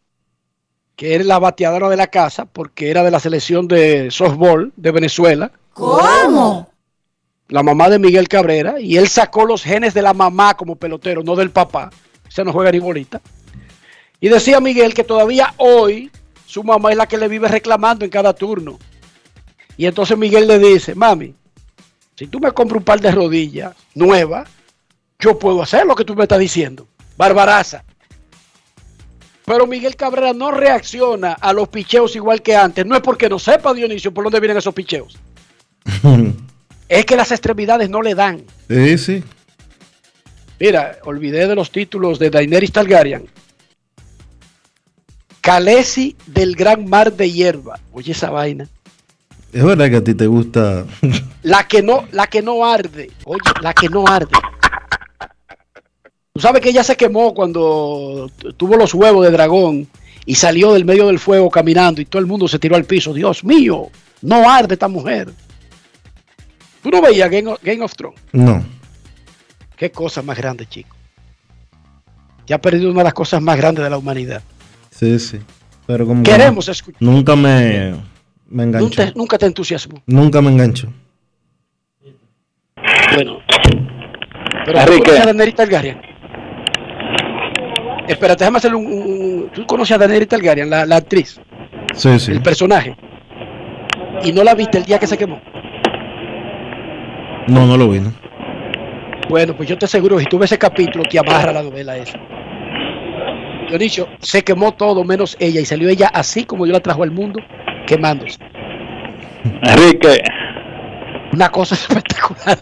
[SPEAKER 5] que era la bateadora de la casa, porque era de la selección de softball de Venezuela.
[SPEAKER 19] ¿Cómo?
[SPEAKER 5] La mamá de Miguel Cabrera, y él sacó los genes de la mamá como pelotero, no del papá. Ese no juega ni bolita. Y decía Miguel que todavía hoy su mamá es la que le vive reclamando en cada turno. Y entonces Miguel le dice, mami, si tú me compras un par de rodillas nuevas, yo puedo hacer lo que tú me estás diciendo. Barbaraza. Pero Miguel Cabrera no reacciona a los picheos igual que antes. No es porque no sepa, Dionisio, por dónde vienen esos picheos. Es que las extremidades no le dan.
[SPEAKER 3] Sí, sí.
[SPEAKER 5] Mira, olvidé de los títulos de Daenerys Targaryen. Khaleesi del Gran Mar de Hierba. Oye esa vaina.
[SPEAKER 3] Es verdad que a ti te gusta.
[SPEAKER 5] La que no arde. Oye, la que no arde. Tú sabes que ella se quemó cuando tuvo los huevos de dragón y salió del medio del fuego caminando y todo el mundo se tiró al piso. Dios mío, no arde esta mujer. ¿Tú no veías Game of Thrones?
[SPEAKER 3] No.
[SPEAKER 5] Qué cosa más grande, chico. Ya ha perdido una de las cosas más grandes de la humanidad.
[SPEAKER 3] Sí, sí. Pero como
[SPEAKER 5] queremos escuchar.
[SPEAKER 3] Nunca me enganchó.
[SPEAKER 5] Nunca te entusiasmó.
[SPEAKER 3] Nunca me enganchó.
[SPEAKER 5] Bueno. Pero ¿tú conoces a Daenerys Targaryen? Espérate, déjame hacerle ¿Tú conoces a Daenerys Targaryen, la actriz?
[SPEAKER 3] Sí, sí.
[SPEAKER 5] El personaje. ¿Y no la viste el día que se quemó?
[SPEAKER 3] No lo vi, ¿no?
[SPEAKER 5] Bueno, pues yo te aseguro que si tú ves ese capítulo, te amarra la novela esa. Dionisio, se quemó todo menos ella y salió ella así como Dios la trajo al mundo, quemándose.
[SPEAKER 18] Enrique.
[SPEAKER 5] Una cosa espectacular.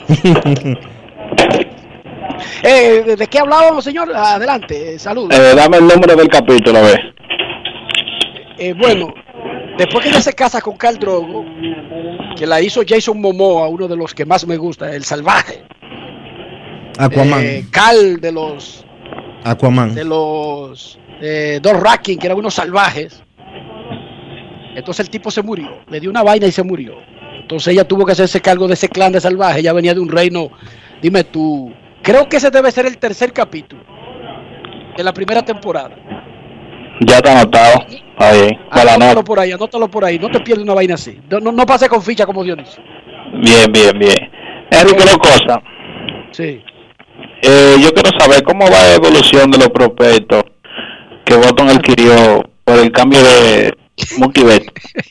[SPEAKER 5] ¿De qué hablábamos, señor? Adelante, saludos.
[SPEAKER 18] Dame el número del capítulo, a ver.
[SPEAKER 5] Bueno, después que ella se casa con Khal Drogo, que la hizo Jason Momoa, uno de los que más me gusta, el salvaje.
[SPEAKER 3] Aquaman.
[SPEAKER 5] Khal de los
[SPEAKER 3] Aquaman.
[SPEAKER 5] De los Dothraki, que eran unos salvajes. Entonces el tipo se murió, le dio una vaina y se murió. Entonces ella tuvo que hacerse cargo de ese clan de salvajes. Ella venía de un reino, dime tú, creo que ese debe ser el tercer capítulo de la primera temporada.
[SPEAKER 18] Ya está anotado. Ahí.
[SPEAKER 5] Anótalo por ahí, no te pierdas una vaina así. No pase con ficha como Dionisio.
[SPEAKER 18] Bien. Enrique, una cosa.
[SPEAKER 5] Sí.
[SPEAKER 18] Yo quiero saber cómo va la evolución de los prospectos que Boston adquirió por el cambio de Mookie Betts.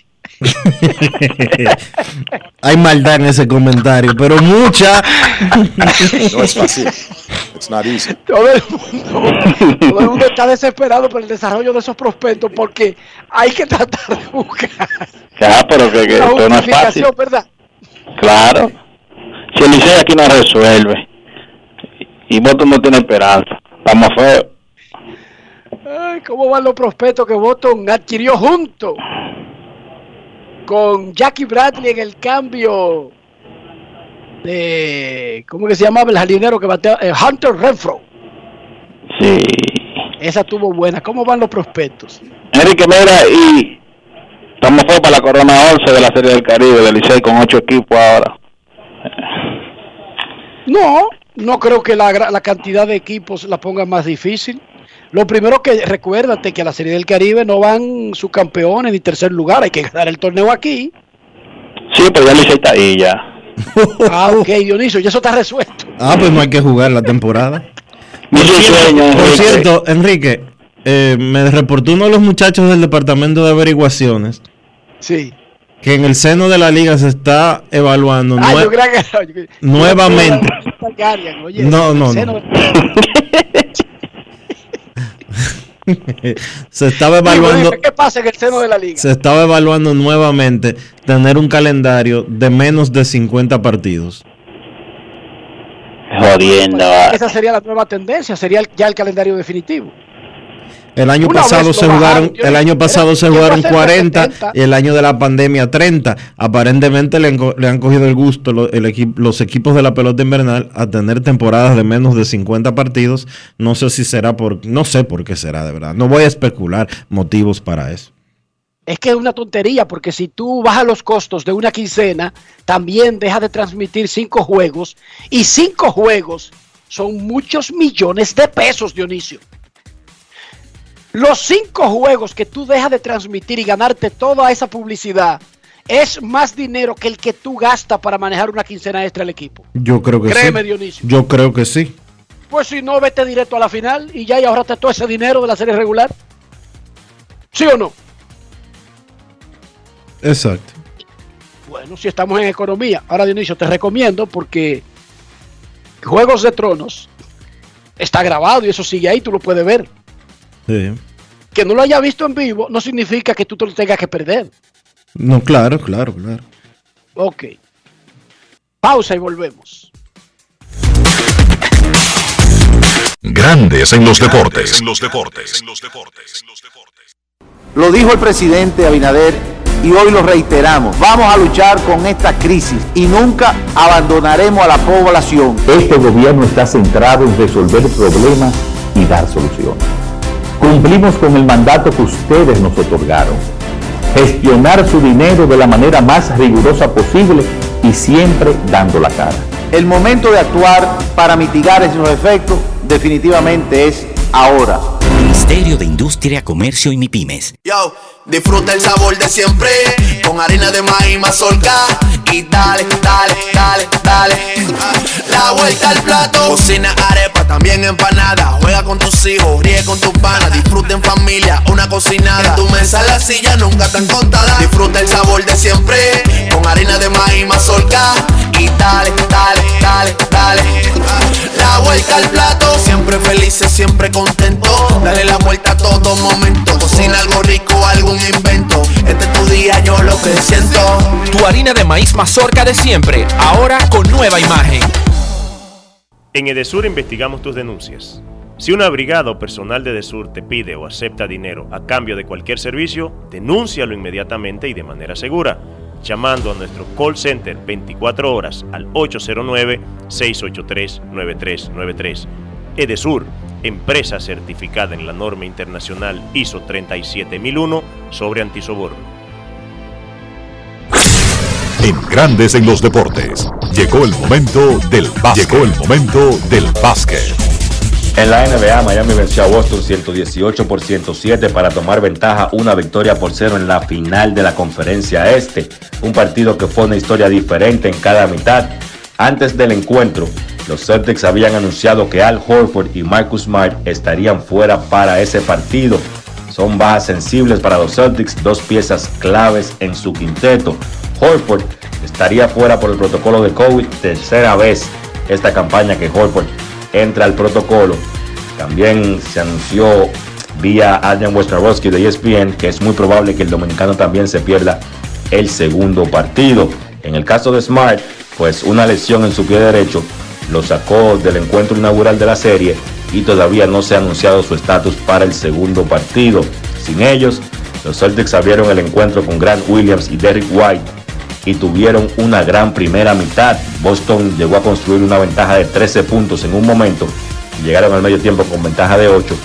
[SPEAKER 3] Hay maldad en ese comentario, pero mucha.
[SPEAKER 7] No es fácil. It's not easy.
[SPEAKER 5] Todo el mundo está desesperado por el desarrollo de esos prospectos porque hay que tratar de buscar.
[SPEAKER 18] Ya, pero que esto no es fácil.
[SPEAKER 5] ¿Verdad?
[SPEAKER 18] Claro. Si el Licey aquí no resuelve y Boston no tiene esperanza, estamos feos.
[SPEAKER 5] Ay, ¿cómo van los prospectos que Boston adquirió junto con Jackie Bradley en el cambio de, ¿cómo que se llamaba el jardinero que batea? Hunter Renfroe.
[SPEAKER 18] Sí.
[SPEAKER 5] Esa estuvo buena. ¿Cómo van los prospectos?
[SPEAKER 18] Enrique, mira, y estamos feos para la Corona 11 de la Serie del Caribe, del Licey con 8 equipos ahora.
[SPEAKER 5] No creo que la cantidad de equipos la ponga más difícil. Lo primero que recuérdate que a la Serie del Caribe no van subcampeones ni tercer lugar, hay que ganar el torneo aquí.
[SPEAKER 18] Sí, pero ya el Licey está ahí ya.
[SPEAKER 5] Ok, Dionisio, ya eso está resuelto.
[SPEAKER 3] Pues no hay que jugar la temporada. Por cierto, Enrique, me reportó uno de los muchachos del departamento de averiguaciones.
[SPEAKER 5] Sí.
[SPEAKER 3] Que en el seno de la liga se está evaluando nuevamente. No. Se estaba evaluando.
[SPEAKER 5] ¿Qué pasa en el seno de la liga?
[SPEAKER 3] Se estaba evaluando nuevamente tener un calendario de menos de 50 partidos.
[SPEAKER 18] Jodiendo.
[SPEAKER 5] Esa sería la nueva tendencia, sería ya el calendario definitivo.
[SPEAKER 3] El año pasado se jugaron 40 y el año de la pandemia 30. Aparentemente le han cogido el gusto los equipos de la pelota invernal a tener temporadas de menos de 50 partidos. No sé si será no sé por qué será, de verdad. No voy a especular motivos para eso.
[SPEAKER 5] Es que es una tontería, porque si tú bajas los costos de una quincena, también deja de transmitir 5 juegos, y 5 juegos son muchos millones de pesos, Dionisio. Los 5 juegos que tú dejas de transmitir y ganarte toda esa publicidad es más dinero que el que tú gastas para manejar una quincena extra al equipo.
[SPEAKER 3] Yo creo que
[SPEAKER 5] Créeme,
[SPEAKER 3] sí.
[SPEAKER 5] Dionisio.
[SPEAKER 3] Yo creo que sí.
[SPEAKER 5] Pues si no, vete directo a la final y ya ahorraste todo ese dinero de la serie regular. ¿Sí o no?
[SPEAKER 3] Exacto.
[SPEAKER 5] Bueno, si estamos en economía. Ahora, Dionisio, te recomiendo porque Juegos de Tronos está grabado y eso sigue ahí, tú lo puedes ver.
[SPEAKER 3] Sí.
[SPEAKER 5] Que no lo haya visto en vivo no significa que tú te lo tengas que perder.
[SPEAKER 3] No, claro.
[SPEAKER 5] Ok. Pausa y volvemos.
[SPEAKER 1] Grandes en los deportes.
[SPEAKER 8] Lo dijo el presidente Abinader y hoy lo reiteramos. Vamos a luchar con esta crisis y nunca abandonaremos a la población.
[SPEAKER 19] Este gobierno está centrado en resolver problemas y dar soluciones. Cumplimos con el mandato que ustedes nos otorgaron. Gestionar su dinero de la manera más rigurosa posible y siempre dando la cara.
[SPEAKER 8] El momento de actuar para mitigar esos efectos definitivamente es ahora.
[SPEAKER 20] Ministerio de Industria, Comercio y MIPYMES.
[SPEAKER 11] Yo, disfruta el sabor de siempre con harina de maíz mazorca y dale, dale, dale, dale. La vuelta al plato, cocina arepa, también empanada. Juega con tus hijos, ríe con tus panas, disfruta en familia, una cocinada. En tu mesa las sillas nunca tan contadas. Disfruta el sabor de siempre con harina de maíz mazorca y dale, dale, dale, dale. La vuelta al plato, siempre felices, siempre contentos. Dale la vuelta a todo momento. Cocina algo rico, algún invento. Este es tu día, yo lo que siento.
[SPEAKER 12] Tu harina de maíz mazorca de siempre, ahora con nueva imagen.
[SPEAKER 9] En Edesur investigamos tus denuncias. Si una brigada o personal de Edesur te pide o acepta dinero a cambio de cualquier servicio, denúncialo inmediatamente y de manera segura, llamando a nuestro call center 24 horas al 809-683-9393. Edesur, empresa certificada en la norma internacional ISO 37001 sobre antisoborno.
[SPEAKER 1] En Grandes en los deportes, llegó el momento del básquet.
[SPEAKER 21] En la NBA, Miami venció a Boston 118-107 para tomar ventaja, una victoria por 0 en la final de la Conferencia Este. Un partido que fue una historia diferente en cada mitad. Antes del encuentro, los Celtics habían anunciado que Al Horford y Marcus Smart estarían fuera para ese partido. Son bajas sensibles para los Celtics, dos piezas claves en su quinteto. Horford estaría fuera por el protocolo de COVID, tercera vez esta campaña que Horford entra al protocolo. También se anunció vía Adrian Wojnarowski de ESPN que es muy probable que el dominicano también se pierda el segundo partido. En el caso de Smart, pues una lesión en su pie derecho lo sacó del encuentro inaugural de la serie y todavía no se ha anunciado su estatus para el segundo partido. Sin ellos, los Celtics abrieron el encuentro con Grant Williams y Derrick White y tuvieron una gran primera mitad. Boston llegó a construir una ventaja de 13 puntos en un momento y llegaron al medio tiempo con ventaja de 8,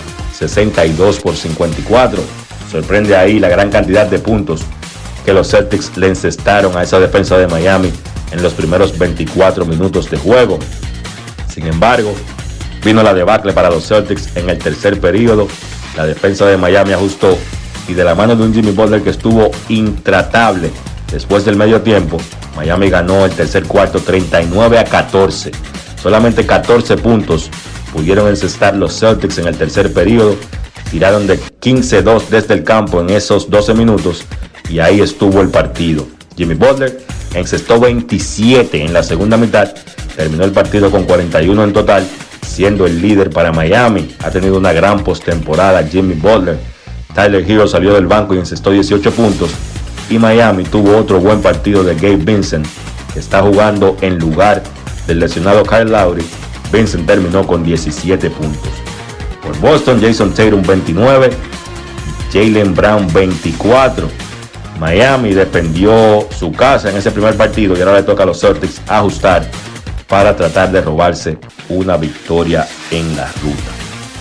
[SPEAKER 21] 62-54. Sorprende ahí la gran cantidad de puntos que los Celtics le encestaron a esa defensa de Miami en los primeros 24 minutos de juego. Sin embargo, vino la debacle para los Celtics en el tercer periodo. La defensa de Miami ajustó y de la mano de un Jimmy Butler que estuvo intratable después del medio tiempo, Miami ganó el tercer cuarto 39-14. Solamente 14 puntos pudieron encestar los Celtics en el tercer periodo. Tiraron de 15-2 desde el campo en esos 12 minutos y ahí estuvo el partido. Jimmy Butler encestó 27 en la segunda mitad. Terminó el partido con 41 en total, siendo el líder para Miami. Ha tenido una gran postemporada Jimmy Butler. Tyler Hero salió del banco y encestó 18 puntos. Y Miami tuvo otro buen partido de Gabe Vincent, que está jugando en lugar del lesionado Kyle Lowry. Vincent terminó con 17 puntos. Por Boston, Jason Tatum 29, Jaylen Brown 24. Miami defendió su casa en ese primer partido y ahora le toca a los Celtics ajustar para tratar de robarse una victoria en la ruta.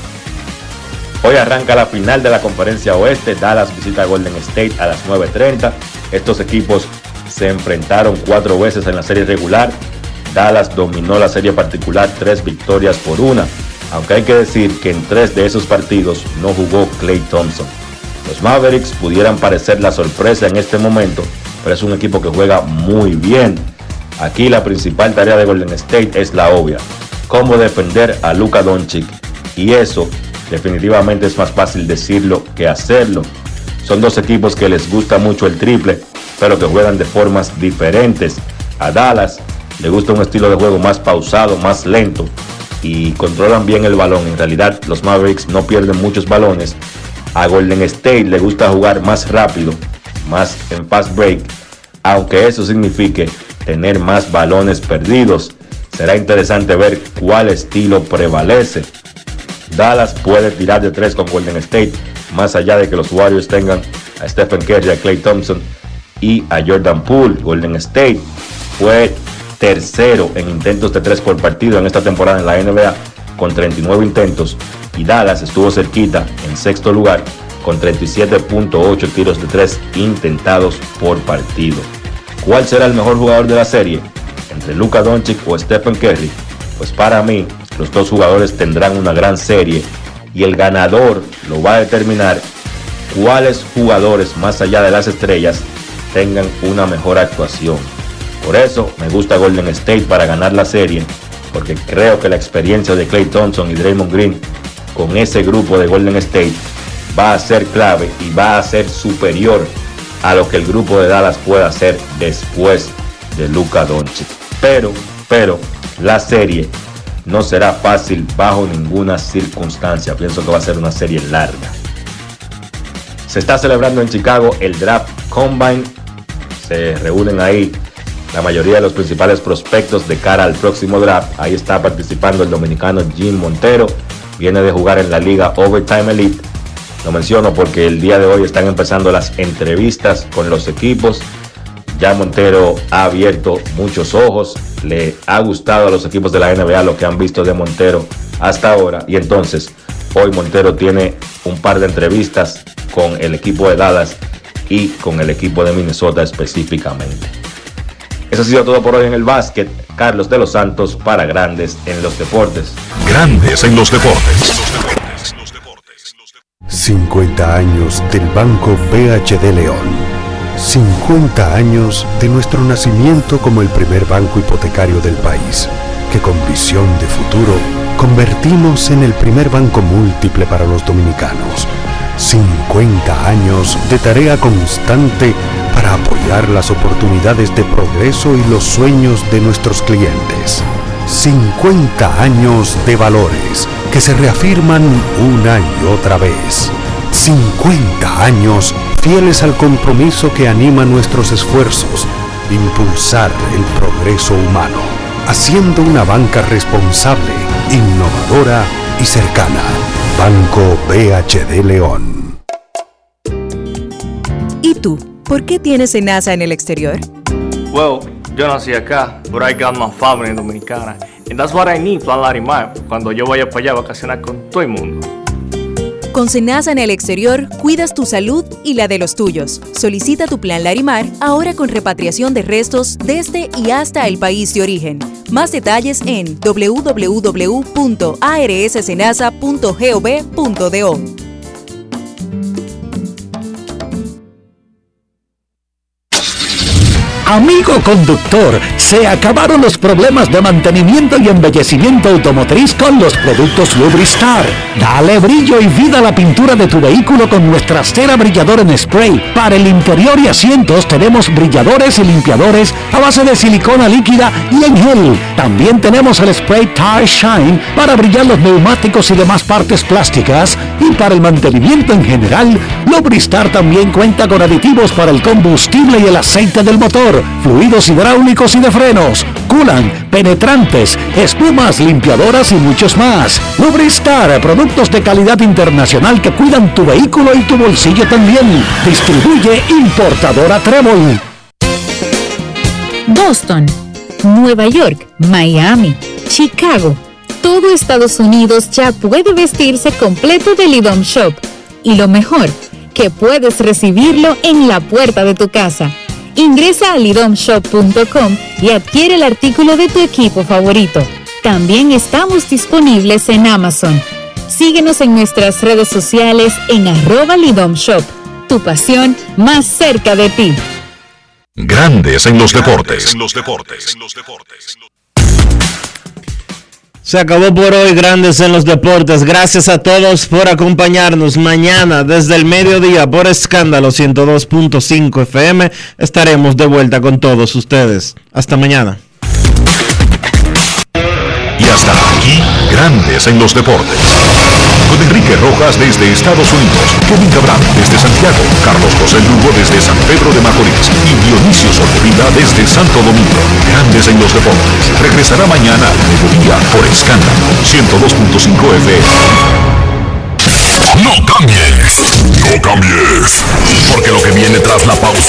[SPEAKER 21] Hoy arranca la final de la Conferencia Oeste. Dallas visita a Golden State a las 9:30. Estos equipos se enfrentaron 4 veces en la serie regular. Dallas dominó la serie particular 3-1, aunque hay que decir que en 3 de esos partidos no jugó Klay Thompson. Los Mavericks pudieran parecer la sorpresa en este momento, pero es un equipo que juega muy bien. Aquí la principal tarea de Golden State es la obvia: cómo defender a Luka Doncic, y eso definitivamente es más fácil decirlo que hacerlo. Son dos equipos que les gusta mucho el triple, pero que juegan de formas diferentes. A Dallas le gusta un estilo de juego más pausado, más lento y controlan bien el balón. En realidad los Mavericks no pierden muchos balones. A Golden State le gusta jugar más rápido, más en fast break, aunque eso signifique tener más balones perdidos. Será interesante ver cuál estilo prevalece. Dallas puede tirar de 3 con Golden State, más allá de que los Warriors tengan a Stephen Curry, a Klay Thompson y a Jordan Poole. Golden State fue tercero en intentos de 3 por partido en esta temporada en la NBA con 39 intentos, y Dallas estuvo cerquita en sexto lugar con 37.8 tiros de 3 intentados por partido. ¿Cuál será el mejor jugador de la serie? ¿Entre Luka Doncic o Stephen Curry? Pues para mí, los dos jugadores tendrán una gran serie y el ganador lo va a determinar cuáles jugadores más allá de las estrellas tengan una mejor actuación. Por eso me gusta Golden State para ganar la serie, porque creo que la experiencia de Klay Thompson y Draymond Green con ese grupo de Golden State va a ser clave y va a ser superior a lo que el grupo de Dallas pueda hacer después de Luka Doncic. Pero la serie no será fácil bajo ninguna circunstancia. Pienso que va a ser una serie larga. Se está celebrando en Chicago el Draft Combine. Se reúnen ahí la mayoría de los principales prospectos de cara al próximo draft. Ahí está participando el dominicano Jim Montero. Viene de jugar en la liga Overtime Elite. Lo menciono porque el día de hoy están empezando las entrevistas con los equipos. Ya Montero ha abierto muchos ojos. Le ha gustado a los equipos de la NBA lo que han visto de Montero hasta ahora. Y entonces hoy Montero tiene un par de entrevistas con el equipo de Dallas y con el equipo de Minnesota específicamente. Eso ha sido todo por hoy en el básquet. Carlos de los Santos para Grandes en los Deportes.
[SPEAKER 1] Grandes en los Deportes.
[SPEAKER 4] 50 años del Banco BHD León. 50 años de nuestro nacimiento como el primer banco hipotecario del país, que con visión de futuro convertimos en el primer banco múltiple para los dominicanos. 50 años de tarea constante para apoyar las oportunidades de progreso y los sueños de nuestros clientes. 50 años de valores que se reafirman una y otra vez. 50 años fieles al compromiso que anima nuestros esfuerzos, impulsar el progreso humano, haciendo una banca responsable, innovadora y cercana. Banco BHD León.
[SPEAKER 15] ¿Y tú? ¿Por qué tienes SENASA en el exterior?
[SPEAKER 16] Well, yo nací acá, but I got my family dominicana. And that's what I need, Plan Larimar, cuando yo vaya para allá a vacacionar con todo el mundo.
[SPEAKER 15] Con SENASA en el exterior, cuidas tu salud y la de los tuyos. Solicita tu plan Larimar ahora con repatriación de restos desde y hasta el país de origen. Más detalles en www.arssenasa.gov.do.
[SPEAKER 24] Amigo conductor, se acabaron los problemas de mantenimiento y embellecimiento automotriz con los productos Lubristar. Dale brillo y vida a la pintura de tu vehículo con nuestra cera brilladora en spray. Para el interior y asientos tenemos brilladores y limpiadores a base de silicona líquida y en gel. También tenemos el spray Tire Shine para brillar los neumáticos y demás partes plásticas. Y para el mantenimiento en general, Lubristar también cuenta con aditivos para el combustible y el aceite del motor, fluidos hidráulicos y de frenos, culan, penetrantes, espumas, limpiadoras y muchos más. Lubristar, productos de calidad internacional que cuidan tu vehículo y tu bolsillo también. Distribuye importadora Trébol.
[SPEAKER 6] Boston, Nueva York, Miami, Chicago. Todo Estados Unidos ya puede vestirse completo de Lidom Shop. Y lo mejor, que puedes recibirlo en la puerta de tu casa. Ingresa a lidomshop.com y adquiere el artículo de tu equipo favorito. También estamos disponibles en Amazon. Síguenos en nuestras redes sociales en @lidomshop. Tu pasión más cerca de ti.
[SPEAKER 1] Grandes en los deportes.
[SPEAKER 3] Se acabó por hoy Grandes en los Deportes. Gracias a todos por acompañarnos. Mañana desde el mediodía por Escándalo 102.5 FM estaremos de vuelta con todos ustedes. Hasta mañana.
[SPEAKER 1] está aquí, Grandes en los Deportes. Con Enrique Rojas desde Estados Unidos, Kevin Cabral desde Santiago, Carlos José Lugo desde San Pedro de Macorís y Dionisio Solterida desde Santo Domingo. Grandes en los Deportes. Regresará mañana al mediodía por Escándalo 102.5 FM.
[SPEAKER 10] No cambies, no cambies, porque lo que viene tras la pausa